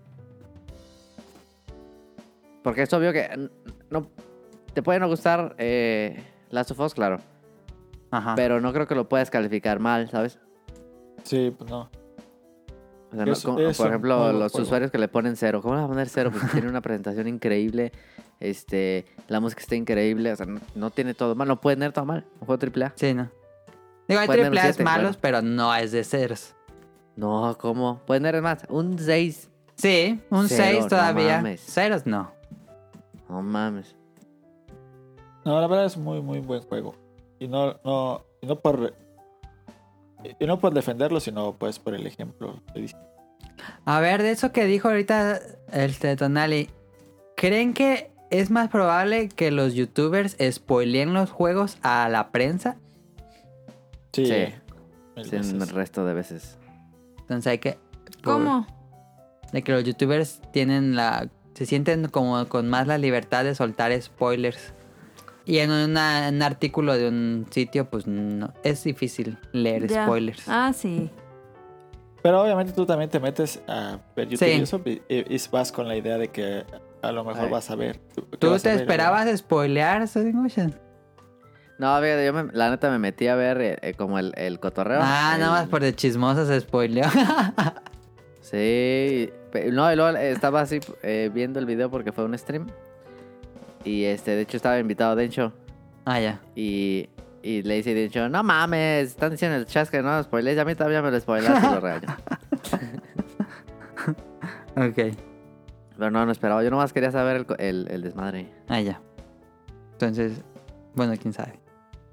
Porque es obvio que n- no te puede no gustar eh, Last of Us, claro. Ajá. Pero no creo que lo puedas calificar mal, ¿sabes? Sí, pues no. O sea, no, Es- como- es por un ejemplo, nuevo los juego. usuarios que le ponen cero. ¿Cómo le va a poner cero? Pues tiene una presentación increíble. Este, la música está increíble. O sea, no, no tiene todo mal. No puede tener todo mal. Un juego triple A. Sí, no. Digo, hay Puede tener un triple A siete, malos, bueno. pero no es de ceros. No, ¿cómo? Puede tener más. Un seis. Sí, un Cero, seis no todavía. mames. Ceros no. No mames. No, la verdad es muy, muy buen juego. Y no, no, y no por... Y no por defenderlo, sino pues por el ejemplo. que dice. A ver, de eso que dijo ahorita el Tonali, ¿creen que es más probable que los youtubers spoileen los juegos a la prensa? Sí. Sí. mil Sí, el veces. resto de veces. Entonces hay que... ¿Cómo? De que los youtubers tienen la... Se sienten como con más la libertad de soltar spoilers. Y en una- un artículo de un sitio, pues no, es difícil leer Ya. spoilers. Ah, sí. Pero obviamente tú también te metes a ver YouTube Sí. y eso y, y vas con la idea de que a lo mejor Ay. vas a ver. ¿qué ¿Tú vas a te ver? esperabas spoilear Sonic Motion? No, fíjate, yo me- la neta me metí a ver eh, eh, como el, el cotorreo. Ah, el- nada más por de chismoso se spoileó. Sí, pe- no, y luego eh, estaba así eh, viendo el video porque fue un stream. Y este, de hecho estaba invitado Dencho. Ah, ya. Y, y le dice Dencho, no mames, están diciendo en el chat que no lo spoilees. Y a mí también me lo spoileaste y lo regaño. Ok. Pero no, no esperaba. Yo nomás quería saber el, co- el, el desmadre. Ah, ya. Entonces, bueno, quién sabe.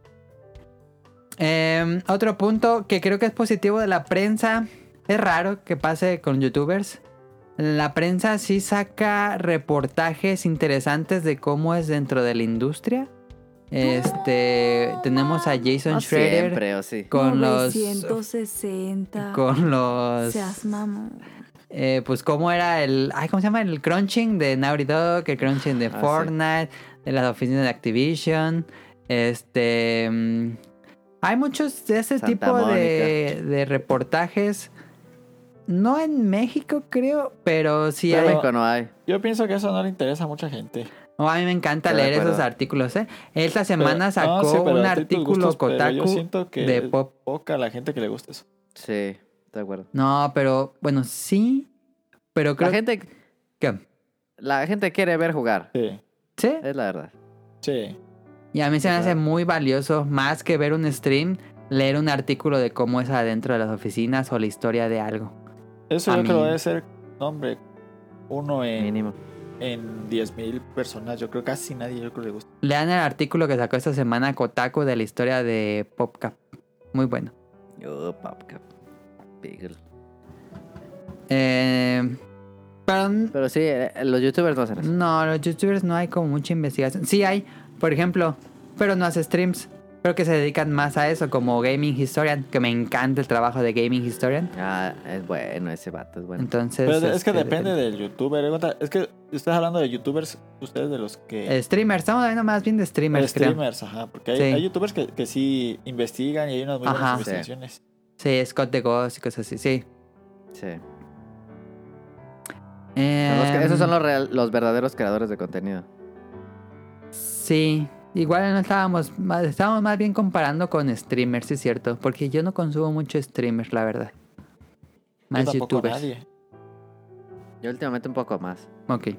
Em, otro punto que creo que es positivo de la prensa. Es raro que pase con youtubers. La prensa sí saca reportajes interesantes de cómo es dentro de la industria. Este, tenemos a Jason No Schrader siempre, o sí. con los novecientos sesenta. con los Seas mamón. eh, pues cómo era el, ay, ¿cómo se llama? El crunching de Naughty Dog, el crunching de Ah, sí. Fortnite, de las oficinas de Activision. Este, mm, hay muchos de ese Santa tipo de, de reportajes. No en México, creo, pero sí En Pero- hay. México no hay. Yo pienso que eso no le interesa a mucha gente. Oh, a mí me encanta Estoy de leer esos acuerdo. artículos, ¿eh? Esta Pero- semana no, sacó sí, pero un a ti tus artículo gustos, pero Kotaku yo siento que de es pop. poca la gente que le gusta eso. Sí, estoy de acuerdo. No, pero bueno, sí, pero creo La gente, que la gente quiere ver jugar. Sí, sí. Es la verdad. sí. Y a mí se me hace Claro. muy valioso, más que ver un stream, leer un artículo de cómo es adentro de las oficinas o la historia de algo. Eso A yo mí- creo debe ser, no, hombre, uno en, Mínimo. en diez mil personas. Yo creo que casi nadie yo creo que le gusta. Lean el artículo que sacó esta semana Kotaku de la historia de PopCap. Muy bueno. Oh, PopCap. Beagle. Eh, pero Pero sí, eh, los youtubers no hacen eso. no, los youtubers no hay como mucha investigación. Sí hay, por ejemplo, pero no hace streams. Pero que se dedican más a eso, como Gaming Historian, que me encanta el trabajo de Gaming Historian. Ah, es bueno, ese vato es bueno. Entonces, Pero es que este, depende del youtuber. ¿eh? Cuenta, es que estás hablando de youtubers, ustedes de los que... Streamers, estamos hablando más bien de streamers, creo. streamers, ajá. Porque hay, Sí. hay youtubers que, que sí investigan y hay unas muy buenas Ajá. investigaciones. Sí, Scott the Ghost y cosas así, sí. Sí. Eh, Son los que- esos son los, real- los verdaderos creadores de contenido. Sí, igual no estábamos, más- estábamos más bien comparando con streamers, sí es cierto, porque yo no consumo mucho streamers, la verdad. Más Yo tampoco youtubers. nadie. Yo últimamente un poco más. Ok.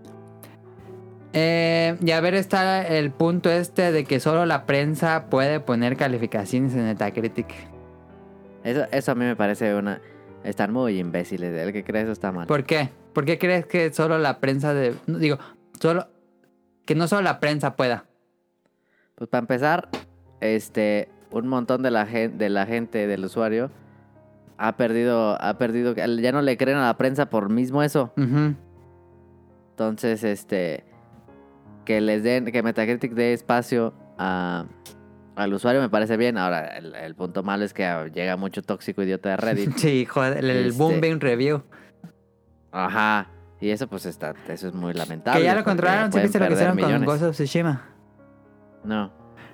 Eh, y a ver, está el punto este de que solo la prensa puede poner calificaciones en Metacritic. Eso, eso a mí me parece una... Están muy imbéciles. El que cree eso está mal. ¿Por qué? ¿Por qué crees que solo la prensa de... no, digo, solo... Que no solo la prensa pueda. Pues para empezar, este... Un montón de la gente, de la gente del usuario ha perdido... Ha perdido... Ya no le creen a la prensa por mismo eso. Ujú. Entonces, este... Que les den... Que Metacritic dé espacio a... Al usuario me parece bien. Ahora, el, el punto malo es que llega mucho tóxico idiota de Reddit. Sí, joder, el, el Este- Boombeam Review. Ajá. Y eso pues está... Eso es muy lamentable. Que ya lo porque controlaron, ¿sí pueden viste lo que perder hicieron con millones. Ghost of Tsushima? No.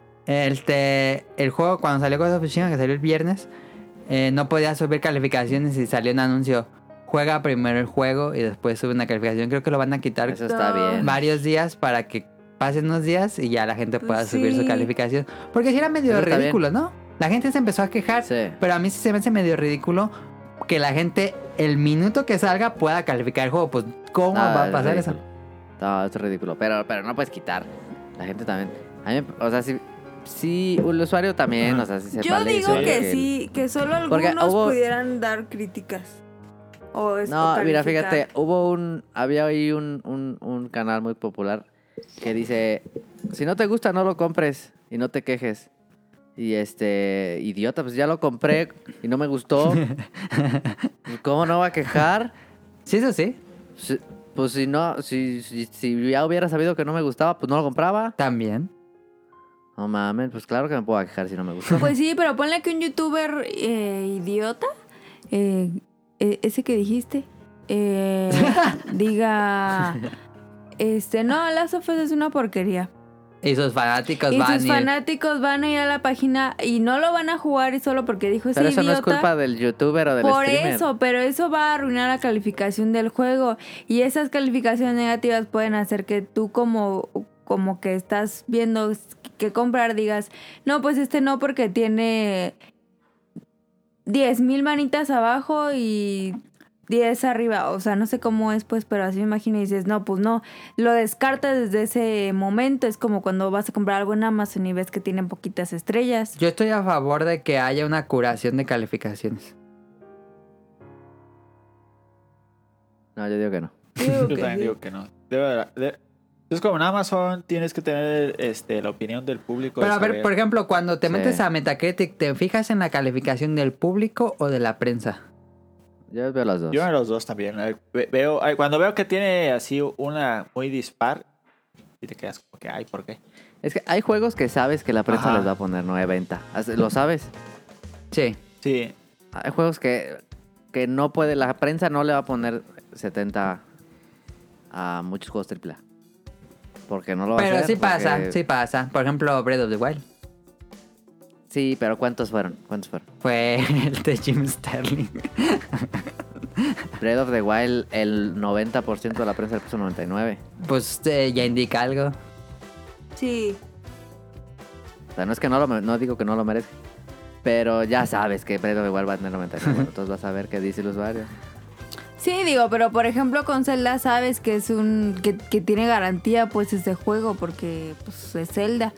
Este, el juego, cuando salió Ghost of Tsushima, que salió el viernes, eh, no podía subir calificaciones y salió un anuncio. Juega primero el juego y después sube una calificación. Creo que lo van a quitar Eso está No. bien. varios días para que pasen unos días y ya la gente Pues pueda subir su sí. calificación. Porque sí era medio Eso está ridículo, ¿no? La gente se empezó a quejar, Sí. pero a mí sí se me hace medio ridículo que la gente, el minuto que salga, pueda calificar el juego. Pues, ¿cómo No, va a es pasar eso? ridículo. No, es ridículo. Pero, pero no puedes quitar. La gente también. A mí, o sea, si, si el usuario también, o sea, si se Yo vale digo eso, que el- sí, que solo Porque algunos hubo- pudieran dar críticas. O es- No, o mira, calificar. fíjate, hubo un, había ahí un, un, un canal muy popular que dice, si no te gusta, no lo compres y no te quejes. Y este, idiota, pues ya lo compré y no me gustó. ¿Cómo no va a quejar? Sí, eso sí, Si- Pues si no, si, si, si ya hubiera sabido que no me gustaba, pues no lo compraba. también. No mames, pues claro que me puedo quejar si no me gusta. Pues sí, pero ponle que un youtuber eh, idiota, eh, eh, ese que dijiste, eh, diga, este, no, Last of Us es una porquería. Y sus fanáticos Y van sus y... fanáticos van a ir a la página y no lo van a jugar y solo porque dijo ese Pero eso no idiota. es culpa del youtuber o del Por streamer. eso, pero eso va a arruinar la calificación del juego. Y esas calificaciones negativas pueden hacer que tú como, como que estás viendo que comprar digas, no, pues este no porque tiene diez mil manitas abajo y diez arriba. O sea, no sé cómo es, pues, pero así me imagino y dices, no, pues no. Lo descartas desde ese momento. Es como cuando vas a comprar algo en Amazon y ves que tienen poquitas estrellas. Yo estoy a favor de que haya una curación de calificaciones. No, yo digo que no. Yo digo Yo que también sí. digo que no. Debe- de- Es como en Amazon, tienes que tener este, la opinión del público. Pero de a ver, saber- por ejemplo, cuando te Sí. metes a Metacritic, ¿te fijas en la calificación del público o de la prensa? Yo veo las dos. Yo en los dos también. eh, ve- Veo, ay, cuando veo que tiene así una muy dispar, y te quedas como que, ay, ¿por qué? Es que hay juegos que sabes que la prensa Ajá. les va a poner nueve venta. Haz- ¿Lo sabes? Sí. Sí, Hay juegos que, que no puede, la prensa no le va a poner setenta a muchos juegos triple A. Porque no lo va a Pero hacer. sí pasa, porque- sí pasa. Por ejemplo, Breath of the Wild. Sí, pero ¿cuántos fueron? ¿Cuántos fueron? Fue el de Jim Sterling. Breath of the Wild, el noventa por ciento de la prensa le puso noventa y nueve. Pues eh, ya indica algo. Sí. O sea, no es que no lo, me- no digo que no lo merezca. Pero ya sabes que Breath of the Wild va a tener noventa y nueve. Entonces vas a ver qué dice el usuario. Sí, digo, pero por ejemplo con Zelda sabes que es un que, que tiene garantía pues ese juego porque pues es Zelda.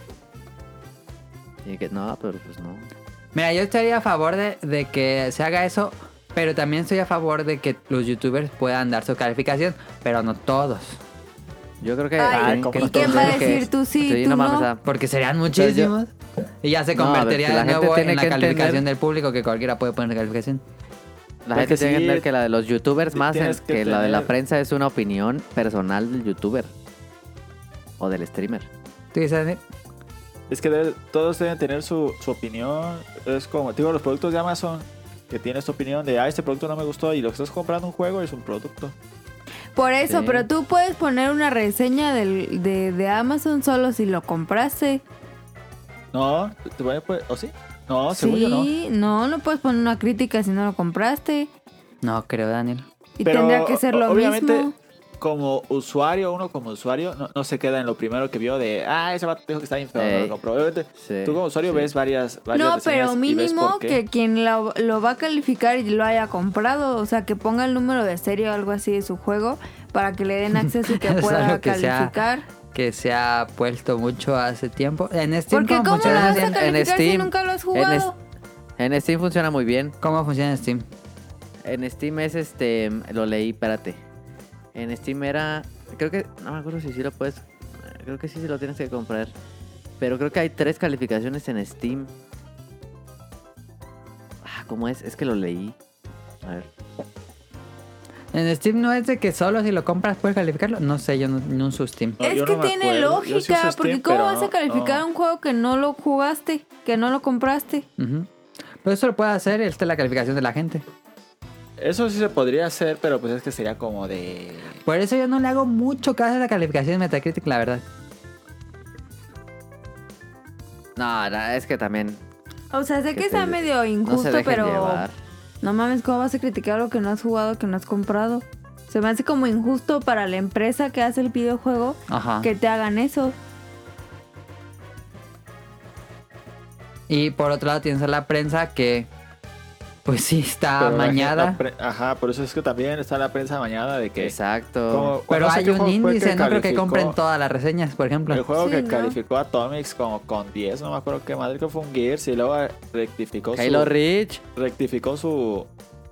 Y que no, pero pues no. Mira, yo estaría a favor de, de que se haga eso, pero también estoy a favor de que los youtubers puedan dar su calificación, pero no todos. Yo creo que... Ay, ¿y que- quién va a que- decir tú sí, tú mames, no? o sea, Porque serían muchísimos. Y ya se No, a ver, convertiría que la de gente nuevo tiene en la que calificación entender- del público, que cualquiera puede poner calificación. La Porque gente tiene que sí, entender que la de los youtubers más en- tienes que, que la de la tener- prensa es una opinión personal del youtuber. O del streamer. ¿Tú dices, Dani? es que debe- todos deben tener su, su opinión. Es como, digo, los productos de Amazon, que tienes tu opinión de, ah, este producto no me gustó, y lo que estás comprando un juego es un producto. Por eso, Sí. pero tú puedes poner una reseña del, de, de Amazon solo si lo compraste. No, te voy a poner- ¿o sí? No, según yo no. Sí, no, no puedes poner una crítica si no lo compraste. No creo, Daniel. Y Pero, tendría que ser lo obviamente, mismo. como usuario, uno como usuario, no, no se queda en lo primero que vio de, ah, ese vato dijo que está bien feo, no Ey. lo compró. Obviamente, Sí, tú como usuario sí. ves varias, varias No, reseñas pero y ves mínimo por qué. que quien lo, lo va a calificar y lo haya comprado, o sea, que ponga el número de serie o algo así de su juego para que le den acceso y que Es pueda algo que sea- calificar. Que se ha puesto mucho hace tiempo. En Steam, Porque ¿cómo lo funciona vas así? a en- en calificar si Steam, nunca lo has En, jugado? es- en Steam funciona muy bien. ¿Cómo funciona en Steam? En Steam es este. Lo leí, espérate. En Steam era. Creo que. No me acuerdo si sí lo puedes. Creo que sí, sí lo tienes que comprar. Pero creo que hay tres calificaciones en Steam. Ah, ¿cómo es? Es que lo leí. A ver. En Steam no es de que solo si lo compras puedes calificarlo. No sé, yo no, no uso Steam. No, Es yo que no me tiene acuerdo. Yo sí lógica, uso Steam, porque ¿cómo pero vas a no- calificar no. un juego que no lo jugaste, que no lo compraste? Ujú. Pero eso lo puede hacer, esta es la calificación de la gente. Eso sí se podría hacer, pero pues es que sería como de... Por eso yo no le hago mucho caso a la calificación de Metacritic, la verdad. No, no, es que también. O sea, sé Que que está te- medio No se injusto, dejen pero llevar. no mames, ¿cómo vas a criticar algo que no has jugado, que no has comprado? Se me hace como injusto para la empresa que hace el videojuego Ajá. que te hagan eso. Y por otro lado tienes a la prensa que, pues sí, está pero la mañada. gente- la pre- Ajá, por eso es que también está la prensa mañada de que... Exacto. como- Pero no sé hay qué un juego fue índice, no creo que calificó- compren todas las reseñas, por ejemplo. El juego Sí, que ¿no? calificó a Atomics como con diez, no me acuerdo qué madre, que fue un Gears y luego rectificó Halo su... Reach. Rectificó su...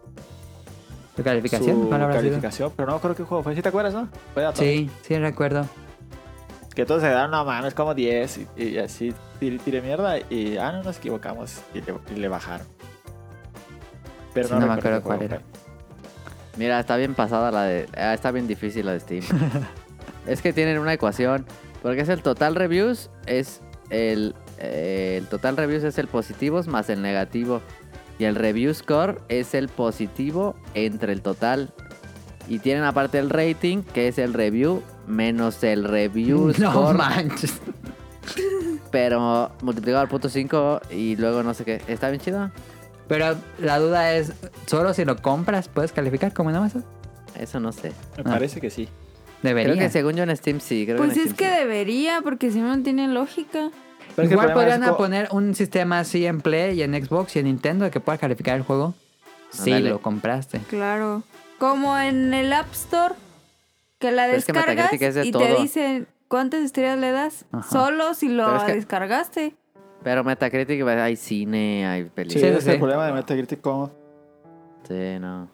¿Tu calificación? su ¿Cuál habrá sido? calificación, pero no me acuerdo qué juego fue. ¿Sí te acuerdas, no? Fue de Atomics. Sí, sí recuerdo. Que todos se dan, no mames, como diez y, y así tire, tire mierda y ah, no nos equivocamos y le, y le bajaron. Pero Sí, no me recuerdo acuerdo qué cuál juego era. Mira, está bien pasada la de. Ah, está bien difícil la de Steam. Es que tienen una ecuación. Porque es el total reviews. Es el. eh, el total reviews es el positivos más el negativo. Y el review score es el positivo entre el total. Y tienen aparte el rating, que es el review menos el review No score. manches. Pero multiplicado por punto cinco y luego no sé qué. Está bien chido. Pero la duda es, ¿solo si lo compras puedes calificar como en Amazon? Eso no sé. Me Ah. parece que sí. Debería. Creo que según yo en Steam sí. Creo Pues que en es Steam que sí. debería, porque si no, no tiene lógica. Pero es que el Igual problema podrían es co- poner un sistema así en Play y en Xbox y en Nintendo que pueda calificar el juego si Ándale. lo compraste. Claro. Como en el App Store, que la Pero es que descargas Metacritic es de y te todo. dicen cuántas estrellas le das. Ajá. Solo si lo Pero es que- descargaste. Pero Metacritic hay cine, hay Sí, películas. Sí, ese sí. es el problema de Metacritic. Como... Sí, no.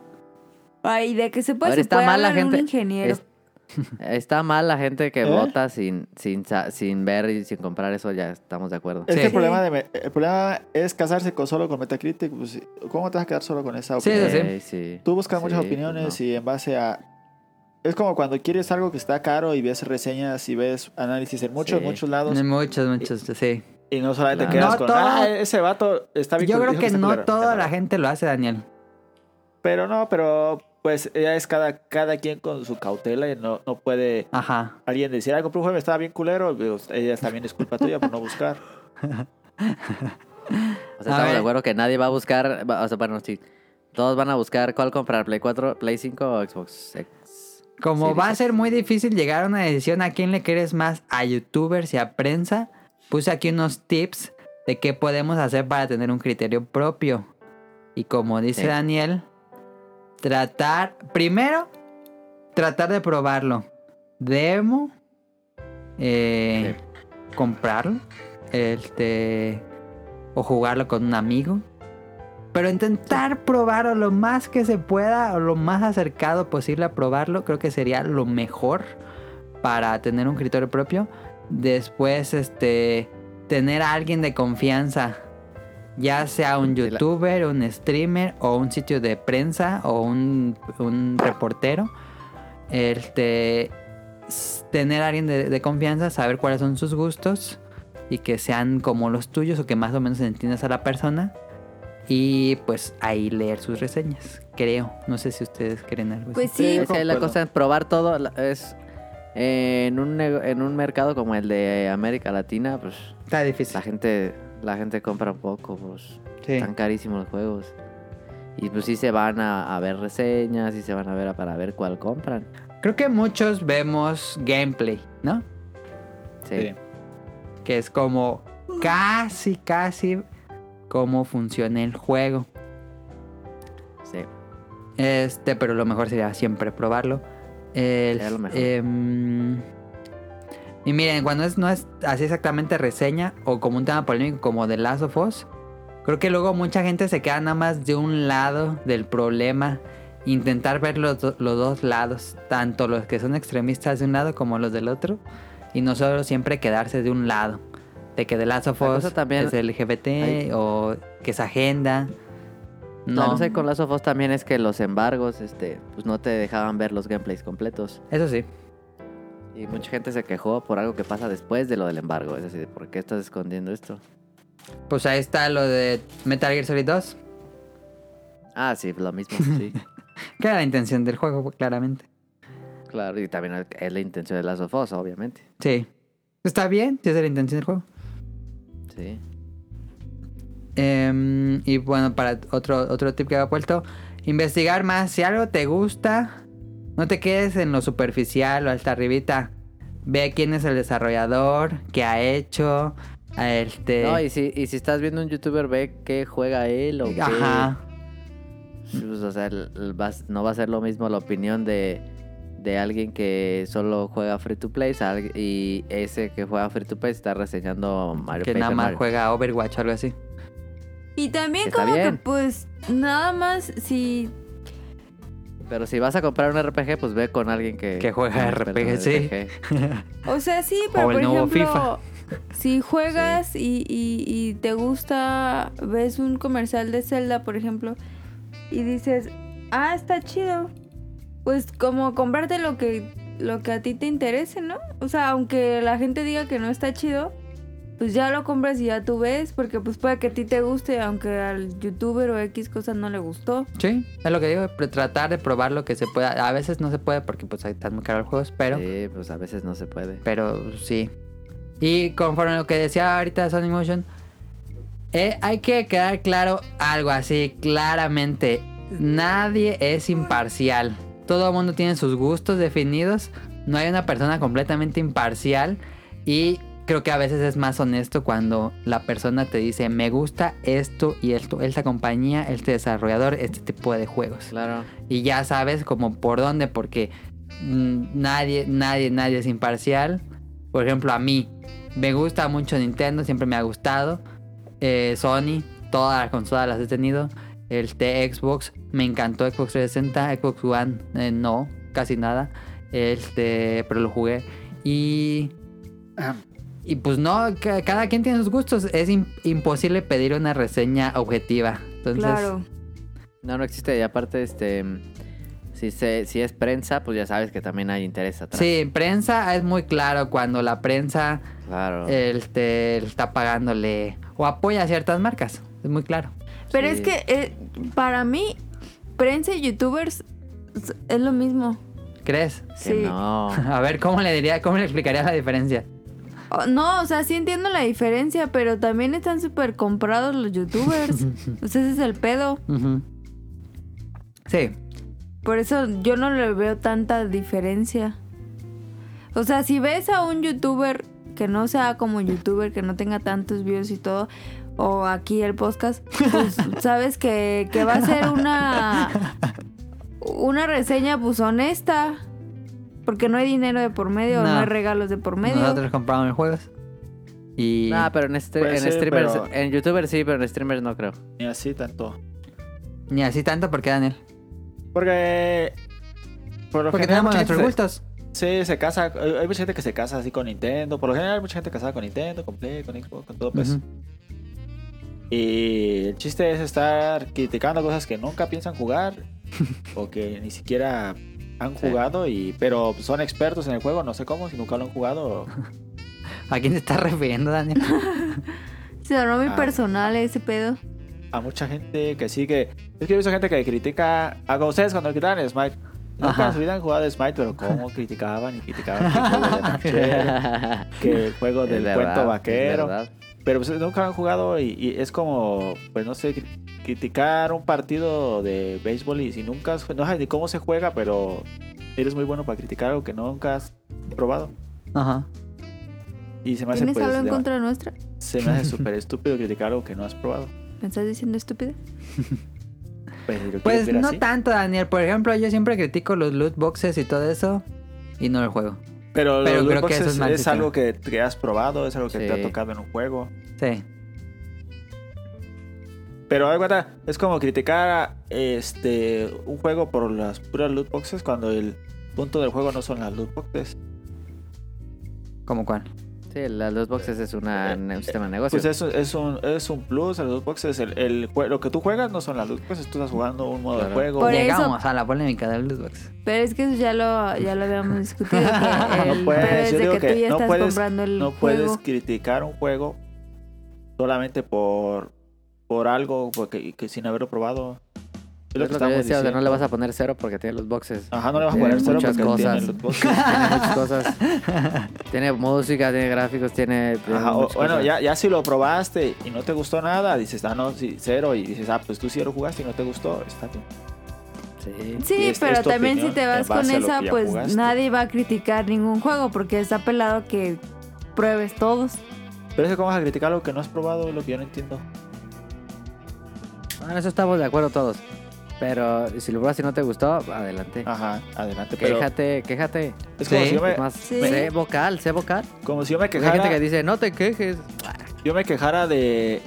Ay, de que se puede, A ver, se está puede mal la hablar un gente. ingeniero. Es- está mal la gente que ¿Eh? vota sin, sin, sa- sin ver y sin comprar eso, ya estamos de acuerdo. Es Sí. que el problema, de, me- el problema es casarse con, solo con Metacritic. Pues, ¿cómo te vas a quedar solo con esa Sí, opinión? sí, sí. Eh, sí. Tú buscas Sí, muchas pues opiniones no. y en base a... Es como cuando quieres algo que está caro y ves reseñas y ves análisis en muchos, Sí. muchos lados En muchos, muchos, sí. y no solamente Claro. quedas No con, todo- ah, ese vato está bien Yo cul- creo dijo que está no culero". toda Pero- la gente lo hace, Daniel. Pero no, pero pues ya es cada, cada quien con su cautela y no, no puede Ajá. alguien decir, ah, compré un juego y estaba bien culero, pues, ella también es culpa tuya por no buscar. O sea, A estamos ver. de acuerdo que nadie va a buscar. va- O sea, bueno, sí. Todos van a buscar cuál comprar: Play cuatro, Play cinco o Xbox X. Como Sí, va a dices. ser muy difícil llegar a una decisión a quién le quieres más, a youtubers y a prensa, puse aquí unos tips de qué podemos hacer para tener un criterio propio. Y como dice Sí. Daniel, tratar, primero, tratar de probarlo. Demo, eh, comprarlo, este, o jugarlo con un amigo. Pero intentar probarlo lo más que se pueda o lo más acercado posible a probarlo, creo que sería lo mejor para tener un criterio propio. Después, este, tener a alguien de confianza, ya sea un Sí, la- youtuber, un streamer o un sitio de prensa o un, un reportero. Este, s- tener a alguien de, de confianza, saber cuáles son sus gustos y que sean como los tuyos o que más o menos entiendas a la persona. Y pues ahí leer sus reseñas, creo. No sé si ustedes quieren algo Pues así. sí. yo Es que la concuerdo. cosa es probar todo. la- Es eh, en un nego- en un mercado como el de América Latina, pues Está difícil. la gente la gente compra poco, pues. Sí. Están carísimos los juegos. Y pues sí se van a, a ver reseñas, y se van a ver a- para ver cuál compran. Creo que muchos vemos gameplay, ¿no? Sí. Sí. Que es como casi, casi cómo funciona el juego. Sí. Este, pero lo mejor sería siempre probarlo. El- Sería lo mejor. em, y miren, cuando es, no es así exactamente reseña o como un tema polémico como The Last of Us, creo que luego mucha gente se queda nada más de un lado del problema. Intentar ver los, do- los dos lados, tanto los que son extremistas de un lado como los del otro, y no solo siempre quedarse de un lado, de que The Last of La Us cosa también- es L G B T Hay- o que es agenda. No. No, No sé, con Last of Us también es que los embargos, este, pues no te dejaban ver los gameplays completos. eso sí. Y mucha gente se quejó por algo que pasa después de lo del embargo. Es decir, ¿por qué estás escondiendo esto? Pues ahí está lo de Metal Gear Solid dos, Ah, sí, lo mismo, sí. que era la intención del juego, claramente. Claro, y también es la intención de Last of Us, obviamente. Sí. Está bien, si esa es la intención del juego. Sí. Em, y bueno, para otro, otro tip que había puesto, investigar más. Si algo te gusta, no te quedes en lo superficial o hasta arribita. Ve quién es el desarrollador, qué ha hecho. Este... No, y si, y si estás viendo un youtuber, ve qué juega él o qué... Ajá. Pues, o sea, el- el vas- no va a ser lo mismo la opinión de, de alguien que solo juega free to play al- y ese que juega free to play está reseñando Mario Que Paper nada más Mario. juega Overwatch o algo así. Y también Está como bien. que pues nada más si... Pero si vas a comprar un R P G, pues ve con alguien que... Que juega un R experto P G, en sí. R P G. O sea, sí, pero O el por nuevo ejemplo, FIFA. si juegas y, y, y te gusta, ves un comercial de Zelda, por ejemplo, y dices, ah, está chido, pues como comprarte lo que, lo que a ti te interese, ¿no? O sea, aunque la gente diga que no está chido, pues ya lo compras y ya tú ves, porque pues puede que a ti te guste, aunque al youtuber o X cosa no le gustó. Sí, es lo que digo, pero tratar de probar lo que se pueda. A veces no se puede porque pues ahí están muy caros los juegos, pero... Sí, pues a veces no se puede. Pero sí. Y conforme a lo que decía ahorita Sonic Motion, eh, hay que quedar claro algo así, claramente. Nadie es imparcial. Todo el mundo tiene sus gustos definidos. No hay una persona completamente imparcial. Y creo que a veces es más honesto cuando la persona te dice, me gusta esto y esto, esta compañía, este desarrollador, este tipo de juegos. Claro. Y ya sabes como por dónde, porque mm, nadie, nadie, nadie es imparcial. Por ejemplo, a mí me gusta mucho Nintendo, siempre me ha gustado. Eh, Sony, todas las consolas las he tenido. El de Xbox, me encantó Xbox trescientos sesenta, Xbox One, eh, no, casi nada. Este, pero lo jugué. Y... Y pues no, ca- cada quien tiene sus gustos. Es im- imposible pedir una reseña objetiva. Entonces, Claro. No, no existe. Y aparte, este... Si, se, si es prensa, pues ya sabes que también hay interés atrás. sí, prensa es muy claro cuando la prensa Claro. este, está pagándole o apoya a ciertas marcas. Es muy claro. Pero Sí. es que eh, para mí, prensa y youtubers es- es lo mismo. ¿Crees? Que Sí. no. A ver, ¿cómo le diría, cómo le explicaría la diferencia? Oh, no, o sea, sí entiendo la diferencia, pero también están súper comprados los youtubers. O sea, ese es el pedo. Ujú. Sí, Por eso yo no le veo tanta diferencia. O sea, si ves a un youtuber que no sea como youtuber, que no tenga tantos views y todo, o aquí el podcast, pues sabes que, que va a ser una, una reseña pues honesta. Porque no hay dinero de por medio, No. no, hay regalos de por medio. nosotros compramos los juegos. Y No, pero en, este, Puede en ser, streamers, pero- en youtubers sí, pero en streamers no creo. Ni así tanto. ni así tanto porque Daniel. Porque. Por lo Porque general, tenemos mucha gente nuestros se- gustos. Sí, se casa. Hay hay mucha gente que se casa así con Nintendo. Por lo general, hay mucha gente casada con Nintendo, con Play, con Xbox, con todo, pues. Ujú. Y el chiste es estar criticando cosas que nunca piensan jugar o que ni siquiera han Sí. jugado, y pero son expertos en el juego. No sé cómo, si nunca lo han jugado. ¿A quién te estás refiriendo, Daniel? Se sonó muy Ah. personal ese pedo. A mucha gente que sí que. Es que he visto gente que critica. A ustedes cuando criticaban Smite. Nunca Ajá. en su vida han jugado Smite, pero cómo criticaban y criticaban que el juego de ranchero, que el juego Es del verdad, cuento es vaquero. verdad. pero pues nunca han jugado y, y es como, pues no sé, cri- criticar un partido de béisbol y si nunca, has- no sabes ni cómo se juega, pero eres muy bueno para criticar algo que nunca has probado. Ajá. Y se me hace, ¿Tienes pues, algo en de- contra nuestra? se me hace súper estúpido criticar algo que no has probado. ¿Me estás diciendo estúpida? Pues, si lo Pues quieres ver no así. tanto, Daniel. Por ejemplo, yo siempre critico los loot boxes y todo eso y no lo juego. Pero, Pero los creo loot que eso boxes es mal es sistema. algo que, que has probado, es algo que te Sí. ha tocado en un juego. Sí. Pero hay cuenta, es como criticar este un juego por las puras loot boxes cuando el punto del juego no son las loot boxes. ¿Cómo cuál? Sí, las loot boxes es una, un sistema de negocio. Pues eso es un, es un plus, las loot boxes, el, el jue- lo que tú juegas no son las loot boxes, tú estás jugando un modo Claro. de juego. Por eso- Llegamos a la polémica del loot box. Pero es que eso ya lo, ya lo habíamos discutido. Que el, No puedes, pero yo desde digo que, que tú ya no estás puedes- comprando el No juego. puedes criticar un juego solamente por, por algo porque, que sin haberlo probado. Es Es lo que yo estamos decía, o sea, no le diciendo. vas a poner cero porque tiene los boxes. Ajá, no le vas a Tiene poner cero muchas porque cosas. tiene loot boxes. Tiene muchas cosas. Tiene música, tiene gráficos, tiene... tiene Ajá, o- muchas bueno, cosas. ya, ya si lo probaste y no te gustó nada, dices, ah, no, sí, cero. Y dices, ah, pues tú sí lo jugaste y no te gustó, está bien. Sí. Sí, Y es- pero es tu también si opinión te en vas con base a lo esa, que ya pues jugaste. nadie va a criticar ningún juego porque está pelado que pruebes todos. Pero es que cómo vas a criticar algo que no has probado, es lo que yo no entiendo. Bueno, eso estamos de acuerdo todos. Pero si lo pruebas y no te gustó, adelante. Ajá, adelante. Pero Quéjate, quéjate. es como Sí. si yo me, Es más, Sí. sé vocal, sé vocal. como si yo me Hay quejara, gente que dice, no te quejes. yo me quejara de,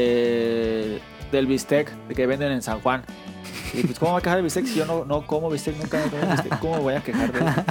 de del bistec de que venden en San Juan. Y pues, ¿cómo voy a quejar de bistec si yo no, no como bistec, nunca he comido bistec? ¿Cómo voy a quejar de eso?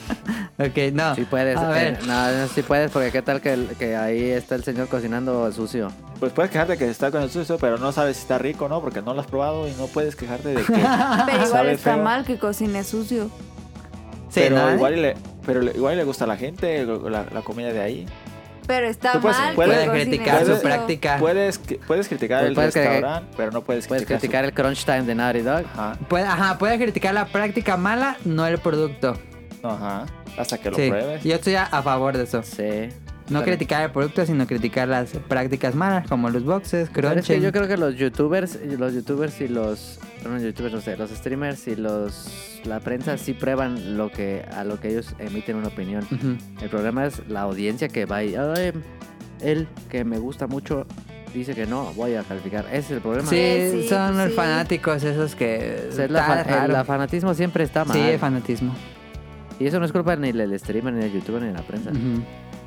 Ok, no. Sí puedes. A eh, ver. no, no, sí puedes, porque qué tal que, el- que ahí está el señor cocinando sucio. Pues puedes quejarte que está con el sucio, pero no sabes si está rico, ¿no? Porque no lo has probado y no puedes quejarte de que... Pero igual Sabe está feo. mal que cocine sucio. Sí, pero ¿no? igual, y le, pero le- igual le gusta a la gente la, la comida de ahí. Pero está Tú puedes- mal que puedes Puede cocine criticar su Puedes- sucio. práctica. Puedes, que- puedes criticar Pues el puedes criticar- restaurante, pero no puedes Puedes criticar... criticar el crunch time de Naughty Dog. su- Ajá, Puede, ajá, puede criticar la práctica mala, no el producto. ajá, hasta que lo Sí, pruebes. yo estoy a, a favor de eso. Sí. No Pero- criticar el producto, sino criticar las prácticas malas, como los boxes, Pero es que crunching. yo creo que los youtubers, los youtubers y los, no, youtubers no sé, los streamers y los, la prensa sí prueban lo que, a lo que ellos emiten una opinión. Ujú. El problema es la audiencia que va y, "Ay, él que me gusta mucho dice que no, voy a calificar". Ese es el problema. Sí, Sí, sí, son los sí. fanáticos esos que... O sea, es la está fa- el raro. la fanatismo siempre está mal. Sí, el fanatismo. Y eso no es culpa ni del streamer, ni del youtuber, ni de la prensa. Ujú.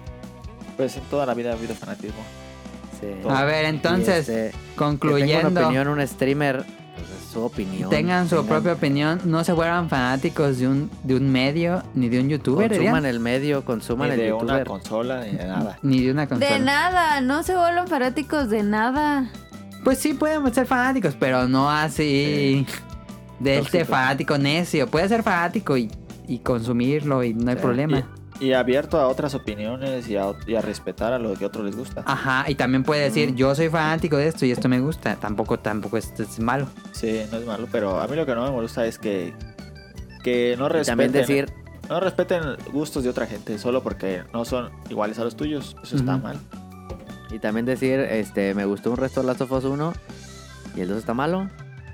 Pues en toda la vida ha habido fanatismo. Sí. A ver, entonces, Y, este, que tenga concluyendo, una opinión un streamer, pues es su opinión. tengan su Tengan- propia opinión, no se vuelvan fanáticos de un, de un medio ni de un youtuber, Consuman ¿dirían? el medio, consuman Ni el de una youtuber. consola ni de nada. Ni de una consola. De nada, no se vuelvan fanáticos de nada. Pues sí, podemos ser fanáticos, pero no así de este Tóxico. fanático necio. Puede ser fanático y, y consumirlo y no hay Sí. problema. Y, y abierto a otras opiniones y a, y a respetar a lo que a otros les gusta. Ajá, y también puede decir, yo soy fanático de esto y esto me gusta. Tampoco, tampoco es, es malo. Sí, no es malo, pero a mí lo que no me molesta es que, que no Y respeten, también decir, no respeten gustos de otra gente solo porque no son iguales a los tuyos. Eso está Ujú. mal. y también decir, este, me gustó un resto de Last of Us uno y el dos está malo.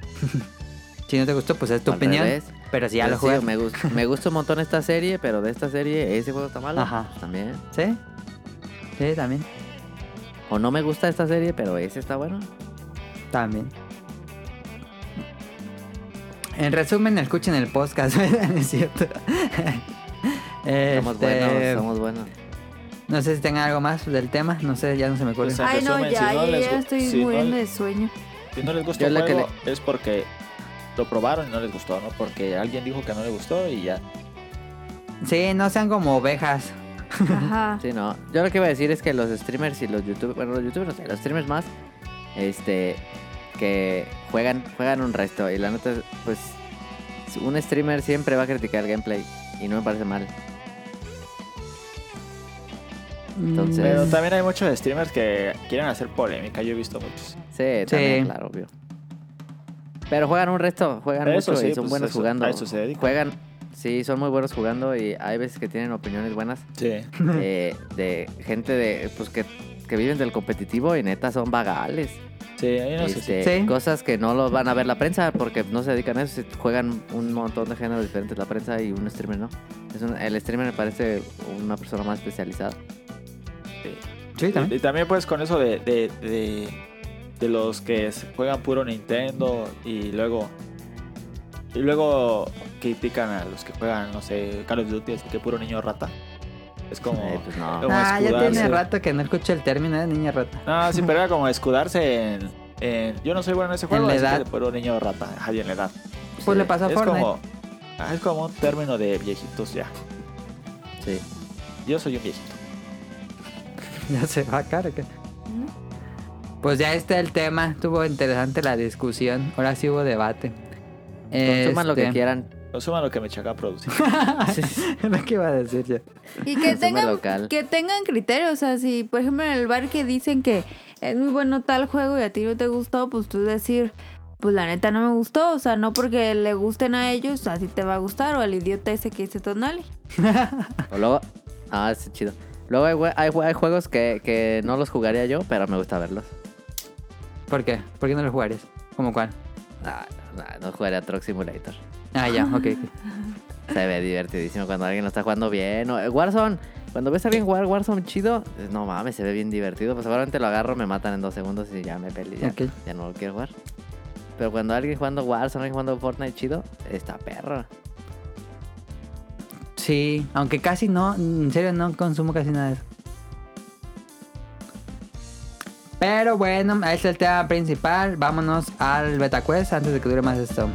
Si no te gustó, pues es tu Al opinión. revés. Pero si ya Pues lo sí, juegas. me, gusta, me gusta un montón esta serie, pero de esta serie ese juego está malo. Ajá. Pues también. ¿Sí? Sí, también. O no me gusta esta serie, pero ese está bueno. También. En resumen, escuchen el podcast, ¿verdad? ¿No es cierto? Somos Este, buenos, somos buenos. No sé si tengan algo más del tema. No sé, ya no se me ocurre. Pues, en Ay, no, resumen, ya, si no yo les ya gu- estoy si no muriendo le- de sueño. Si no les gusta Yo el la que juego, es porque lo probaron y no les gustó, ¿no? Porque alguien dijo que no le gustó y ya. Sí, no sean como ovejas. Ajá. Sí, no. Yo lo que iba a decir es que los streamers y los youtubers, bueno, los youtubers no sé, los streamers más, este, que juegan, juegan un resto. Y la neta, pues, un streamer siempre va a criticar el gameplay y no me parece mal. Entonces- Pero Mm, también hay muchos streamers que quieren hacer polémica. Yo he visto muchos. Sí, también, Sí. claro, obvio. Pero juegan un resto, juegan Eso mucho sí, y son pues, buenos eso- jugando. a eso se dedican. Juegan, sí, son muy buenos jugando y hay veces que tienen opiniones buenas Sí. eh, de gente de, pues que que viven del competitivo y neta son vagales. Sí, hay unos que sí. Este, Sí. Cosas que no los van a ver la prensa porque no se dedican a eso. Se juegan un montón de géneros diferentes la prensa y un streamer no. Es un- el streamer me parece una persona más especializada. Sí, Y, también. y también pues con eso de, de, de, de los que se juegan puro Nintendo y luego y luego critican a los que juegan, no sé, Call of Duty, así que puro niño rata. Es como, Eh, pues no. como Ah, ya tiene escudarse. rato que no escucho el término de niña rata. No, sí, pero era como escudarse en, en- yo no soy bueno en ese juego, la así edad. que puro niño rata, ahí en la edad. Pues le pasó a Es Fortnite. como, ah, es como un término de viejitos ya. Sí. Yo soy un viejito. Ya se va, cara. que- Pues ya está el tema. Estuvo interesante la discusión. Ahora sí hubo debate. Consuman lo que Este, quieran. Consuman lo que me chaca a producir. Es lo que iba a decir yo. Y que Consume tengan, local. que tengan criterios. O sea, si por ejemplo en el bar que dicen que es muy bueno tal juego y a ti no te gustó, pues tú decir, pues la neta no me gustó. O sea, no porque le gusten a ellos, así te va a gustar. O al idiota ese que dice Tonali. O luego. Ah, es chido. Luego hay, jue- hay, jue- hay juegos que, que no los jugaría yo, pero me gusta verlos. ¿Por qué? ¿Por qué no lo jugarías? ¿Cómo cuál? Nah, nah, no jugaría Truck Simulator. Ah, ya, ok. ok. Se ve divertidísimo cuando alguien lo está jugando bien. O, eh, Warzone, cuando ves a alguien jugar Warzone chido, eh, no mames, se ve bien divertido. Pues seguramente lo agarro, me matan en dos segundos y ya me peleé. Ya, Ok. ya no lo quiero jugar. Pero cuando alguien jugando Warzone, alguien jugando Fortnite chido, está perro. Sí, aunque casi no, en serio no consumo casi nada de eso. Pero bueno, ahí está el tema principal. Vámonos al BetaQuest antes de que dure más esto.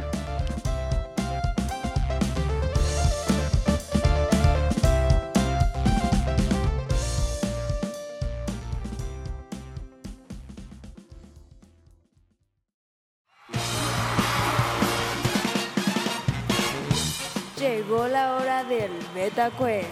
Llegó la hora del Beta Quest.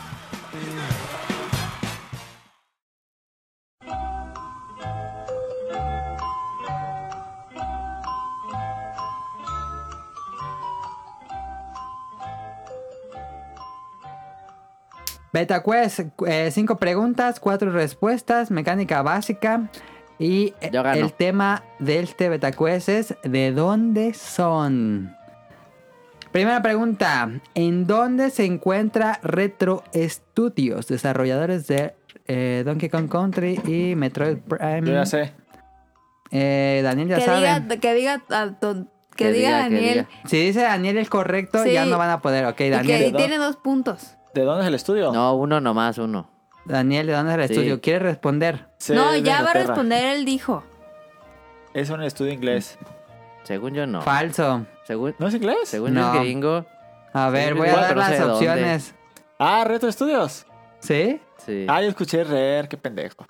BetaQuest, eh, cinco preguntas, cuatro respuestas, mecánica básica. Y eh, Yo gano. el tema de este BetaQuest es ¿de dónde son? Primera pregunta, ¿en dónde se encuentra Retro Studios, desarrolladores de eh, Donkey Kong Country y Metroid Prime? Yo ya sé. Eh, Daniel ya Que sabe. diga, que diga, a ton- que Que diga diga, que Daniel. diga. Si dice Daniel el correcto, Sí. ya no van a poder. Ok, Y Daniel. que ¿de dónde? tiene dos puntos. ¿De dónde es el estudio? No, uno nomás, uno. Daniel, ¿de dónde es el Sí. estudio? ¿Quiere responder? Sí, no, es de ya va a Inglaterra. responder, él dijo. Es un estudio inglés. Según yo, no. Falso. Según, ¿No es inglés? según No. yo es gringo. A ver, Sí, voy a igual, dar pero no las sé de dónde. opciones. Ah, Retro Studios. ¿Sí? Sí. Ah, yo escuché Rare, qué pendejo.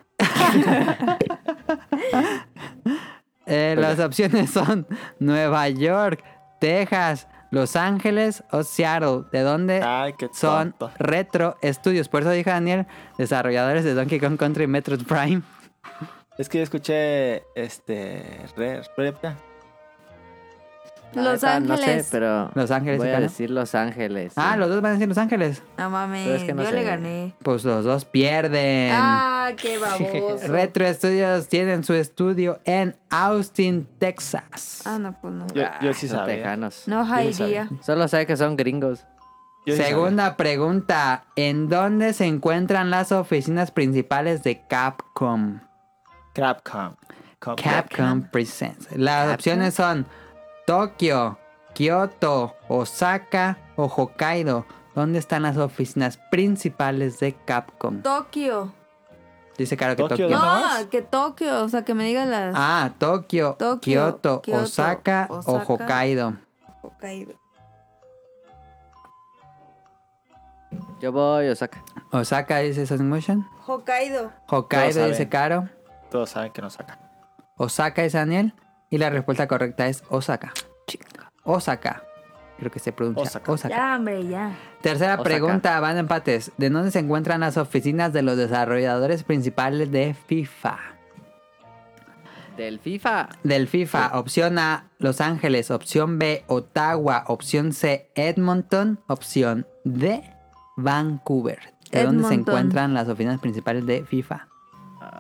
Eh, las opciones son Nueva York, Texas, Los Ángeles o Seattle. ¿De dónde Ay, qué son tonto. Retro Studios? Por eso dijo Daniel, desarrolladores de Donkey Kong Country y Metroid Prime. Es que yo escuché este Rare. Rare, ya. La Los neta, No sé, Ángeles. pero Los Ángeles voy y a Cano. decir Los Ángeles. Ah, sí. los dos van a decir Los Ángeles. No mames, Pero es que no yo sé. le gané. Pues los dos pierden. Ah, qué baboso. Retro Studios tienen su estudio en Austin, Texas. Ah, no, pues no. Yo, yo sí Son sabía. tejanos. No Yo sí sabía. idea. Solo sé que son gringos. Yo sí Segunda pregunta. ¿En dónde se encuentran las oficinas principales de Capcom? sabía. Capcom. Com- Capcom Presents. Las opciones son Tokio, Kyoto, Osaka o Hokkaido. ¿Dónde están las oficinas principales de Capcom? Tokio. Dice Caro que Tokio, Tokio. ¿dónde No, más? que Tokio. O sea, que me digas las. Ah, Tokio, Tokio, Kyoto, Kyoto, Osaka, o Osaka. Hokkaido. Hokkaido. Yo voy, Osaka. Osaka dice Sonic Motion. Hokkaido. Hokkaido saben. dice Caro. Todos saben que nos saca. Osaka dice Daniel. Y la respuesta correcta es Osaka. Osaka. Creo que se pronuncia Osaka. Osaka. Ya, hombre, ya. Tercera Osaka. pregunta, van empates. ¿De dónde se encuentran las oficinas de los desarrolladores principales de FIFA? Del FIFA. Del FIFA, opción A, Los Ángeles, opción B, Ottawa, opción C, Edmonton, opción D, Vancouver. ¿De dónde se Edmonton. encuentran las oficinas principales de FIFA? Ah,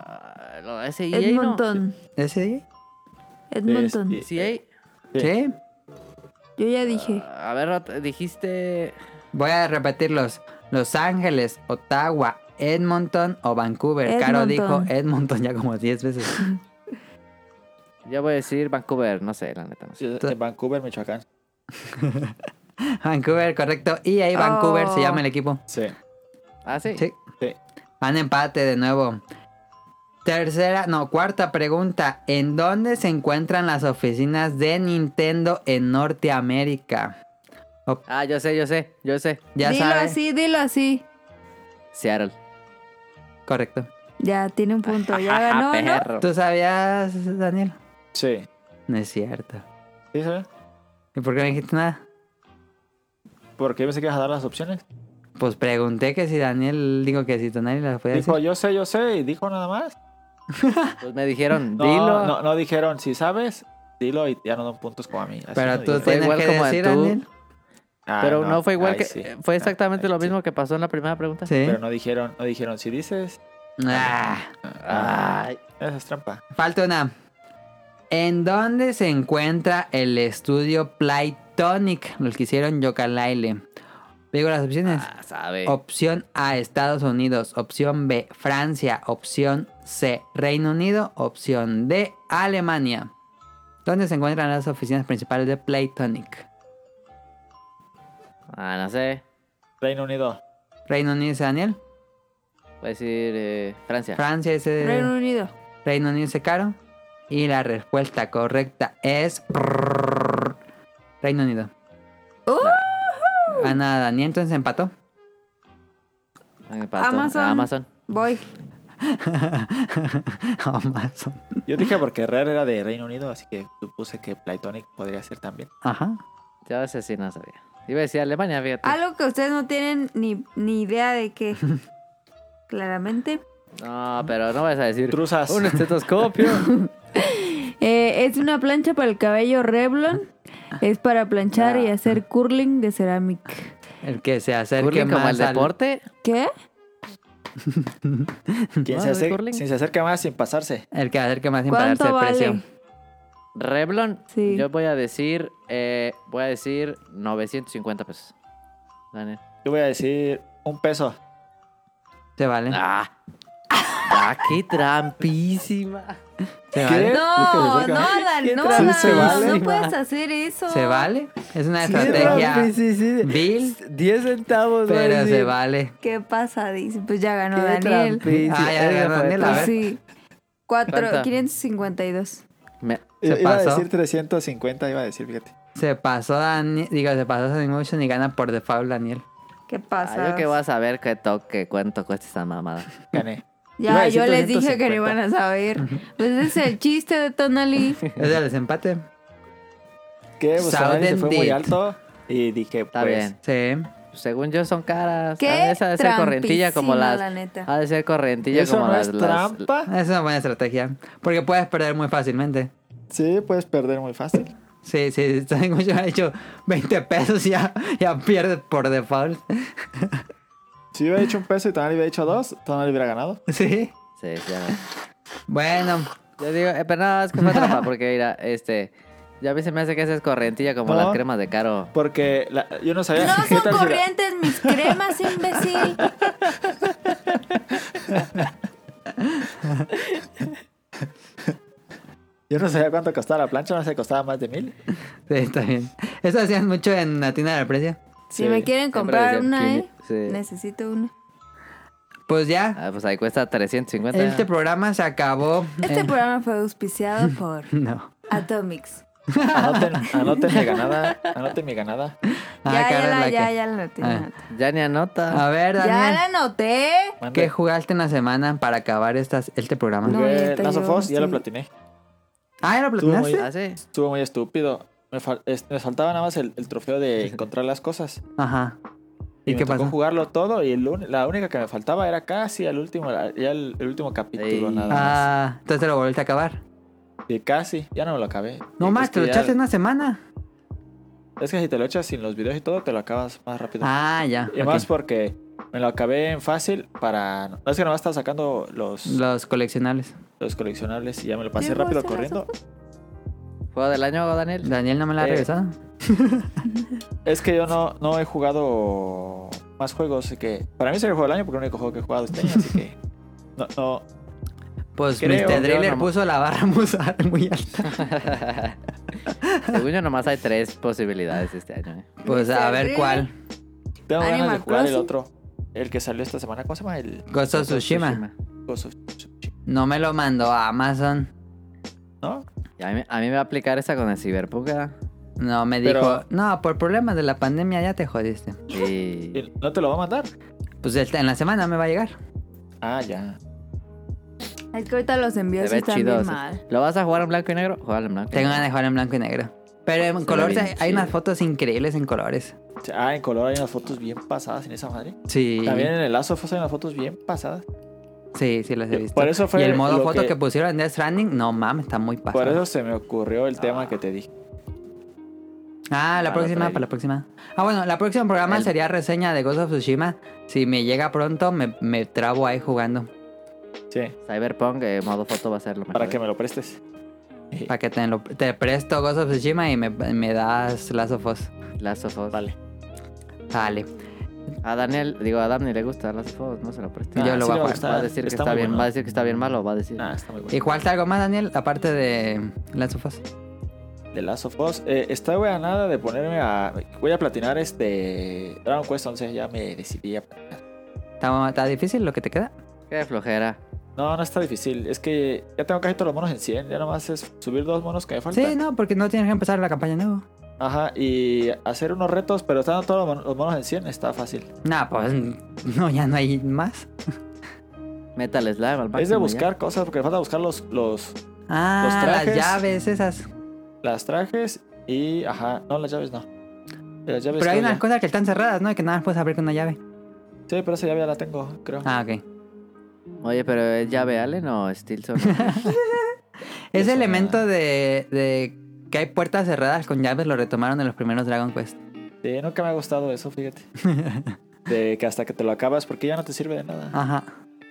ese E A no. Edmonton. ¿Ese día? Edmonton. Es- Sí, hay. Sí. Sí. Yo ya dije. A ver, ot- dijiste. Voy a repetirlos. Los Ángeles, Ottawa, Edmonton o Vancouver. Caro dijo Edmonton. Edmonton ya como diez veces. Yo voy a decir Vancouver, no sé, la neta, no sé. Sí, en Vancouver, Michoacán. Vancouver, correcto. Y ahí Vancouver Oh. se llama el equipo. Sí. Ah, sí. Sí. Sí. Van empate de nuevo. Tercera, no, cuarta pregunta. ¿En dónde se encuentran las oficinas de Nintendo en Norteamérica? Ah, yo sé, yo sé, yo sé. Ya dilo sabes. así, dilo así. Seattle. Correcto. Ya tiene un punto. Ya ganó, ¿no? Perro. ¿Tú sabías, Daniel? Sí. No es cierto. ¿Sí, sabes? ¿Y por qué no dijiste nada? ¿Por qué pensé que ibas a dar las opciones? Pues pregunté que si Daniel, digo que si Tonali las podía Dijo, decir. yo sé, yo sé, y dijo nada más. Pues me dijeron, No, dilo. no, no dijeron, si sabes, dilo y ya no dan puntos como a mí. Así Pero no tú dijeron. Fue tienes igual que como decir, tú. Daniel. Ah, Pero no, fue igual Ay, que. sí. Fue exactamente Ah, lo ay, sí. mismo que pasó en la primera pregunta. Sí. Pero no dijeron, no dijeron, si dices, Ah, Ay. esa es trampa. falta una. ¿En dónde se encuentra el estudio Playtonic? Los que hicieron Yooka-Laylee. Digo las opciones. Ah, sabe. Opción A, Estados Unidos. Opción B, Francia. Opción C, Reino Unido. Opción D, Alemania. ¿Dónde se encuentran las oficinas principales de Playtonic? Ah, no sé. Reino Unido. Reino Unido, dice Daniel. Voy a decir eh, Francia. Francia, dice Reino Unido. Reino Unido, dice Caro. Y la respuesta correcta es Reino Unido. Gana Daniel, entonces empató. Ah, me pató. Amazon. Amazon. Voy. Amazon. Yo dije porque Rare era de Reino Unido, así que supuse que Playtonic podría ser también. Ajá. Yo ese sí no sabía. Iba a decir Alemania, fíjate. Algo que ustedes no tienen ni, ni idea de qué. Claramente. No, pero no vas a decir. Truzas. Un estetoscopio. Eh, es una plancha para el cabello Revlon. Es para planchar y hacer curling de cerámica. El que se acerque Curling como más el al- deporte. ¿Qué? Quien No, se, de acer- curling. quien se acerca más sin pasarse. El que acerque más sin pararse ¿Cuánto de precio. vale? Revlon. Sí. Yo voy a decir. Eh, voy a decir novecientos cincuenta pesos. Daniel. Yo voy a decir un peso. Se vale. Ah. Ah, qué trampísima. Se ¿Qué? vale. No, Es que se no, acerca. Dan, ¿Qué no, traes? Dan, ¿Se vale? no puedes hacer eso. Se vale. Es una Qué estrategia trampísima. vil, diez centavos. voy a pero se decir. vale. ¿Qué pasa? Dice, pues ya ganó Qué Daniel. trampísima. Ah, ya Esa ganó fue Daniel, a Pues ver. sí. Cuatro, ¿Cuánto? quinientos cincuenta y dos. Me- Se iba pasó. a decir trescientos cincuenta, iba a decir, fíjate. Se pasó Daniel. Digo, se pasó Sonic Motion y gana por default Daniel. ¿Qué Ah, pasa? yo que voy a saber qué toque, cuánto cuesta esta mamada. Gané. Iba a Ya, decir yo les dije que no trescientos iban a saber. Pues ese es el chiste de Tonali. Es el desempate. Que Bustamante se fue muy Southern alto y dije, Está pues, bien. Sí. Según yo son caras. Qué Ah, esa de ser correntilla como trampísima, las. la neta. Ha de ser correntilla eso como no las. es las- trampa. Es una buena estrategia. Porque puedes perder muy fácilmente. Sí, puedes perder muy fácil. Sí, sí, Sonic Motion ha hecho veinte pesos y ya, ya pierdes por default. Si hubiera hecho un peso y Tonali hubiera hecho dos, Tonali hubiera ganado. Sí. Sí, ya. Bueno, Yo digo, eh, pero no, es que fue trampa porque mira, este. Ya a mí se me hace que esa es correntilla como No. las cremas de Caro. Porque la- yo no sabía No qué son tal si la- corrientes mis cremas, imbécil. Yo no sabía cuánto costaba la plancha, no sé, costaba más de mil. sí, está bien. Eso hacían mucho en la tienda del precio. Si Sí, me quieren siempre comprar decían una, que- ¿eh? sí. Necesito una. Pues ya, Ah, pues ahí cuesta trescientos cincuenta. este programa se acabó. Este Eh, programa fue auspiciado por No. Atomics. Anoten, anoten mi ganada, anoten mi ganada. Ah, ya, Caro ya, es la, la ya, que- ya la noté. Ah. la noté. Ya ni anota. A ver, Ya Daniel, la anoté. Mande. ¿qué jugaste en la semana para acabar estas, este programa? No, Jugué neta, Last of yo Us, ya lo sí. platiné. Ah, ¿ya lo Estuvo muy- platinaste? Ah, sí. Estuvo muy estúpido. Me, fal- es- me faltaba nada más el, el trofeo de encontrar las cosas. Ajá. Y, ¿Y me qué tocó pasó? jugarlo todo y el un- la única que me faltaba era casi el último, ya el, el último capítulo Ey. nada más. Ah, entonces lo volviste a acabar. Y casi, ya no me lo acabé. No Y más, es te que lo ya- echaste en una semana. Es que si te lo echas sin los videos y todo, te lo acabas más rápido. Ah, ya. y ok. más porque me lo acabé en fácil para... No es que no va a estar sacando los, Los coleccionables. los coleccionables y ya me lo pasé ¿Sí rápido jugaste corriendo. ¿Juego del año, Daniel? Daniel no me la ha Eh, regresado. Es que yo no, no he jugado más juegos, así que para mí sería el juego del año porque es el único juego que he jugado este año, así que no, no. Pues creo, mister yo Driller no- puso la barra muy, muy alta. Según yo, nomás hay tres posibilidades este año. ¿eh? Pues a mister ver Driller. cuál. Tengo ganas de Animal jugar el Crossing. otro, el que salió esta semana. ¿Cómo se llama? El Ghost of Tsushima. Ghost of Tsushima. No me lo mandó a Amazon. ¿No? Y a, mí, a mí me va a aplicar esa con el Cyberpunk. ¿eh? No, me Pero- dijo, no, por problemas de la pandemia ya te jodiste. Y... ¿Y ¿No te lo va a mandar? Pues el- en la semana me va a llegar. Ah, ya. Es que ahorita los envíos Se ve están chido. bien sí. mal. ¿Lo vas a jugar en blanco y negro? Juega en blanco. y Tengo negro. ganas de jugar en blanco y negro. Pero en ve colores bien hay, hay chido. unas fotos increíbles en colores. Ah, en color hay unas fotos bien pasadas en esa madre. Sí. También en el Last of Us hay unas fotos bien pasadas. Sí, sí las he visto. Por eso fue y el modo lo foto que... que- pusieron en Death Stranding, no mames, está muy pasado. Por eso se me ocurrió el tema que te dije. Ah, la Ah, próxima, lo para la próxima. Ah, bueno, la próxima programa El- sería reseña de Ghost of Tsushima. Si me llega pronto, me, me trabo ahí jugando. Sí, Cyberpunk, eh, modo foto va a ser lo mejor. para que me lo prestes. Para que te, lo, te presto Ghost of Tsushima y me, me das Last of Us. Last of Us. Vale. Dale. A Daniel, digo, a Dani le gusta Last of Us, no se lo preste. Yo Ah, lo sí voy a le va jugar. gustar. Va a decir que está, muy bien, bueno. va a decir que está bien malo, va a decir. Ah, está muy bueno. ¿Y jugaste algo más, Daniel? Aparte de Last of Us. De Last of Us. Eh, estoy a nada de ponerme a... Voy a platinar este... Dragon Quest once, ya me decidí a platinar. ¿Está, está difícil lo que te queda? Qué flojera. No, no está difícil. Es que ya tengo casi todos los monos en cien. Ya nomás es subir dos monos que me faltan. Sí, no, porque no tienes que empezar la campaña nueva. Ajá, y hacer unos retos, pero estando todos los mon- los monos en cien está fácil. Nah, pues no, ya no hay más. Metal Slime al máximo. Es de ya. buscar cosas, porque falta buscar los, los Ah, Los las trajes. llaves esas. las trajes y... Ajá, no, las llaves no. Las llaves Pero hay creo unas ya. cosas que están cerradas, ¿no? Y que nada más puedes abrir con una llave. Sí, pero esa llave ya la tengo, creo. Ah, ok. Oye, pero ¿es llave Allen o Stilson? Ese Eso, elemento de, de que hay puertas cerradas con llaves lo retomaron en los primeros Dragon Quest. Sí, nunca me ha gustado eso, fíjate. De que hasta que te lo acabas, porque ya no te sirve de nada. Ajá.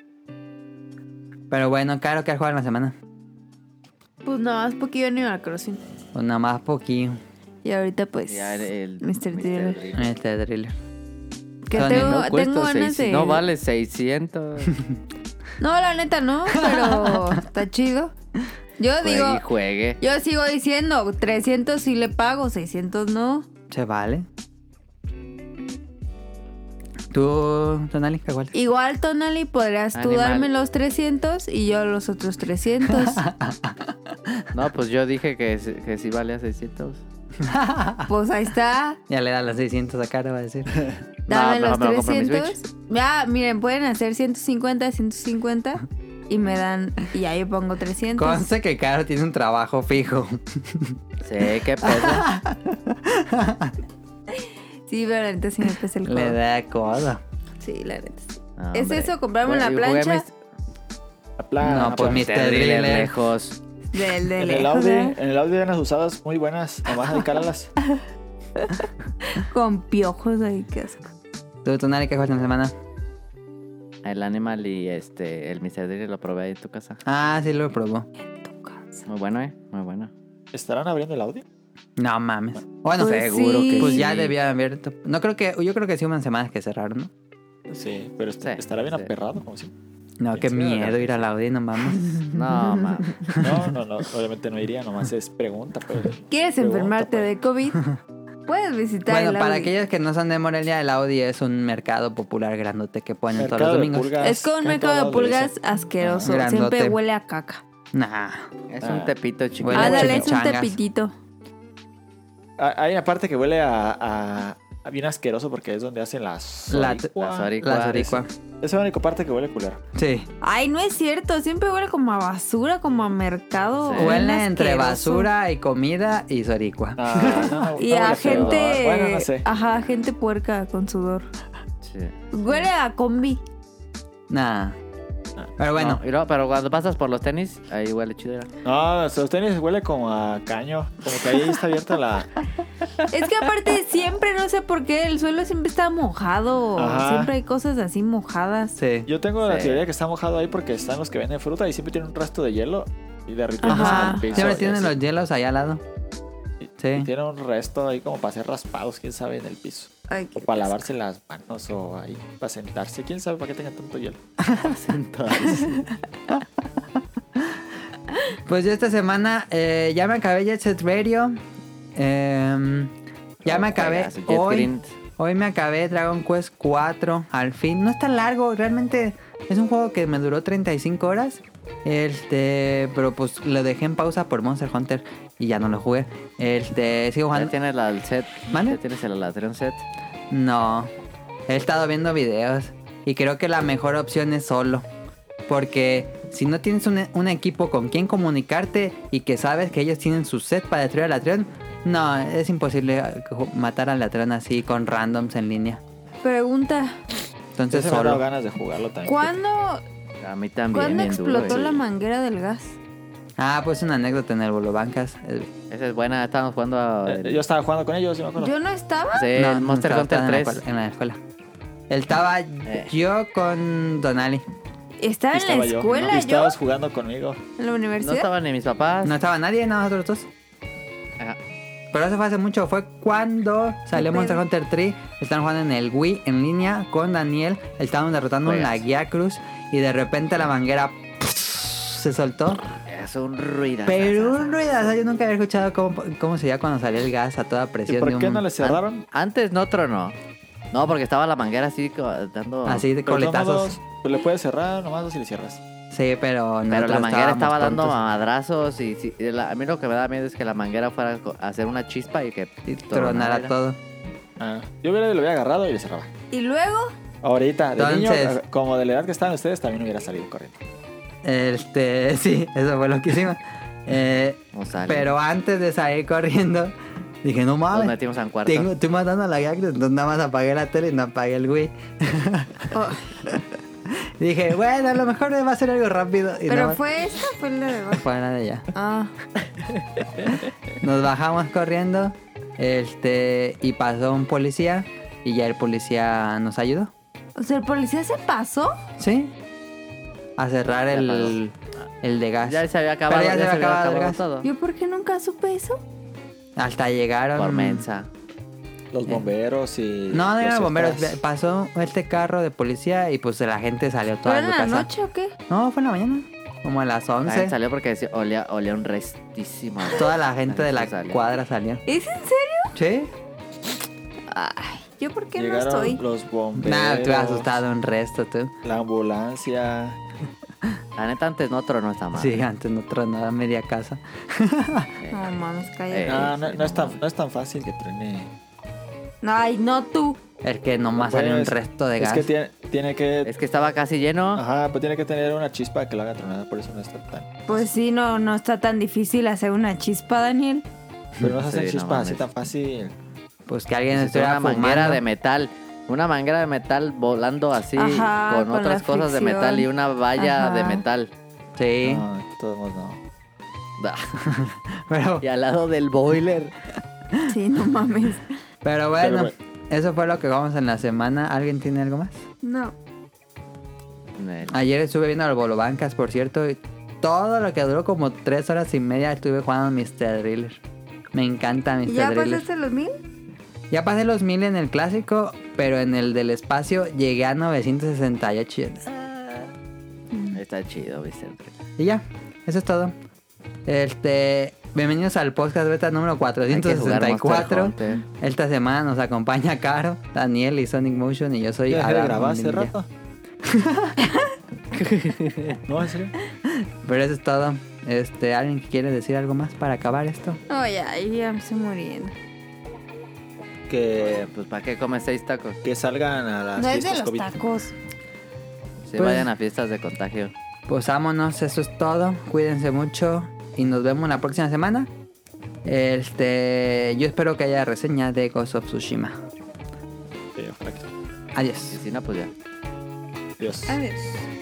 Pero bueno, claro que has jugado en la semana. Pues nada más poquillo Animal Crossing. Pues nada más poquillo. Y ahorita pues... Ya el, el mister Driller. Este thriller. Que Sony, tengo, no Cuesta tengo ganas seis- de... No vale seiscientos. No, la neta no, pero está chido. Yo digo... Juegue y juegue. Yo sigo diciendo, trescientos sí le pago, seiscientos no. Se vale. ¿Tú, Tonali, qué cuál? Igual, Tonali, podrías tú Animal. darme los trescientos y yo los otros trescientos. No, pues yo dije que, sí- que sí valía seiscientos. Pues ahí está. Ya le da los seiscientos a cara, va a decir. Dame No, los mejor me lo compro en mi trescientos. Ya, miren, pueden hacer ciento cincuenta, ciento cincuenta y me dan... Y ahí yo pongo trescientos. Conste que Caro tiene un trabajo fijo. Sí, qué pedo. Sí, pero la neta sí me pesa el Le juego. da coda. Sí, la neta sí. No, ¿Es hombre. eso, comprarme Bueno, una y jugué plancha? mis- La plan, No, pues plan. mister Mister Driller Driller. lejos. Del de En el lejos, Audi, ¿eh? en el Audi hay unas usadas muy buenas. Nomás hay que calarlas. Con piojos ahí, qué asco. ¿Tú, Tonali, qué jugaste en la semana? El Animal y este el mister Driller lo probé ahí en tu casa. Ah, sí lo probó. Muy bueno, eh. Muy bueno. ¿Estarán abriendo el Audi? No mames. Bueno, Pues Seguro sí. que pues sí. ya debía haber. No creo que. Yo creo que sí, unas semanas que cerraron, ¿no? Sí, pero est- Sí, estará bien sí. aperrado, como si. No, qué Sí, miedo ¿verdad? ir al Audi, no mames. No, mames. No, no, no. Obviamente no iría, nomás es pregunta, pues. ¿Quieres Pregunta, enfermarte pues. de COVID? Puedes visitar Bueno, el para Audi. aquellos que no son de Morelia, el Audi es un mercado popular grandote que ponen todos los Mercado de domingos. pulgas. Es con un ¿Qué mercado de han hablado pulgas eso? asqueroso. Ah, grandote. Siempre huele a caca. Nah. Es Ah. un tepito chiquito. Huele a Ándale, es un chimichangas. tepitito. Ah, Hay una parte que huele a, a, a bien asqueroso porque es donde hacen las La- zoricua. la zoricua. La Zoricua. Esa es la única parte que huele culero. Sí. Ay, no es cierto. Siempre huele como a basura, como a mercado. Sí. bien Huele entre asqueroso. basura y comida y Zoricua. Ah, no, no, Y no a huele feo. gente. Bueno, no sé. Ajá, gente puerca con sudor. Sí. Huele a combi. Nah. Pero bueno, No, y no, pero cuando pasas por los tenis, ahí huele chido. ¿verdad? No, los tenis huele como a caño. Como que ahí está abierta la... Es que aparte siempre, no sé por qué, el suelo siempre está mojado. Ajá. Siempre hay cosas así mojadas. sí. Yo tengo la Sí. teoría que está mojado ahí porque están los que venden fruta y siempre tienen un resto de hielo y derritiéndose Ajá. en el piso. Siempre y tienen así. los hielos allá al lado. Y- Sí. y tiene un resto ahí como para ser raspados, quién sabe, en el piso. Ay, O qué para lavarse las manos o ahí para sentarse. ¿Quién sabe para qué tengan tanto hielo? Pues yo esta semana eh, ya me acabé Jet Set Radio. Em, ya me acabé. Juegazo, Jet Hoy, Green. hoy me acabé Dragon Quest cuatro. Al fin. No es tan largo. Realmente es un juego que me duró treinta y cinco horas. Este, pero pues lo dejé en pausa por Monster Hunter y ya no lo jugué. Este, sigo ¿Ya jugando. tienes la, el set? ¿Mande? ¿Ya tienes el Ladrón set? No, he estado viendo videos y creo que la mejor opción es solo. Porque si no tienes un, un equipo con quien comunicarte y que sabes que ellos tienen su set para destruir al Latreon, no, es imposible matar al Latreon así con randoms en línea. Pregunta, Entonces Entonces me ha dado solo. ganas de jugarlo también. ¿cuándo, A mí también. ¿cuándo bien duro, explotó eh. la manguera del gas? Ah, pues una anécdota en el Bolobancas. Eh, Esa es buena, estábamos jugando a- Eh, yo estaba jugando con ellos, yo me acuerdo. Yo no estaba. sí, no, el Monster estaba- Hunter estaba en la tres. escuela- En la escuela. Él estaba Eh. yo con Donali. Estaba Y en la estaba yo. escuela, Y yo, estabas jugando conmigo. en la No universidad. estaban ni mis papás. No estaba nadie, nada más nosotros dos. Ajá. Pero eso fue hace mucho, fue cuando salió pedo? Monster Hunter tres. Estaban jugando en el Wii en línea con Daniel. Estaban derrotando un Juegas. Laguia Cruz. Y de repente la manguera se soltó. Es un ruido. Pero un ruidazo. Yo nunca había escuchado cómo, cómo se veía cuando salía el gas a toda ¿Y presión. por de qué un- no le cerraron? Antes no tronó. No, porque estaba la manguera así co- dando. Así de Pero de todos coletazos. modos, pues le puedes cerrar nomás si le cierras. Sí, pero Pero nosotros la manguera estábamos estaba dando tontos. madrazos y, sí, y la- a mí lo que me da miedo es que la manguera fuera a co- a hacer una chispa y que Y tronara todo. Ah, yo hubiera, lo hubiera agarrado y le cerraba. Y luego, Ahorita, de Entonces- niño, como de la edad que estaban ustedes, también hubiera salido corriendo. Este, sí, eso fue lo que hicimos. Eh, No sale. pero antes de salir corriendo, dije, no Nos mames. metimos a un cuarto. Tengo, estoy matando a la Gactus, entonces nada más apagué la tele y no apagué el Wii. oh, Dije, bueno, a lo mejor va a ser algo rápido. Y nada pero más- fue esta, fue la de abajo. Fuera de allá. Ah, Nos bajamos corriendo. Este. Y pasó un policía. Y ya el policía nos ayudó. o sea, el policía se pasó. ¿Sí? A cerrar Ya el, el de gas. Ya se había acabado, Pero ya, ya se había acabado el gas. todo. ¿Yo por qué nunca supe eso? Hasta llegaron. Por mensa. Los bomberos y. No, no los eran bomberos. extras. Pasó este carro de policía y pues la gente salió ¿Pero toda en de la casa. noche o qué? No, fue en la mañana. Como a las La gente once. salió porque decía, olía, olía un restísimo. Toda la gente de la gente salió. cuadra salió. ¿Es en serio? ¿Sí? Ay, ¿yo por qué Llegaron no estoy? los bomberos. Nah, tú has asustado un resto, tú. La ambulancia. La neta antes no tronó esta madre. Sí, antes no tronaba media casa. No mames, cállate. Eh. No, no, sí, no es no tan, mames. no es tan fácil que truene. Ay, no tú. Es que nomás Bueno, salió un es- resto de Es gas. que tiene, tiene que. Es que estaba casi lleno. Ajá, pues tiene que tener una chispa que lo haga tronar, por eso no está tan. Pues sí, no, no está tan difícil hacer una chispa, Daniel. Pero no se hacen Sí, no chispas así mames. tan fácil. Pues que alguien Es estuviera una fumando. manguera de metal. Una manguera de metal volando así Ajá, con, con otras la cosas de fricción. metal y una valla Ajá. de metal. Sí, No, de todos modos no. pero, Y al lado del boiler. Sí, no mames. pero bueno, Pero bueno. eso fue lo que vamos en la semana. ¿Alguien tiene algo más? No. Ayer estuve viendo al Bolobancas, por cierto, y todo lo que duró como tres horas y media estuve jugando mister Driller. Me encanta ¿Y mister ya Driller. pasaste los mil? Ya pasé los mil en el clásico, pero en el del espacio llegué a novecientos sesenta y ocho. Está chido, Vicente. Y ya, eso es todo. Este, bienvenidos al podcast beta número cuatrocientos sesenta y cuatro. Esta semana nos acompaña Caro, Daniel y Sonic Motion y yo soy ¿Ya dejé de Adam grabar hace Bonilla. rato? No, en serio. Pero eso es todo. Este, ¿alguien que quiere decir algo más para acabar esto? No, ya, ya me estoy muriendo. Que, Pues ¿para qué comes seis tacos? que salgan a las No es de fiestas los COVID. tacos. Se Pues- vayan a fiestas de contagio. Pues vámonos, eso es todo. Cuídense mucho y nos vemos la próxima semana. Este, yo espero que haya reseña de Ghost of Tsushima. Sí, ojalá que sí. Adiós. Y si no, pues ya. Dios. Adiós.